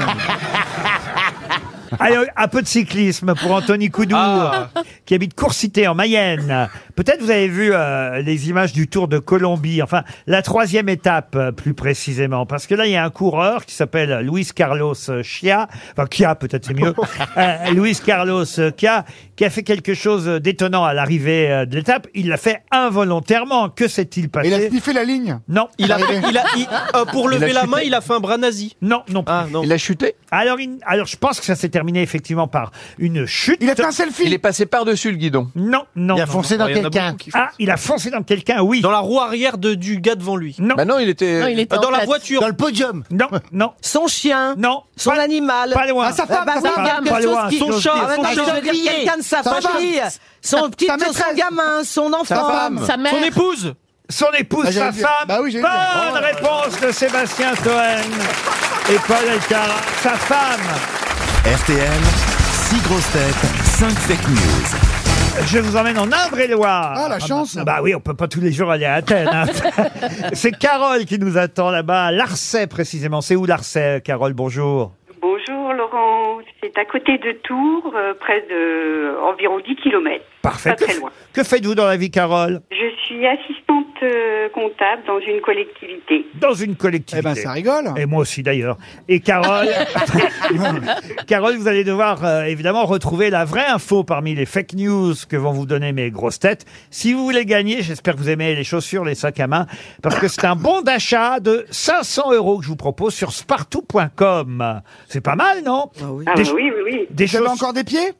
Allez, un peu de cyclisme pour Anthony Coudou,
Ah.
qui habite Courcité en Mayenne. Peut-être vous avez vu euh, les images du Tour de Colombie, enfin la troisième étape euh, plus précisément, parce que là il y a un coureur qui s'appelle Luis Carlos Chia, enfin Chia peut-être c'est mieux, euh, Luis Carlos Chia, qui a fait quelque chose d'étonnant à l'arrivée euh, de l'étape. Il l'a fait involontairement. Que s'est-il
Il a
passé?
sniffé la ligne.
Non,
Il a,
Arrivé.
il a, il- euh, pour
Il a
lever la
chuté.
main, il a fait un bras nazi.
non, non.
Ah non.
Il a chuté.
Alors, il- alors je pense que ça s'est terminé effectivement par une chute.
Il a fait un selfie.
Il est passé par-dessus le guidon.
Non, non.
Il a
non,
foncé
non.
dans
Il y en a
quelqu'un.
Ah, il a foncé dans quelqu'un, oui.
Dans la roue arrière de, du gars devant lui.
Non.
Bah non, il était.
Non, il était
Euh,
en
dans la
place.
voiture.
Dans le podium.
Non, non,
Son chien.
non.
Son
pas,
animal.
pas loin.
Ah, sa femme,
bah
sa
oui,
femme.
quelque
Pas
chose
loin,
qui...
son
chat,
Ah,
son
bah,
chat.
je veux dire quelqu'un de sa
Sa
famille.
femme.
Son petit,
sa
son
maîtresse.
gamin, son enfant.
femme.
Sa mère.
Son épouse.
Son épouse,
Bah,
sa
j'allais dire-
femme.
bah oui, j'allais
Bonne
dire.
réponse de Sébastien Toen et Paul Elkarat. Sa femme.
R T L, six grosses têtes, cinq fake news.
Je vous emmène en Indre-et-Loire.
Ah, la chance.
Bah, bah oui, on peut pas tous les jours aller à Athènes. hein. C'est Carole qui nous attend là-bas, à Larçay précisément. C'est où Larçay, Carole? Bonjour.
Bonjour Laurent, c'est à côté de Tours, euh, près de environ dix kilomètres.
Parfait.
Pas
Que,
très loin.
que faites-vous dans la vie, Carole?
Je suis assistante euh, comptable dans une collectivité.
Dans une collectivité.
Eh ben, ça rigole.
Et moi aussi d'ailleurs. Et Carole, Carole, vous allez devoir euh, évidemment retrouver la vraie info parmi les fake news que vont vous donner mes grosses têtes. Si vous voulez gagner, j'espère que vous aimez les chaussures, les sacs à main, parce que c'est un bon d'achat de cinq cents euros que je vous propose sur spartou point com. C'est pas mal, non?
Ah oui.
Ah
Des
bah
ch-
oui, oui, oui.
Des,
Vous avez
chauss-
encore des pieds?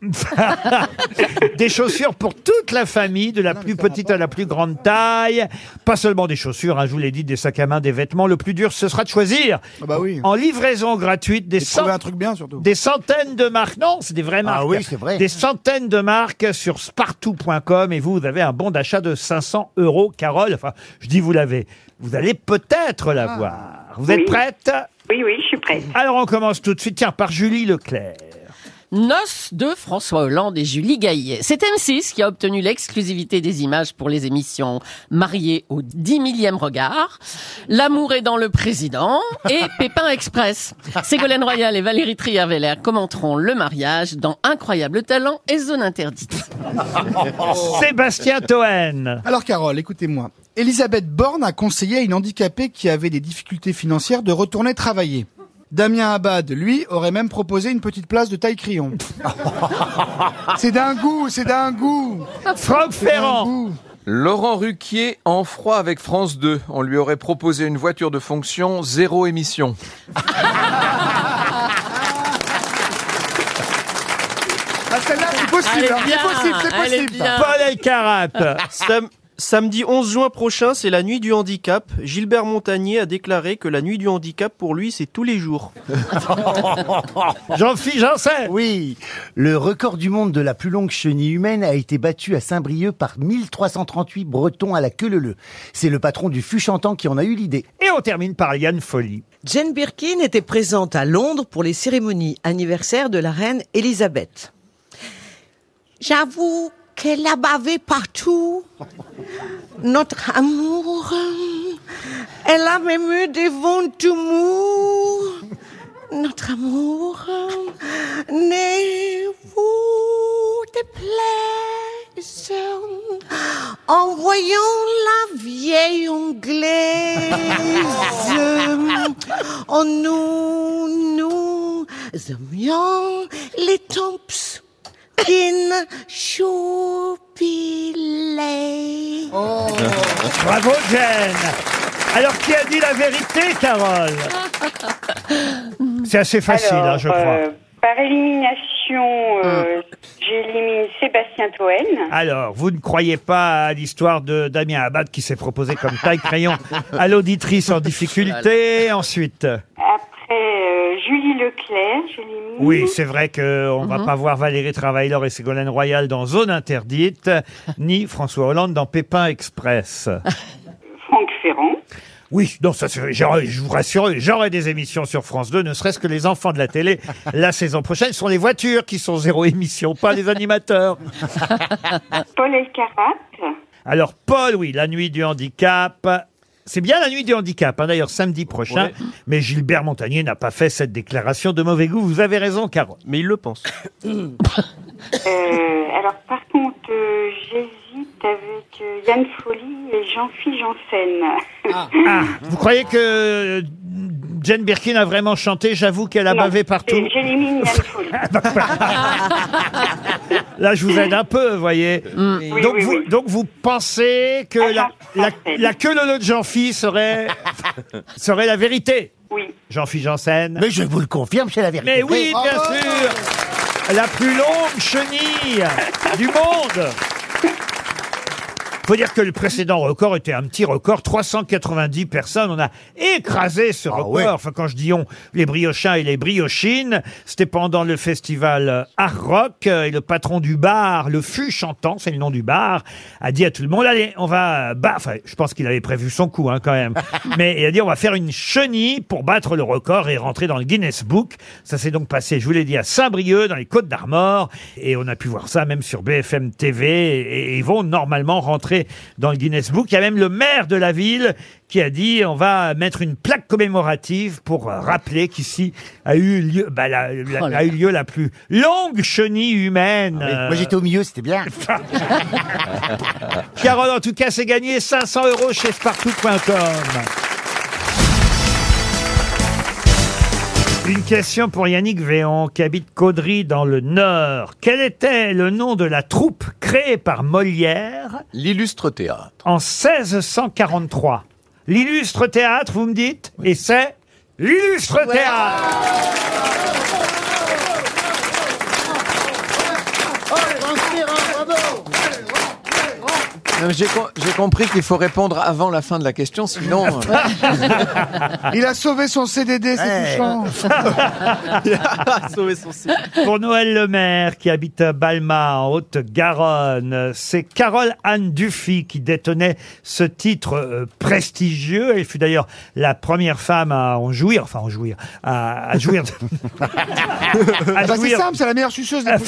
des chaussures pour toute la famille, de la plus petite à la plus grande taille. Pas seulement des chaussures, hein, je vous l'ai dit, des sacs à main, des vêtements. Le plus dur, ce sera de choisir.
Ah bah oui.
En livraison gratuite, des,
Et trouver
cent-
un truc bien surtout.
des centaines de marques. Non, c'est des vraies marques.
Ah oui, c'est vrai.
Des centaines de marques sur spartou point com et vous, vous avez un bon d'achat de cinq cents euros, Carole. Enfin, je dis vous l'avez. Vous allez peut-être l'avoir. Vous êtes
Oui.
prête?
Oui, oui, je suis prête.
Alors on commence tout de suite, tiens, par Julie Leclerc.
Noces de François Hollande et Julie Gaillet. C'est M six qui a obtenu l'exclusivité des images pour les émissions Mariés au dix millième regard, L'amour est dans le président et Pépin Express. Ségolène Royal et Valérie Trierweiler commenteront le mariage dans Incroyable Talent et Zone Interdite.
Sébastien Toen.
Alors Carole, écoutez-moi. Elisabeth Borne a conseillé à une handicapée qui avait des difficultés financières de retourner travailler. Damien Abad, lui, aurait même proposé une petite place de taille crayon. C'est d'un goût, c'est d'un goût.
Franck
C'est d'un
Ferrand.
goût.
Laurent Ruquier en froid avec France deux. On lui aurait proposé une voiture de fonction, zéro émission.
Ah, celle-là, c'est possible,
Elle est
hein. C'est
bien,
possible, c'est
elle est
possible. ça.
bien.
Paul Elkarat.
Sam- Samedi onze juin prochain, c'est la nuit du handicap. Gilbert Montagnier a déclaré que la nuit du handicap, pour lui, c'est tous les jours.
Jean-Philippe Janssen.
Oui, le record du monde de la plus longue chenille humaine a été battu à Saint-Brieuc par mille trois cent trente-huit Bretons à la queue leu-leu. C'est le patron du Fût Chantant qui en a eu l'idée.
Et on termine par Yann Folly.
Jane Birkin était présente à Londres pour les cérémonies anniversaires de la reine Elisabeth. J'avoue qu'elle a bavé partout. Notre amour, elle a même eu des ventres mous. Notre amour, ne vous déplaise en voyant la vieille anglaise. En nous, nous aimions les temps in Choupillet.
Oh. Bravo, Jen. Alors, qui a dit la vérité, Carole? C'est assez facile,
Alors,
hein, je crois.
euh, par élimination, euh, j'élimine Sébastien Toen.
Alors, vous ne croyez pas à l'histoire de Damien Abad qui s'est proposé comme taille-crayon à l'auditrice en difficulté. Ensuite,
Après, euh, Julie Leclerc, j'élimine.
oui, c'est vrai qu'on ne va pas voir Valérie Trierweiler et Ségolène Royal dans Zone Interdite, ni François Hollande dans Pépin Express.
Franck Ferrand.
Oui, non, ça, c'est- j'aurai- je vous rassure, j'aurai des émissions sur France deux, ne serait-ce que les enfants de la télé. La saison prochaine, ce sont les voitures qui sont zéro émission, pas les animateurs.
Paul Elkarat.
Alors, Paul, oui, la nuit du handicap. C'est bien la nuit du handicap, hein, d'ailleurs, samedi prochain.
Ouais.
Mais Gilbert Montagnier n'a pas fait cette déclaration de mauvais goût. Vous avez raison, Carole.
Mais il le pense.
Euh, alors, par contre, euh, j'hésite avec euh, Yann Folly et Jean-Philippe Janssen.
Ah, vous croyez que euh, Jane Birkin a vraiment chanté? J'avoue qu'elle a
Non,
bavé partout.
j'ai- J'élimine Yann Folly.
Là, je vous aide un peu, vous voyez.
Oui,
donc,
oui,
vous,
oui.
donc, vous pensez que
Ah,
la,
Jean-
la,
Janssen.
la queue leu de Jean-Philippe serait, serait la vérité?
Oui.
Jean-Philippe Janssen.
Mais je vous le confirme, c'est la vérité.
Mais oui, bien
Bravo.
sûr. La plus longue chenille du monde. Faut dire que le précédent record était un petit record, trois cent quatre-vingt-dix personnes. On a écrasé ce record.
ouais.
Enfin, quand je dis on, les briochins et les briochines, c'était pendant le festival Art Rock. euh, Et le patron du bar, le fût chantant, c'est le nom du bar, a dit à tout le monde, allez, on va... Bah, enfin, je pense qu'il avait prévu son coup, hein, quand même. Mais il a dit, on va faire une chenille pour battre le record et rentrer dans le Guinness Book. Ça s'est donc passé, je vous l'ai dit, à Saint-Brieuc, dans les Côtes-d'Armor. Et on a pu voir ça même sur B F M T V. Et ils vont normalement rentrer dans le Guinness Book. Il y a même le maire de la ville qui a dit, on va mettre une plaque commémorative pour euh, rappeler qu'ici a eu lieu, bah, la, la-
Oh là
a eu lieu la plus longue chenille humaine.
Ah oui.
euh,
Moi j'étais au milieu, c'était bien.
Carole, en tout cas, c'est gagné cinq cents euros chez Spartou point com. Une question pour Yannick Véon, qui habite Caudry dans le Nord. Quel était le nom de la troupe créée par Molière
L'illustre théâtre.
en seize cent quarante-trois? L'illustre théâtre, vous me dites? Et c'est l'illustre théâtre.
Non, mais J'ai com- j'ai compris qu'il faut répondre avant la fin de la question, sinon... euh,
Il a sauvé son C D D, c'est
Ouais.
touchant.
Sauver son site.
Pour Noël Lemaire, qui habite à Balma, en Haute-Garonne, c'est Carole Anne Dufy qui détenait ce titre euh, prestigieux. Elle fut d'ailleurs la première femme à en jouir, enfin en jouir, à, à jouir. de- à
Bah, c'est
jouir-
simple, c'est la meilleure suceuse. des-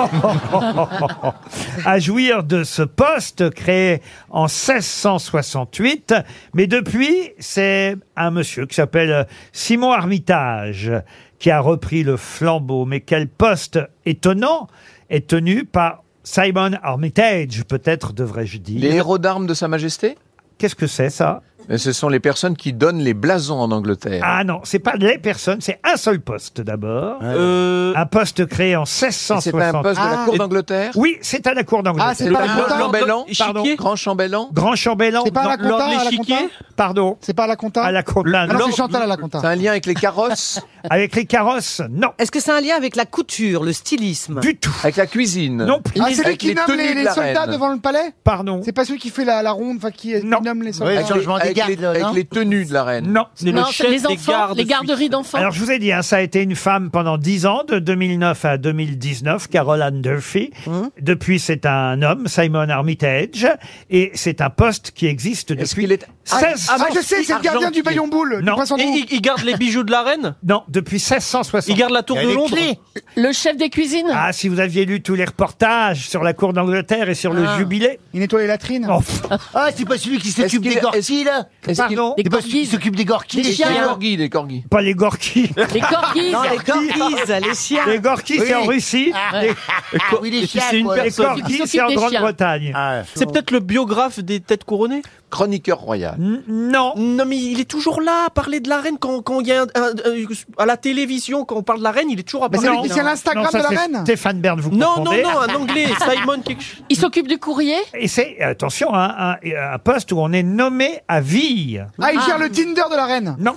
à jouir de ce poste créé en seize cent soixante-huit. Mais depuis, c'est un monsieur qui s'appelle Simon Armitage qui a repris le flambeau. Mais quel poste étonnant est tenu par Simon Armitage, peut-être devrais-je dire.
Les héros d'armes de Sa Majesté?
Qu'est-ce que c'est ça?
Mais ce sont les personnes qui donnent les blasons en Angleterre.
Ah non, c'est pas les personnes, c'est un seul poste d'abord.
Euh,
Un poste créé en seize cent
C'est
soixante.
pas un poste de la
Ah.
cour d'Angleterre?
Oui, c'est à la cour d'Angleterre.
Ah, c'est
C'est
pas
pas
la
Lord
compta.
Chambellan?
Pardon.
Grand Chambellan?
Grand Chambellan.
C'est pas à la
Non,
compta,
Lord
à la
l'échiquier
compta
Pardon.
C'est pas à la compta
À la compta.
Ah non,
non.
c'est Chantal à la compta.
C'est un lien avec les carrosses?
Avec les carrosses, non.
Est-ce que c'est un lien avec la couture, le stylisme?
Du tout.
Avec la cuisine?
Non plus.
Ah, c'est lui
Avec
qui
les
nomme
tenues
les,
de
les
la
soldats
reine.
devant le palais?
Pardon.
C'est pas celui qui fait la, la ronde, enfin qui, qui
Non.
nomme les
Oui,
soldats.
le changement des
Avec les,
gardes, là,
avec
non
les tenues de la reine?
Non.
c'est le
Non, c'est
chef
les
des
enfants,
gardes
les garderies
suisses.
d'enfants.
Alors je vous ai dit, hein, ça a été une femme pendant dix ans, de deux mille neuf à deux mille dix-neuf, Carole Ann Durfee. Depuis, c'est un homme, Simon Armitage, et c'est un poste qui existe
Est-ce
depuis
qu'il est...
seize
Ah, je sais, c'est le gardien du
Argentier.
Bayon Boule, du
Non.
Prince
Et
Andrew.
il, il garde les bijoux de la reine?
Non, depuis seize cent
Il
soixante.
garde la tour
Il y a
de
les
Londres?
clés.
Le chef des cuisines.
Ah, si vous aviez lu tous les reportages sur la cour d'Angleterre et sur le jubilé.
Il nettoie les latrines.
Oh, pff,
Ah, c'est pas celui qui
Est-ce
s'occupe
qu'il-
des gorquis, là
Est-ce qu'il-
Pardon.
Des
C'est pas celui qui
corgis.
s'occupe des gorquis,
Des
des
chiens.
Des
chiens.
corgis, des corgis.
pas les gorkis.
Les corgis.
Non, les corgis, les chiens.
Les gorkis, c'est
Oui.
en Russie.
Ah,
Les,
ah, oui, les
Et puis
chiens,
c'est une
quoi.
les
personne-
corgis,
s'occupe
c'est en
des chiens.
Grande-Bretagne.
Ah,
C'est peut-être le biographe des têtes couronnées?
Chroniqueur royal.
N- Non.
Non, mais il est toujours là à parler de la reine quand, quand il y a un, un- un- à la télévision, quand on parle de la reine, il est toujours à
Mais
parler
c'est
Non.
lui-
de
c'est
la
l'Instagram
Non, ça,
de la
c'est
reine.
Stéphane Bern, vous
Non, non,
confondez.
non, un anglais, Simon quelque chose.
Il s'occupe du courrier.
Et c'est, attention, hein, un, un poste où on est nommé à vie.
Ah, il gère le Tinder de la reine.
Non,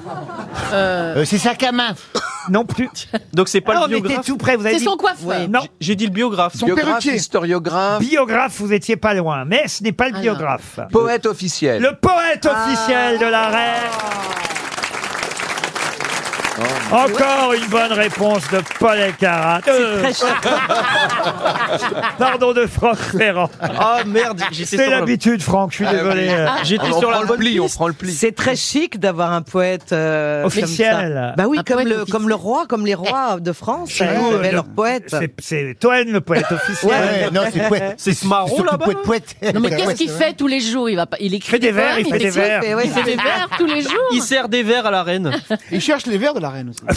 Euh, c'est sac à main.
non plus.
Donc c'est pas
Ah,
le
on était
biographe.
tout près, vous avez
C'est
dit.
son coiffeur.
Non,
J'ai dit le biographe.
Son
Biographe,
perruquier.
historiographe,
biographe, vous étiez pas loin, mais ce n'est pas le
Ah,
biographe.
poète officiel.
Le poète officiel de la reine. Encore une bonne réponse de Paul Elkarat. Euh,
Très chic.
pardon de Franck Ferrand.
Ah merde, j'étais
C'est
sur la...
l'habitude, Franck, je suis
Ah,
désolé.
oui.
euh,
J'étais
On
sur la
prend le
bonne
pli, on
piste.
prend le pli.
C'est très chic d'avoir un poète euh, comme
Officiel.
ça. Bah oui,
Un
comme
poète
le,
officiel.
comme le roi, comme les rois de France,
Chez
euh,
nous,
ils avaient
le-
leur poète.
c'est- C'est Toen, le poète officiel.
Ouais, non, c'est poète.
C'est Smarron, là-bas,
Poète, poète.
Non mais
Ouais,
qu'est-ce qu'il
c'est
fait tous les jours? Il va pas, il écrit
fait des vers, il fait des
écrit-
vers.
fait, ouais,
Il fait des vers tous les jours.
Il sert des verres à la reine.
Il cherche les verres de la reine aussi.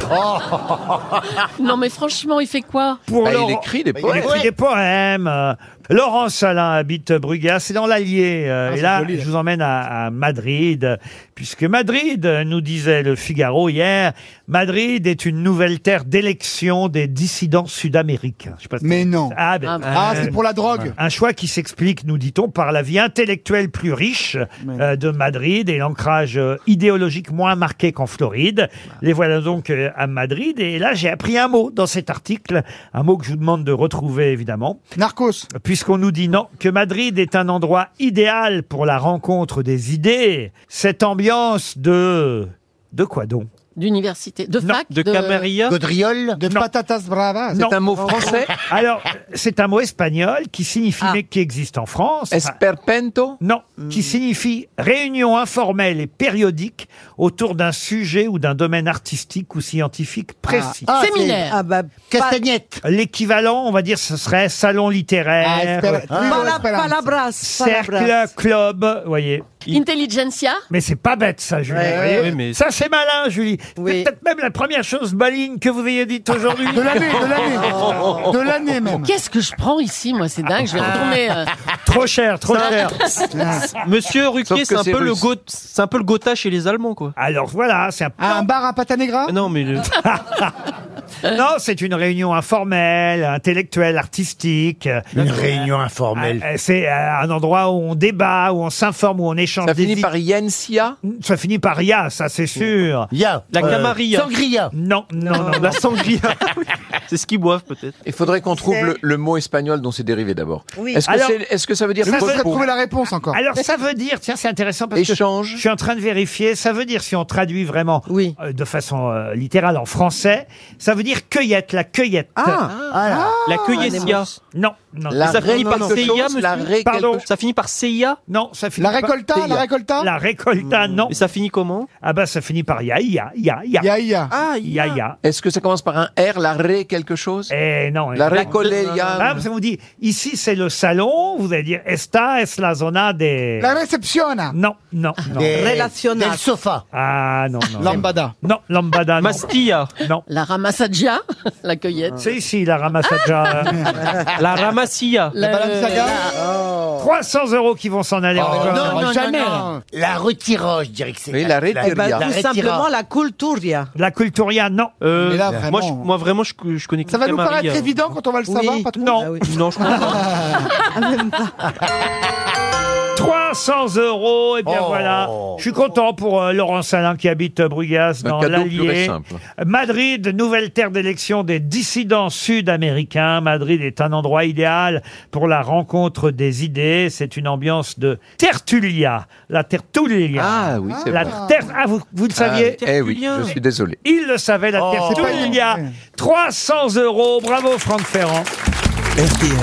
Non mais franchement, il fait quoi?
Pour
Bah, il
Laurent-
écrit des
Il
poèmes.
écrit des poèmes. euh, Laurent Salin habite Brugge, c'est dans l'Allier. euh,
Ah,
et
c'est
là,
joli, là.
je vous emmène à, à Madrid, puisque Madrid, euh, nous disait le Figaro hier, Madrid est une nouvelle terre d'élection des dissidents sud-américains. Je sais pas si-
Mais non.
Ah, ben,
Ah,
euh,
c'est pour la drogue.
un choix qui s'explique, nous dit-on, par la vie intellectuelle plus riche euh, de Madrid et l'ancrage euh, idéologique moins marqué qu'en Floride. Les voilà donc euh, à Madrid. Et là, j'ai appris un mot dans cet article, un mot que je vous demande de retrouver, évidemment.
Narcos.
Puisqu'on nous dit non, que Madrid est un endroit idéal pour la rencontre des idées. Cette ambiance de... De quoi donc?
D'université, de fac,
De Camarilla.
Gaudriole.
De patatas bravas.
Non.
C'est un mot français.
Alors, c'est un mot espagnol qui signifie, mais qui existe en France.
Esperpento.
Non, qui signifie réunion informelle et périodique autour d'un sujet ou d'un domaine artistique ou scientifique précis.
Ah,
Séminaire.
c'est- Ah bah, Castagnette.
L'équivalent, on va dire, ce serait salon littéraire,
Ah, espera-
Ah.
Trio
Pala-
Esperanza.
palabras,
cercle,
palabras.
club, vous voyez.
Intelligentsia.
Mais c'est pas bête, ça, Julie.
Ouais,
vous voyez.
oui, mais-
Ça, c'est malin, Julie.
Oui.
C'est peut-être même la première chose maligne que vous ayez dite aujourd'hui.
De l'année, de l'année. De l'année même.
Qu'est-ce que je prends ici, moi? C'est dingue. Je vais retourner. euh,
Trop cher, trop
Ça-
cher.
Monsieur
Sauf
Ruquier,
que
c'est un
c'est
peu le
russe.
go, c'est un peu le Gotha chez les Allemands, quoi.
Alors voilà, c'est un...
Ah, un bar à pata negra.
Non, mais le-
Non, c'est une réunion informelle, intellectuelle, artistique.
Une réunion informelle.
Euh, C'est euh, un endroit où on débat, où on s'informe, où on échange
Ça
des
finit
idées.
par Yensia.
Ça finit par ya, ça c'est sûr.
Ya.
La Camarilla.
Sangria.
Non, non, non.
La sangria. C'est ce qu'ils boivent, peut-être.
Il faudrait qu'on trouve le, le mot espagnol dont c'est dérivé d'abord.
Oui.
Est-ce que,
Alors-
c'est- est-ce que ça veut dire
Je
pour-
voudrais
pour-
trouver la réponse encore.
Alors ça veut dire, tiens, c'est intéressant parce que
échange?
je suis en train de vérifier. Ça veut dire, si on traduit vraiment
Oui.
euh, de façon euh, littérale en français, ça veut dire cueillette, la cueillette.
Ah,
Ah là.
La cueillettia.
Non, non,
La
Ça finit
ré-
par
quelque
C I A,
chose, la
monsieur
ré-
Pardon.
quelque chose.
Ça finit par C I A.
non, ça finit
La
par-
récolta, la récolta.
La récolta, non.
Et ça finit comment?
Ah bah ça finit par ya, ya, ya, ya,
Ya, ya.
Ah,
ya, ya.
Est-ce que ça commence par un R, la ré quelque chose?
Eh non.
La
eh,
récolélia.
Ah, ça vous dit, ici c'est le salon, vous allez dire, esta es la zona de...
La recepciona.
Non, non, non.
Des-
Relacional.
Del sofa.
Ah non, non.
Lambada.
Non, lambada, non.
Mastilla.
Non.
la ramassagia, la cueillette.
C'est ici la ramassagia.
La Ramassia.
Le-
Balenciaga.
trois cents euros qui vont s'en aller encore.
non, non,
jamais,
non,
là.
non. La retira, je dirais que c'est.
Oui, la
Eh ben,
retiria.
La
tout
retira.
simplement la culturia.
La culturia, non.
Euh,
Mais là, vraiment-
moi, je, moi, vraiment, je, je connais que
Ça va nous
Camarilla.
paraître évident quand on va le
Oui.
savoir, patron.
Non.
Ah oui.
Non, je crois pas.
trois cents euros, et bien
Oh.
voilà. Je suis content pour euh, Laurent Salin qui habite euh, Bruggas
Un
dans
cadeau pur et
l'Allier.
simple.
Madrid, nouvelle terre d'élection des dissidents sud-américains. Madrid est un endroit idéal pour la rencontre des idées. C'est une ambiance de tertulia. La tertulia.
Ah oui, c'est
la
vrai.
ter- ah, vous, vous le saviez?
Ah, eh oui, je suis désolé.
Il le savait, la
Oh.
tertulia.
C'est pas-
trois cents euros. Bravo, Franck Ferrand.
R T L,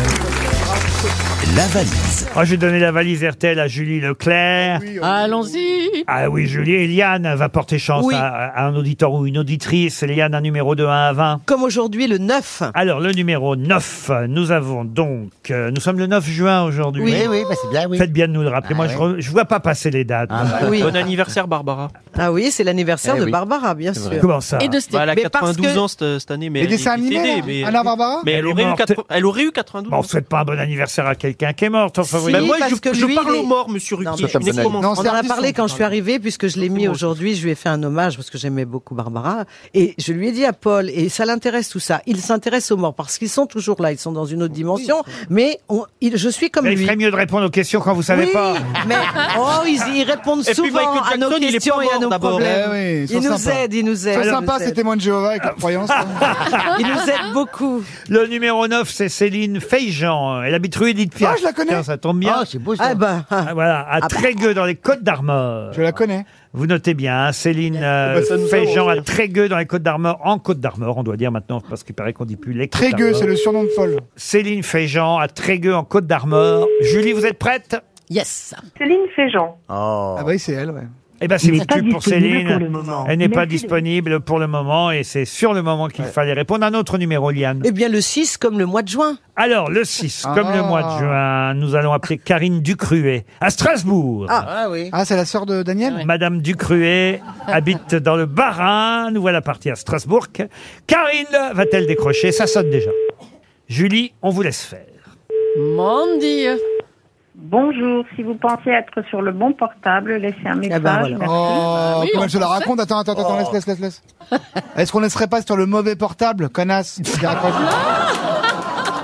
la valise.
Oh, je vais donner la valise R T L à Julie Leclerc.
Allons-y.
Ah oui, Julie, Eliane va porter chance
Oui.
à, à un auditeur ou une auditrice. Eliane, un numéro de un à vingt.
Comme aujourd'hui, le neuf.
Alors, le numéro neuf, nous avons donc... euh, nous sommes le neuf juin aujourd'hui.
Oui, oui, bah c'est bien, oui.
Faites bien de nous le rappeler.
Ah
Moi,
ouais.
je, re- je vois pas passer les dates.
Ah bah,
Oui.
Bon anniversaire, Barbara.
Ah oui, c'est l'anniversaire
Eh
de
oui.
Barbara, bien
C'est
sûr.
vrai.
Comment ça?
Et de Stéphane.
Bah, elle a
Mais parce
quatre-vingt-douze
que-
ans cette, cette année, mais
Et
elle
des
est
dessins animés,
décédée,
là
mais,
Anna Barbara.
mais elle,
Elle est
aurait eu
morte.
quatre- elle aurait eu quatre-vingt-douze
Bon, on
ans.
souhaite pas un bon anniversaire à quelqu'un qui est mort. Enfin, vous
Si,
Bah,
voyez.
moi,
parce
je,
que
je
lui,
parle
il est-
aux morts, monsieur
Non,
Ruquier.
mais-
Je suis nécromant.
Non,
On en a
service,
parlé
on
quand je suis arrivée, puisque je l'ai mis aujourd'hui, je lui ai fait un hommage, parce que j'aimais beaucoup Barbara. Et je lui ai dit à Paul, et ça l'intéresse tout ça, il s'intéresse aux morts, parce qu'ils sont toujours là, ils sont dans une autre dimension, mais on, il- je suis comme
Mais il
lui.
ferait mieux de répondre aux questions quand vous savez
Oui,
pas.
mais oh, ils, ils répondent
puis
souvent
Michael
à nos
Jackson, il est
questions
pas
et à
mort
nos
d'abord.
problèmes.
Eh oui, ils sont
ils nous
sympas.
aident, ils nous aident.
C'est
ils
sympa,
nous
ces
aident.
témoins de Jéhovah avec leurs croyances. hein.
Ils nous aident beaucoup.
Le numéro neuf, c'est Céline Feyjean. Elle habite rue Edith Piaf.
Ah, je la connais.
Tiens, ça tombe bien.
Ah, c'est beau ça.
Ah ben,
Ah, voilà, à
bah.
Trégueux, dans les Côtes-d'Armor.
Je la connais.
Vous notez bien, hein, Céline euh,
bah, ça nous
Feyjean
arrange.
à Trégueux, dans les Côtes-d'Armor, en Côtes-d'Armor, on doit dire maintenant, parce qu'il paraît qu'on dit plus les
Trégueux,
Côtes-d'Armor.
c'est le surnom de folle.
Céline Feyjean à Trégueux, en Côtes-d'Armor. Julie, vous êtes prête?
Yes.
Céline Féjean.
Oh.
Ah bah oui, c'est elle, ouais.
Eh ben, c'est
n'est pas
foutu pour
disponible
Céline.
pour le moment.
Elle n'est pas
Merci de-
disponible pour le moment et c'est sur le moment qu'il fallait répondre. Un autre numéro, Liane.
eh bien le six comme le mois de juin.
Alors, le six, comme
Ah.
le mois de juin, nous allons appeler Karine Ducruet à Strasbourg.
Ah oui.
Ah, c'est la sœur de Daniel.
Madame Ducruet habite dans le Bas-Rhin. Nous voilà partis à Strasbourg. Karine va-t-elle décrocher? Ça sonne déjà. Julie, on vous laisse faire.
Mon Dieu.
Bonjour, si vous pensez être sur le bon portable, laissez un message.
ben voilà.
Merci.
Oh,
oui,
comment
on
elle se la
sait.
raconte? Attends, attends, attends, laisse, laisse, laisse, laisse. Est-ce qu'on ne serait pas sur le mauvais portable, connasse qui raccroche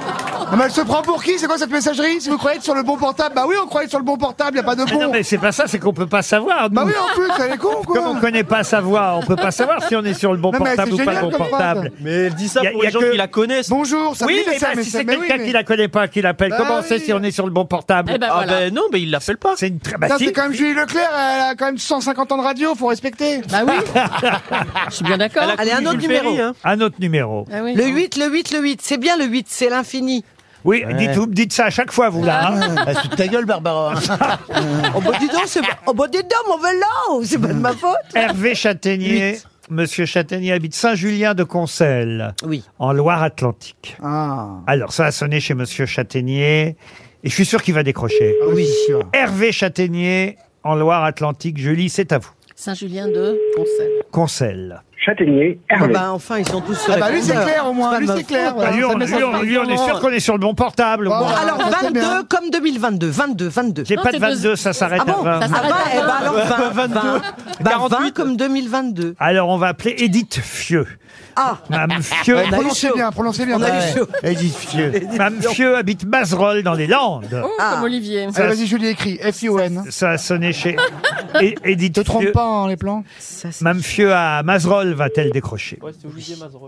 Non, mais elle se prend pour qui? C'est quoi cette messagerie? Si vous croyez être sur le bon portable, bah oui, on croit être sur le bon portable, y a pas de
Mais
bon.
non, mais c'est pas ça, c'est qu'on peut pas savoir. nous.
Bah oui, en plus, elle est con, quoi.
Comme on connaît pas sa voix, on peut pas savoir si on est sur le bon
Non, mais
portable
c'est
ou pas le
génial
bon
comme
portable.
phrase.
Mais elle dit ça
Y a-
pour
y a
les gens
que-
qui la connaissent.
Bonjour, ça
Oui,
me dit
mais
de ça,
bah,
mais
si
ça-
c'est
mais oui,
quelqu'un
mais-
qui la connaît pas, qui l'appelle,
Bah
comment on
oui.
sait si on est sur le bon portable?
Eh ben
Ah
voilà.
ben non, mais il l'appelle pas.
C'est une très... bah,
Putain,
si.
c'est quand même Julie Leclerc, elle a quand même cent cinquante ans de radio, faut respecter.
Bah oui. Je suis bien d'accord.
Elle a
Allez, un
connu
autre
Jules
numéro.
Ferry, hein.
Un autre numéro.
Ah oui.
Le huit, le huit, le huit. C'est bien le huit, c'est l'infini.
Oui, dites, vous me dites ça à chaque fois, vous, là. hein.
Ah, c'est de ta gueule, Barbara.
Oh bah dis donc, c'est... Oh bah dis donc, mon vélo, c'est pas de ma faute.
Hervé Châtaignier. Monsieur Châtaignier habite Saint-Julien-de-Concelles,
Oui.
en Loire-Atlantique.
Ah.
Alors, ça a sonné chez Monsieur Châtaignier, et je suis sûr qu'il va décrocher.
Oui, sûr.
Hervé Châtaignier, en Loire-Atlantique. Julie, c'est à vous.
Saint-Julien de Concelles.
Concelles.
Châtaignier,
Ah
Hervé.
bah enfin, ils sont tous sur
Ah bah lui, c'est
répondeur.
clair, au moins,
pas
lui,
de ma
c'est clair.
faute.
voilà.
Lui, on,
Ça met
lui,
ça
on-
sur
lui, on est sûr qu'on est sur le bon portable.
Bon,
Bon,
voilà.
Alors
ça, c'est bien.
vingt-deux comme deux mille vingt-deux, vingt-deux, vingt-deux.
j'ai
Non,
pas de
c'est deux-
vingt-deux, ça s'arrête
Ah bon
à vingt.
Ça
Ah
s'arrête
bah,
à
eh ben
vingt.
alors vingt, vingt. Bah
quarante-huit.
vingt comme deux mille vingt-deux.
Alors, on va appeler Edith Fieux.
Ah,
Mme Fieux,
On a eu
Prononcez
chaud.
bien, prononcez bien.
On a eu
Ouais.
chaud.
Edith Fieux.
Mme Fieux habite Mazerolle, dans les Landes.
Oh,
Ah.
comme Olivier.
Ça-
Allez, vas-y, Julie, écris. F I O N.
Ça a sonné chez E- Edith
Te trompe
Fieux.
pas, hein, les plans.
Ça, c'est-
Mme Fieux à Mazerolle va-t-elle décrocher?
Ouais, c'était Olivier Mazerolle.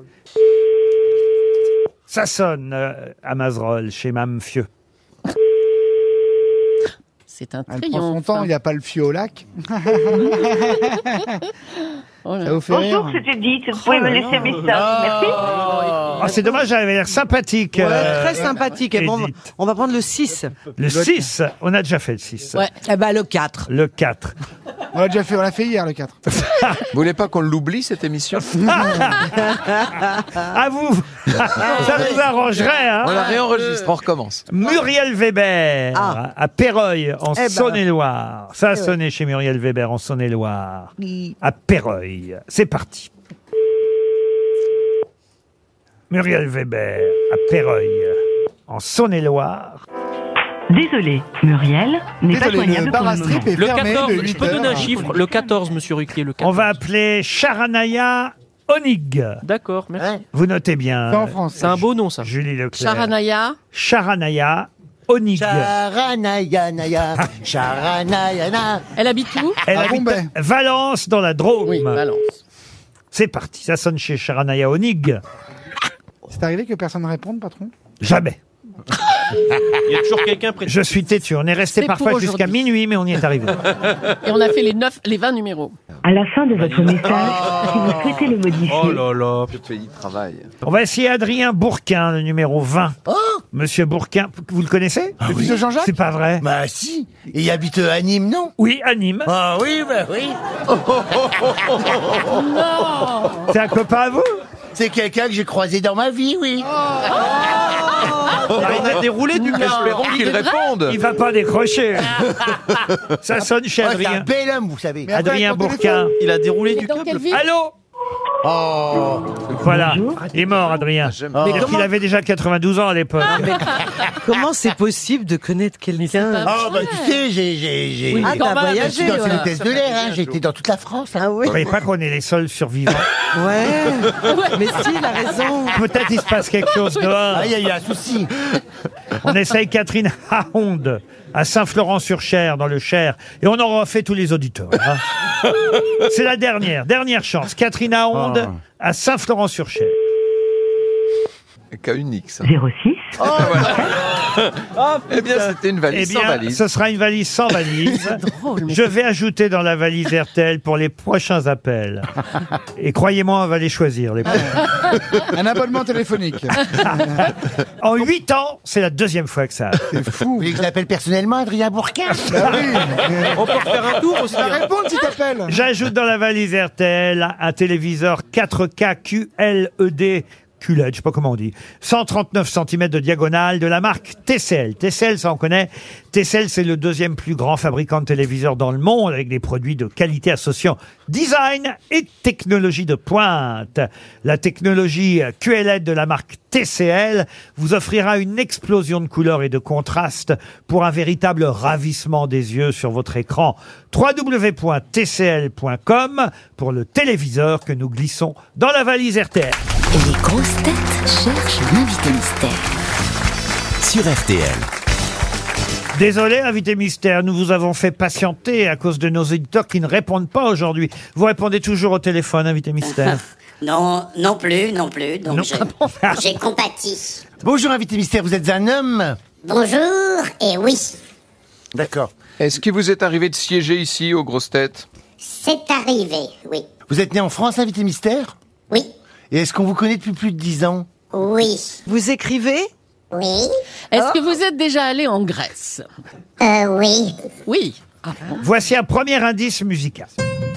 Ça sonne euh, à Mazerolle, chez Mme Fieux.
C'est un
Elle prend son
triomphe.
temps, il n'y a pas le fio au lac.
Oh là.
Ça vous fait rire?
Bonjour, c'est Edith. Vous pouvez me laisser un message. Merci.
Ah, c'est dommage, elle avait l'air sympathique.
Ouais,
euh,
très sympathique. Et bon,
Edith.
on va prendre le six.
Le six, on a déjà fait le six.
Ouais.
Eh ben le quatre.
Le quatre.
On l'a déjà fait, on l'a fait hier, le quatre.
Vous voulez pas qu'on l'oublie, cette émission?
À vous. Ça vous arrangerait, hein?
On la réenregistre, on recommence.
Muriel Weber,
Ah.
à Péreuil, en
Eh ben.
Saône-et-Loire. Ça a
Eh ouais.
sonné chez Muriel Weber, en Saône-et-Loire. À Péreuil. C'est parti. Muriel Weber, à Péreuil, en Saône-et-Loire.
Désolé, Muriel n'est pas
Désolé,
joignable
le
pour
bar à
le
strip
moment.
est
Le
fermé
quatorze,
de
je
huit
peux donner un
heures.
chiffre. Le quatorze, monsieur Ruquier, le quatorze.
On va appeler Charanaya Onig.
D'accord, merci.
Vous notez bien.
C'est en France.
C'est un beau nom, ça.
Julie Leclerc.
Charanaya.
Charanaya Onig.
Charanaya, naya, charanaya, na.
Elle habite où?
Elle
À
habite
Bombay.
Valence, dans la Drôme.
Oui, Valence.
C'est parti, ça sonne chez Charanaya Onig.
C'est arrivé que personne ne réponde, patron?
Jamais.
Il y a toujours quelqu'un près de
Je suis têtu. On est resté
C'est
parfois
pour
jusqu'à
aujourd'hui.
minuit, mais on y est arrivé.
Et on a fait les neuf, les vingt numéros.
À la fin de votre message, si vous souhaitez le modifier,
Oh là là.
Le pays travaille.
On va essayer Adrien Bourquin, le numéro vingt. Monsieur Bourquin, vous le connaissez?
Ah
Le fils de Jean-Jacques?
C'est pas vrai.
Bah si. Et il habite à Nîmes, non?
Oui, à Nîmes.
Ah oui, bah oui.
Non.
C'est un copain à vous?
C'est quelqu'un que j'ai croisé dans ma vie, oui.
Ah, il a déroulé du
Espérons qu'il réponde.
Il va pas décrocher. Ça sonne chez
Ouais, c'est un
Adrien.
bel homme, vous savez.
Mais attends,
Adrien
avec mon
Bourquin.
Il a déroulé
Et
du
dans
câble.
quelle ville?
Allô?
Oh.
Voilà. Il est mort, Adrien.
J'aime.
Oh.
Mais il avait déjà quatre-vingt-douze ans à l'époque.
Comment c'est possible de connaître quelqu'un?
Ah bah tu sais, j'ai j'ai j'ai
Oui,
Ah,
quand
t'as
même.
je
voyagé,
suis dans une
voilà.
hôtesse de l'air, hein. J'ai été dans toute la France. Hein.
Ah oui.
Vous voyez pas qu'on est les seuls survivants.
Ouais. Mais si, il a raison.
Peut-être il se passe quelque chose dehors.
Ah, il y a eu un souci.
On essaye Catherine Haonde à Saint-Florent-sur-Cher, dans le Cher. Et on en refait tous les auditeurs. hein. C'est la dernière, dernière chance. Catherine Haonde à Saint-Florent-sur-Cher.
Cas unique, ça.
zéro six.
Eh bien, c'était une
Eh
valise sans
bien,
valise.
ce sera une valise sans valise. Je vais ajouter dans la valise R T L pour les prochains appels. Et croyez-moi, on va les choisir. Les prochains.
Un abonnement téléphonique.
En huit ans, c'est la deuxième fois que ça arrive.
C'est fou.
Vous voulez que je l'appelle personnellement, Adrien Bourquin?
Bah oui.
On peut refaire un tour aussi.
Ça
hein.
répond si t'appelles.
J'ajoute dans la valise R T L un téléviseur quatre K Q L E D Q L E D, je sais pas comment on dit, cent trente-neuf centimètres de diagonale de la marque T C L. T C L, ça on connaît. T C L, c'est le deuxième plus grand fabricant de téléviseurs dans le monde avec des produits de qualité associant design et technologie de pointe. La technologie Q L E D de la marque T C L vous offrira une explosion de couleurs et de contrastes pour un véritable ravissement des yeux sur votre écran. w w w point t c l point com pour le téléviseur que nous glissons dans la valise R T L.
Les grosses têtes cherchent l'invité mystère.
sur R T L.
Désolé, invité mystère, nous vous avons fait patienter à cause de nos éditeurs qui ne répondent pas aujourd'hui. Vous répondez toujours au téléphone, invité mystère?
Non, non plus, non plus. Donc
Non.
je- j'ai compati.
Bonjour, invité mystère, vous êtes un homme?
Bonjour, et oui,
D'accord.
Est-ce qu'il vous est arrivé de siéger ici aux grosses têtes?
c'est arrivé, oui.
Vous êtes né en France, invité mystère?
Oui.
Et est-ce qu'on vous connaît depuis plus de dix ans?
Oui.
Vous écrivez?
Oui.
Est-ce que vous êtes déjà allé en Grèce?
Euh, oui.
Oui. Ah, bon.
Voici un premier indice musical.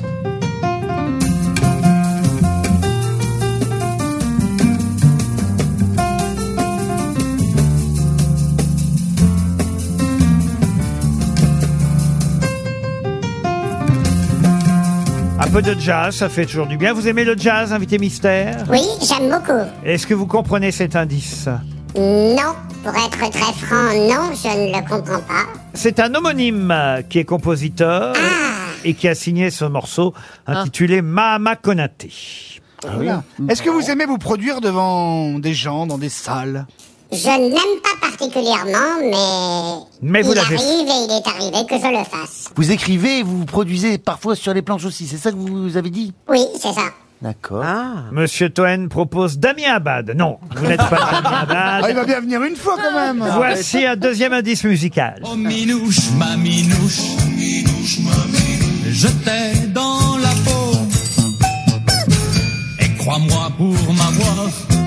Un peu de jazz, ça fait toujours du bien. Vous aimez le jazz, invité mystère?
Oui, j'aime beaucoup.
Est-ce que vous comprenez cet indice?
Non, pour être très franc, non, je ne le comprends pas.
C'est un homonyme euh, qui est compositeur et qui a signé ce morceau intitulé Mahama Konaté.
Voilà. Est-ce que vous aimez vous produire devant des gens, dans des salles?
Je n'aime pas particulièrement, mais,
Mais vous
il
l'avez
arrive et il est arrivé que je le fasse.
Vous écrivez et vous vous produisez parfois sur les planches aussi, c'est ça que vous avez dit?
Oui, c'est ça.
D'accord.
Monsieur Toen propose Damien Abad. Non, vous n'êtes pas Damien Abad.
Ah, il va bien venir une fois quand même.
Voici un deuxième indice musical.
Oh minouche, ma minouche, minouche, ma minouche, je t'ai dans la peau. Et crois-moi pour m'avoir,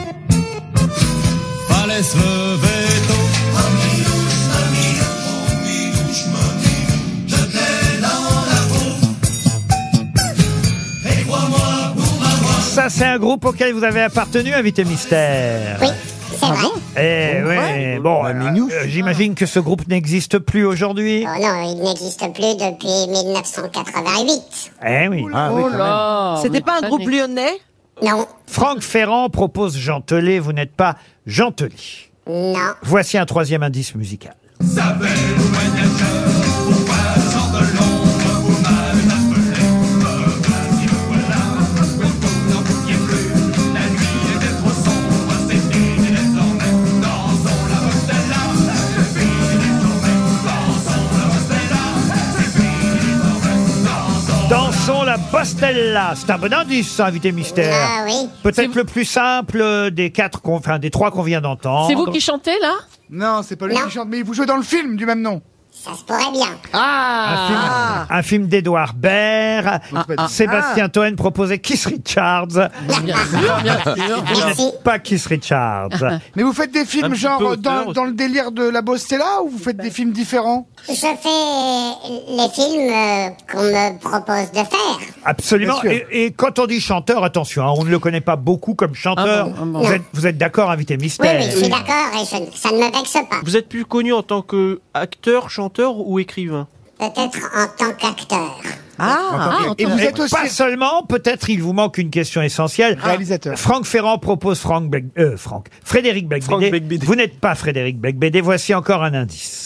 fallait se lever tôt. Oh minouche, ma minouche, oh minouche, ma minouche, je t'ai dans la peau. Et crois-moi pour m'avoir.
Ça, c'est un groupe auquel vous avez appartenu, invité mystère.
Oui, c'est vrai.
Eh oui, bon, euh, euh, j'imagine que ce groupe n'existe plus aujourd'hui.
Oh non, il n'existe plus depuis mille neuf cent quatre-vingt-huit.
Eh oui.
Oh là. C'était pas un groupe lyonnais?
Non.
Franck Ferrand propose Jean Telet, vous n'êtes pas Jean Telet.
Non.
Voici un troisième indice musical.
Savez-vous, voyageurs, pourquoi sans de l'ombre vous m'avez appelé? Me voici, me voilà, que vous n'en pouviez plus. La nuit était trop sombre, c'est fini désormais. Dansons la Rostella, c'est fini désormais. Dansons la Rostella, c'est fini désormais. Dansons.
Dansons la Bostella. C'est un bon indice, ça, invité mystère.
Ah oui.
Peut-être le plus simple des quatre, qu'on- enfin des trois qu'on vient d'entendre.
C'est vous qui chantez, là?
Non, c'est pas lui
Non.
qui chante, mais vous jouez dans le film du même nom.
Ça se pourrait bien.
Un film, un film d'Édouard Baird.
ah.
Sébastien Toen proposait Keith Richards.
Bien sûr, bien sûr.
Merci.
Pas Keith Richards.
Mais vous faites des films
Un petit
genre
peu
dans,
auteur
dans le délire de la Bostella ou vous faites des films différents?
Je fais les films euh, qu'on me propose de faire.
Absolument.
Bien sûr.
Et, et quand on dit chanteur, attention, hein, on ne le connaît pas beaucoup comme chanteur.
Ah bon, ah bon.
Vous êtes, vous êtes d'accord, invité
Oui,
mystère?
oui, je suis d'accord et je- ça ne me vexe pas.
Vous êtes plus connu en tant que acteur, chanteur ou écrivain?
Peut-être en tant qu'acteur.
Ah,
Et vous
Et
êtes aussi
pas seulement, peut-être il vous manque une question essentielle.
réalisateur.
Franck Ferrand propose Franck Bec- euh, Franck. Frédéric
Franck
Becbédé.
Becbédé.
Vous n'êtes pas Frédéric Becbédé. Voici encore un indice.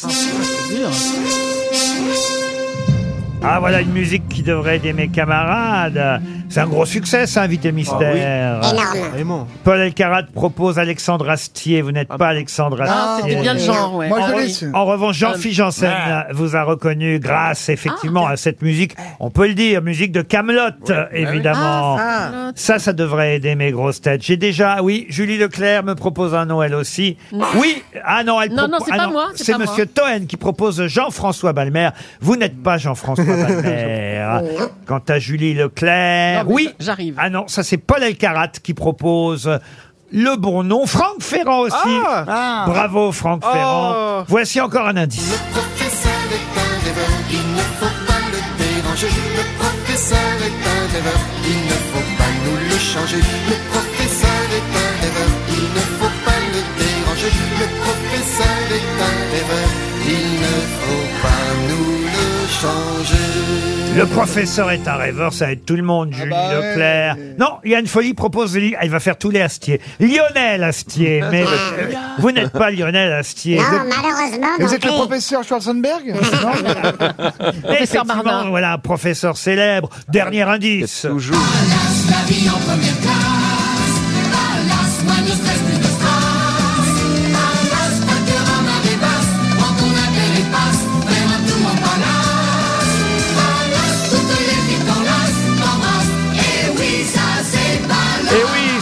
Ah, voilà une musique qui devrait aider mes camarades. C'est un gros succès, ça, invité mystère.
Énorme.
Vraiment.
Paul Elkarat propose Alexandre Astier. Vous n'êtes pas Alexandre Astier.
Ah, c'était bien le genre, ouais.
Moi, je
En,
l'ai
re-
su.
en revanche, Jean-Philippe Janssen vous a reconnu grâce effectivement à cette musique, on peut le dire, musique de Camelot, évidemment.
Ah,
Ça, ça devrait aider mes grosses têtes. J'ai déjà, oui, Julie Leclerc me propose un nom, elle aussi. Oui, ah non, elle
Non,
propo-
non, c'est
ah
pas moi, c'est
C'est
pas
Monsieur Toen qui propose Jean-François Balmer. Vous n'êtes pas Jean-François Balmer. Quant à Julie Leclerc,
Non, mais
oui.
j'arrive.
Ah non, ça c'est Paul Elkarat qui propose le bon nom. Franck Ferrand aussi.
Ah.
Bravo Franck
Oh.
Ferrand. Voici encore un indice.
Le professeur est un rêveur, il ne faut pas le déranger. Le professeur est un rêveur, il ne faut pas nous le changer. Le professeur est un rêveur, il ne faut pas le déranger. Le professeur est un rêveur, il ne faut pas nous le changer.
Le professeur est un rêveur, ça aide tout le monde, Julie
bah ouais.
Leclerc. Non, Yann Folly propose, Li- il va faire tous les Astier. Lionel Astier, mais euh, vous n'êtes pas Lionel Astier.
Non,
Vous-
malheureusement,
Et vous
non
êtes le
plus.
professeur Schwarzenberg? Non.
Effectivement,
Barnard.
voilà, un professeur célèbre. Dernier indice.
Toujours.
La vie en première classe, alas, moins de stress, plus de stress. Alas, pas de cœur en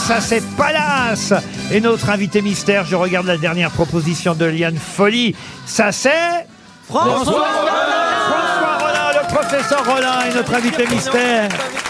ça c'est Palace. Et notre invité mystère, je regarde la dernière proposition de Liane Folly, ça c'est...
François
Rollin. François Rollin, le professeur Rollin est notre invité mystère.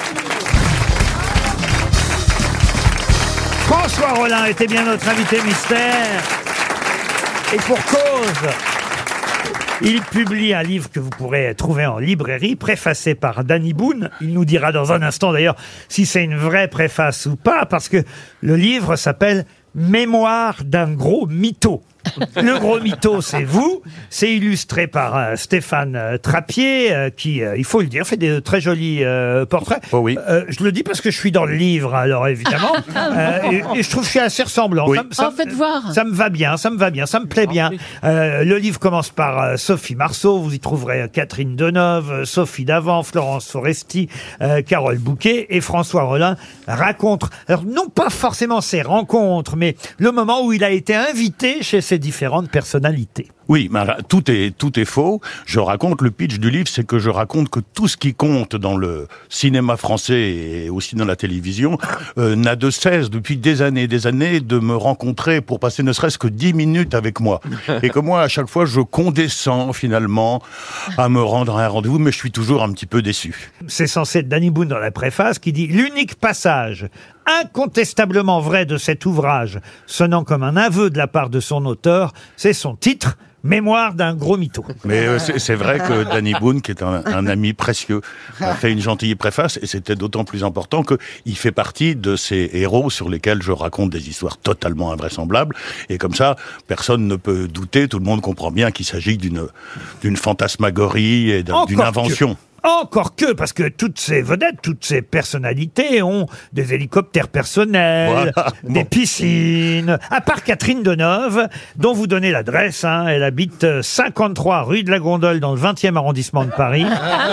François Rollin était bien notre invité mystère. Et pour cause, il publie un livre que vous pourrez trouver en librairie, préfacé par Danny Boone. Il nous dira dans un instant d'ailleurs si c'est une vraie préface ou pas, parce que le livre s'appelle « Mémoire d'un gros mytho ». Le gros mytho, c'est vous. C'est illustré par euh, Stéphane euh, Trappier, euh, qui, euh, il faut le dire, fait des très jolis euh, portraits.
Oh oui.
Euh, je le dis parce que je suis dans le livre, alors évidemment. Euh, et, et je trouve que je suis assez ressemblant.
Oui.
Ça, me- ça,
Oh, faites voir.
ça me va bien, ça me va bien, ça me plaît bien. Euh, le livre commence par euh, Sophie Marceau. Vous y trouverez euh, Catherine Deneuve, euh, Sophie Davant, Florence Foresti, euh, Carole Bouquet et François Rollin racontent, alors non pas forcément ses rencontres, mais le moment où il a été invité chez ses différentes personnalités.
Oui, mais alors, tout est tout est faux. Je raconte le pitch du livre, c'est que je raconte que tout ce qui compte dans le cinéma français et aussi dans la télévision euh, n'a de cesse depuis des années et des années de me rencontrer pour passer ne serait-ce que dix minutes avec moi. Et que moi, à chaque fois, je condescends finalement à me rendre à un rendez-vous, mais je suis toujours un petit peu déçu.
C'est censé être Danny Boone dans la préface qui dit « L'unique passage incontestablement vrai de cet ouvrage, sonnant comme un aveu de la part de son auteur, c'est son titre, Mémoire d'un gros mytho. »
Mais euh, c'est c'est vrai que Danny Boone, qui est un, un ami précieux, a fait une gentille préface, et c'était d'autant plus important qu'il fait partie de ces héros sur lesquels je raconte des histoires totalement invraisemblables, et comme ça, personne ne peut douter, tout le monde comprend bien qu'il s'agit d'une d'une fantasmagorie et d'un- d'une
Encore
invention.
que. Encore que, parce que toutes ces vedettes, toutes ces personnalités ont des hélicoptères personnels,
Voilà.
des
Bon.
piscines. À part Catherine Deneuve, dont vous donnez l'adresse, hein, elle habite euh, cinquante-trois rue de la Gondole dans le vingtième arrondissement de Paris.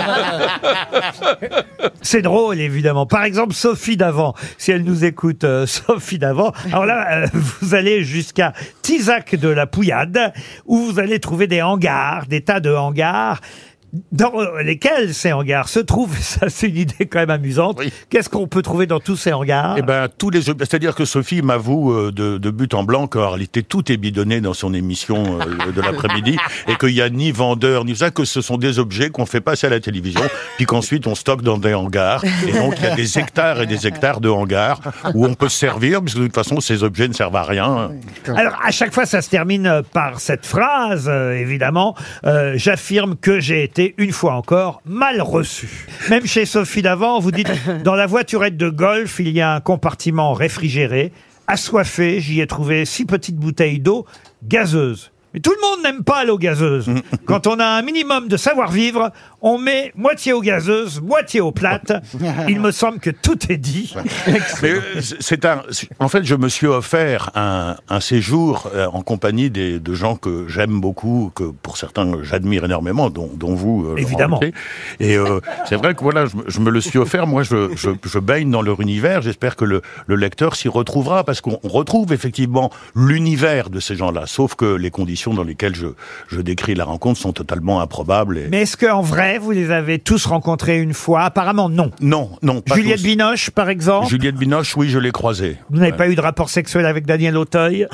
C'est drôle, évidemment. Par exemple, Sophie Davant, si elle nous écoute, euh, Sophie Davant. Alors là, euh, vous allez jusqu'à Tisac de la Pouillade, où vous allez trouver des hangars, des tas de hangars, dans lesquels ces hangars se trouvent. Ça, c'est une idée quand même amusante. Qu'est-ce qu'on peut trouver dans tous ces hangars?
Eh ben, tous les objets, c'est-à-dire que Sophie m'avoue euh, de, de but en blanc qu'en réalité tout est bidonné dans son émission euh, de l'après-midi et qu'il n'y a ni vendeur ni ça, que ce sont des objets qu'on fait passer à la télévision puis qu'ensuite on stocke dans des hangars. Et donc il y a des hectares et des hectares de hangars où on peut se servir parce que de toute façon ces objets ne servent à rien.
Alors, à chaque fois, ça se termine par cette phrase, euh, évidemment. Euh, J'affirme que j'ai été, une fois encore, mal reçu. Même chez Sophie Davant, vous dites, dans la voiturette de golf, il y a un compartiment réfrigéré. Assoiffé, j'y ai trouvé six petites bouteilles d'eau gazeuse. Mais tout le monde n'aime pas l'eau gazeuse. Quand on a un minimum de savoir-vivre, on met moitié eau gazeuse, moitié eau plate. Il me semble que tout est dit.
Mais euh, c'est un. En fait, je me suis offert un, un séjour euh, en compagnie des, de gens que j'aime beaucoup, que pour certains j'admire énormément, dont, dont vous. euh, Laurent
Évidemment.
Ruquier. Et euh, c'est vrai que voilà, je, me- je me le suis offert. Moi, je, je, je baigne dans leur univers. J'espère que le, le lecteur s'y retrouvera, parce qu'on retrouve effectivement l'univers de ces gens-là. Sauf que les conditions dans lesquelles je, je décris la rencontre sont totalement improbables. Et...
Mais est-ce qu'en vrai, vous les avez tous rencontrés une fois? Apparemment, non.
Non, non. Pas
Juliette
tous.
Binoche, par exemple?
Juliette Binoche, oui, je l'ai croisée.
Vous n'avez
Ouais.
pas eu de rapport sexuel avec Daniel Auteuil?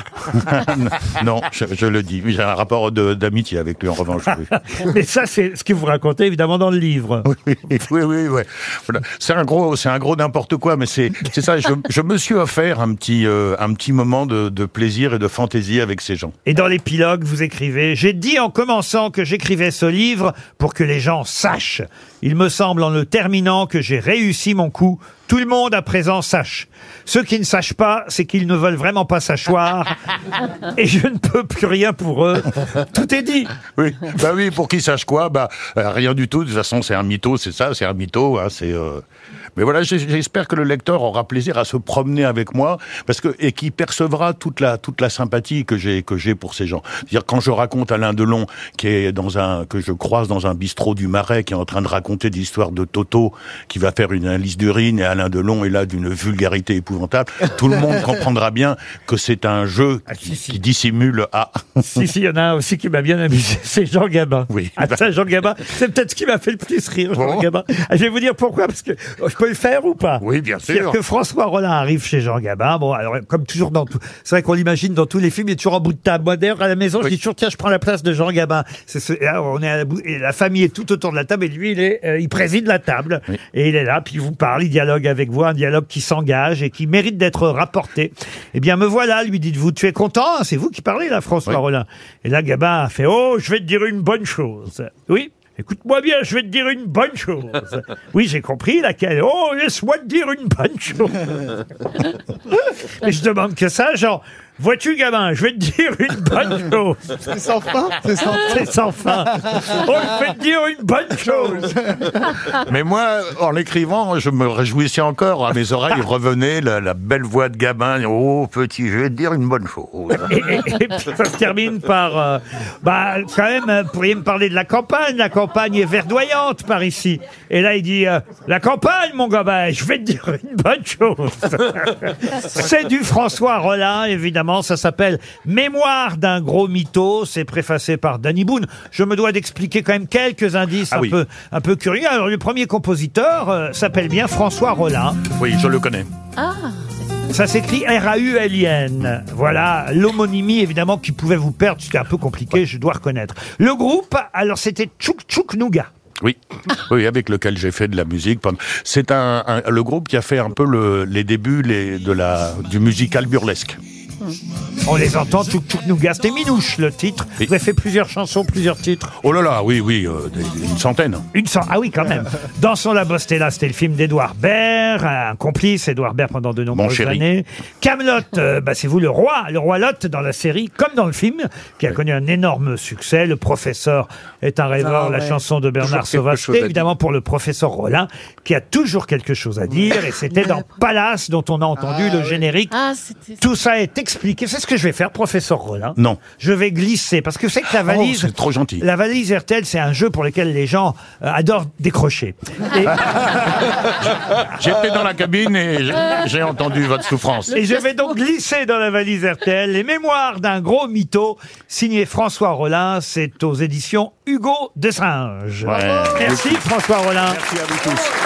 Non, je, je le dis. J'ai un rapport de- d'amitié avec lui, en revanche. Oui.
Mais ça, c'est ce que vous racontez, évidemment, dans le livre.
Oui, oui, oui. Ouais. Voilà. C'est un gros, c'est un gros n'importe quoi, mais c'est, c'est ça. Je, je me suis offert un petit, euh, un petit moment de, de plaisir et de fantaisie avec ces gens.
Et dans l'épilogue, vous écrivez « J'ai dit en commençant que j'écrivais ce livre pour que les gens sachent. Il me semble en le terminant que j'ai réussi mon coup. Tout le monde à présent sache. Ceux qui ne sachent pas, c'est qu'ils ne veulent vraiment pas s'asseoir. Et je ne peux plus rien pour eux. Tout est dit. »
Oui, bah oui, pour qu'ils sachent quoi, bah euh, rien du tout. De toute façon, c'est un mytho, c'est ça, c'est un mytho. Hein, c'est. Euh... Mais voilà, j'ai- j'espère que le lecteur aura plaisir à se promener avec moi, parce que et qu'il percevra toute la toute la sympathie que j'ai que j'ai pour ces gens. C'est-à-dire quand je raconte Alain Delon, qui est dans un que je croise dans un bistrot du Marais, qui est en train de raconter des histoires de Toto, qui va faire une analyse d'urine, et Alain Delon est là d'une vulgarité épouvantable. Tout le monde comprendra bien que c'est un jeu qui, qui dissimule à.
Si, si, il y en a un aussi qui m'a bien amusé, c'est Jean Gabin.
Oui.
Ah, ça, Jean Gabin, c'est peut-être ce qui m'a fait le plus rire, Jean
Bon.
Gabin. Ah, je vais vous dire pourquoi, parce que oh, je peux le faire ou pas?
Oui, bien
C'est-à-dire
sûr.
que François Rollin arrive chez Jean Gabin. Bon, alors, comme toujours dans tout, c'est vrai qu'on l'imagine dans tous les films, il est toujours en bout de table. Moi, d'ailleurs, à la maison, je dis toujours, tiens, je prends la place de Jean Gabin. C'est ce- et là, on est à la, bou- et la famille est tout autour de la table et lui, il est, euh, il préside la table. Et il est là, puis il vous parle, il dialogue avec vous, un dialogue qui s'engage et qui mérite d'être rapporté. Eh bien, me voilà, lui dites-vous, tu es content? Hein, c'est vous qui parlez, là, François Rollin. Et là, Gabin a fait, oh, je vais te dire une bonne chose. Oui? Écoute-moi bien, je vais te dire une bonne chose. Oui, j'ai compris laquelle. Oh, laisse-moi te dire une bonne chose. Et je demande que ça, genre, vois-tu, gamin, je vais te dire une bonne chose.
C'est sans fin, c'est sans fin.
C'est sans fin. Oh, je vais te dire une bonne chose.
Mais moi, en l'écrivant, je me réjouissais encore. À mes oreilles revenait la, la belle voix de Gabin. Oh, petit, je vais te dire une bonne chose.
Et, et- et puis ça se termine par... euh, bah, quand même, euh, pourriez me parler de la campagne. La campagne est verdoyante par ici. Et là, il dit, euh, la campagne, mon gamin, je vais te dire une bonne chose. C'est du François Rollin, évidemment. Ça s'appelle Mémoire d'un gros mytho. C'est préfacé par Danny Boone. Je me dois d'expliquer quand même quelques indices
Ah
un,
oui.
peu, un peu curieux. Alors, le premier compositeur euh, s'appelle bien François Rollin.
Oui, je le connais.
Ah,
Ça s'écrit R A U L I N. Voilà, l'homonymie, évidemment, qui pouvait vous perdre. C'était un peu compliqué, je dois reconnaître. Le groupe, alors, c'était Tchouk Tchouk Nougat.
Oui, oui, avec lequel j'ai fait de la musique. pendant- C'est un, un- le groupe qui a fait un peu le- les débuts les, de la, du musical burlesque.
On les entend, Tchouk Tchouk Nougat. C'était Minouche, le titre. Vous avez fait plusieurs chansons, plusieurs titres.
Oh là là, oui, oui, euh, des- une centaine.
Une cent... Ah oui, quand même. Dans La Bostella, c'était le film d'Édouard Baird, un complice, Édouard Baird, pendant de nombreuses
chéri.
années. Camelot, euh, bah, c'est vous le roi, le roi Lot dans la série, comme dans le film, qui a connu un énorme succès. Le professeur est un rêveur,
Ah,
la
ouais.
chanson de Bernard
Toujours quelque
Sauvage.
chose à
C'était évidemment pour le professeur Rollin, qui a toujours quelque chose à dire. Et c'était dans Palace, dont on a entendu le générique.
ah, c'était...
Tout ça est expliqué. C'est ce que je vais faire, professeur Rollin.
Non.
Je vais glisser, parce que c'est que la
Oh,
valise...
c'est trop gentil.
La valise R T L, c'est un jeu pour lequel les gens euh, adorent décrocher. Et,
J'étais dans la cabine et j'ai- j'ai entendu votre souffrance.
et je vais donc glisser dans la valise R T L les mémoires d'un gros mytho, signé François Rollin. C'est aux éditions Hugo de Singe.
Ouais.
Merci François Rollin.
Merci à vous tous.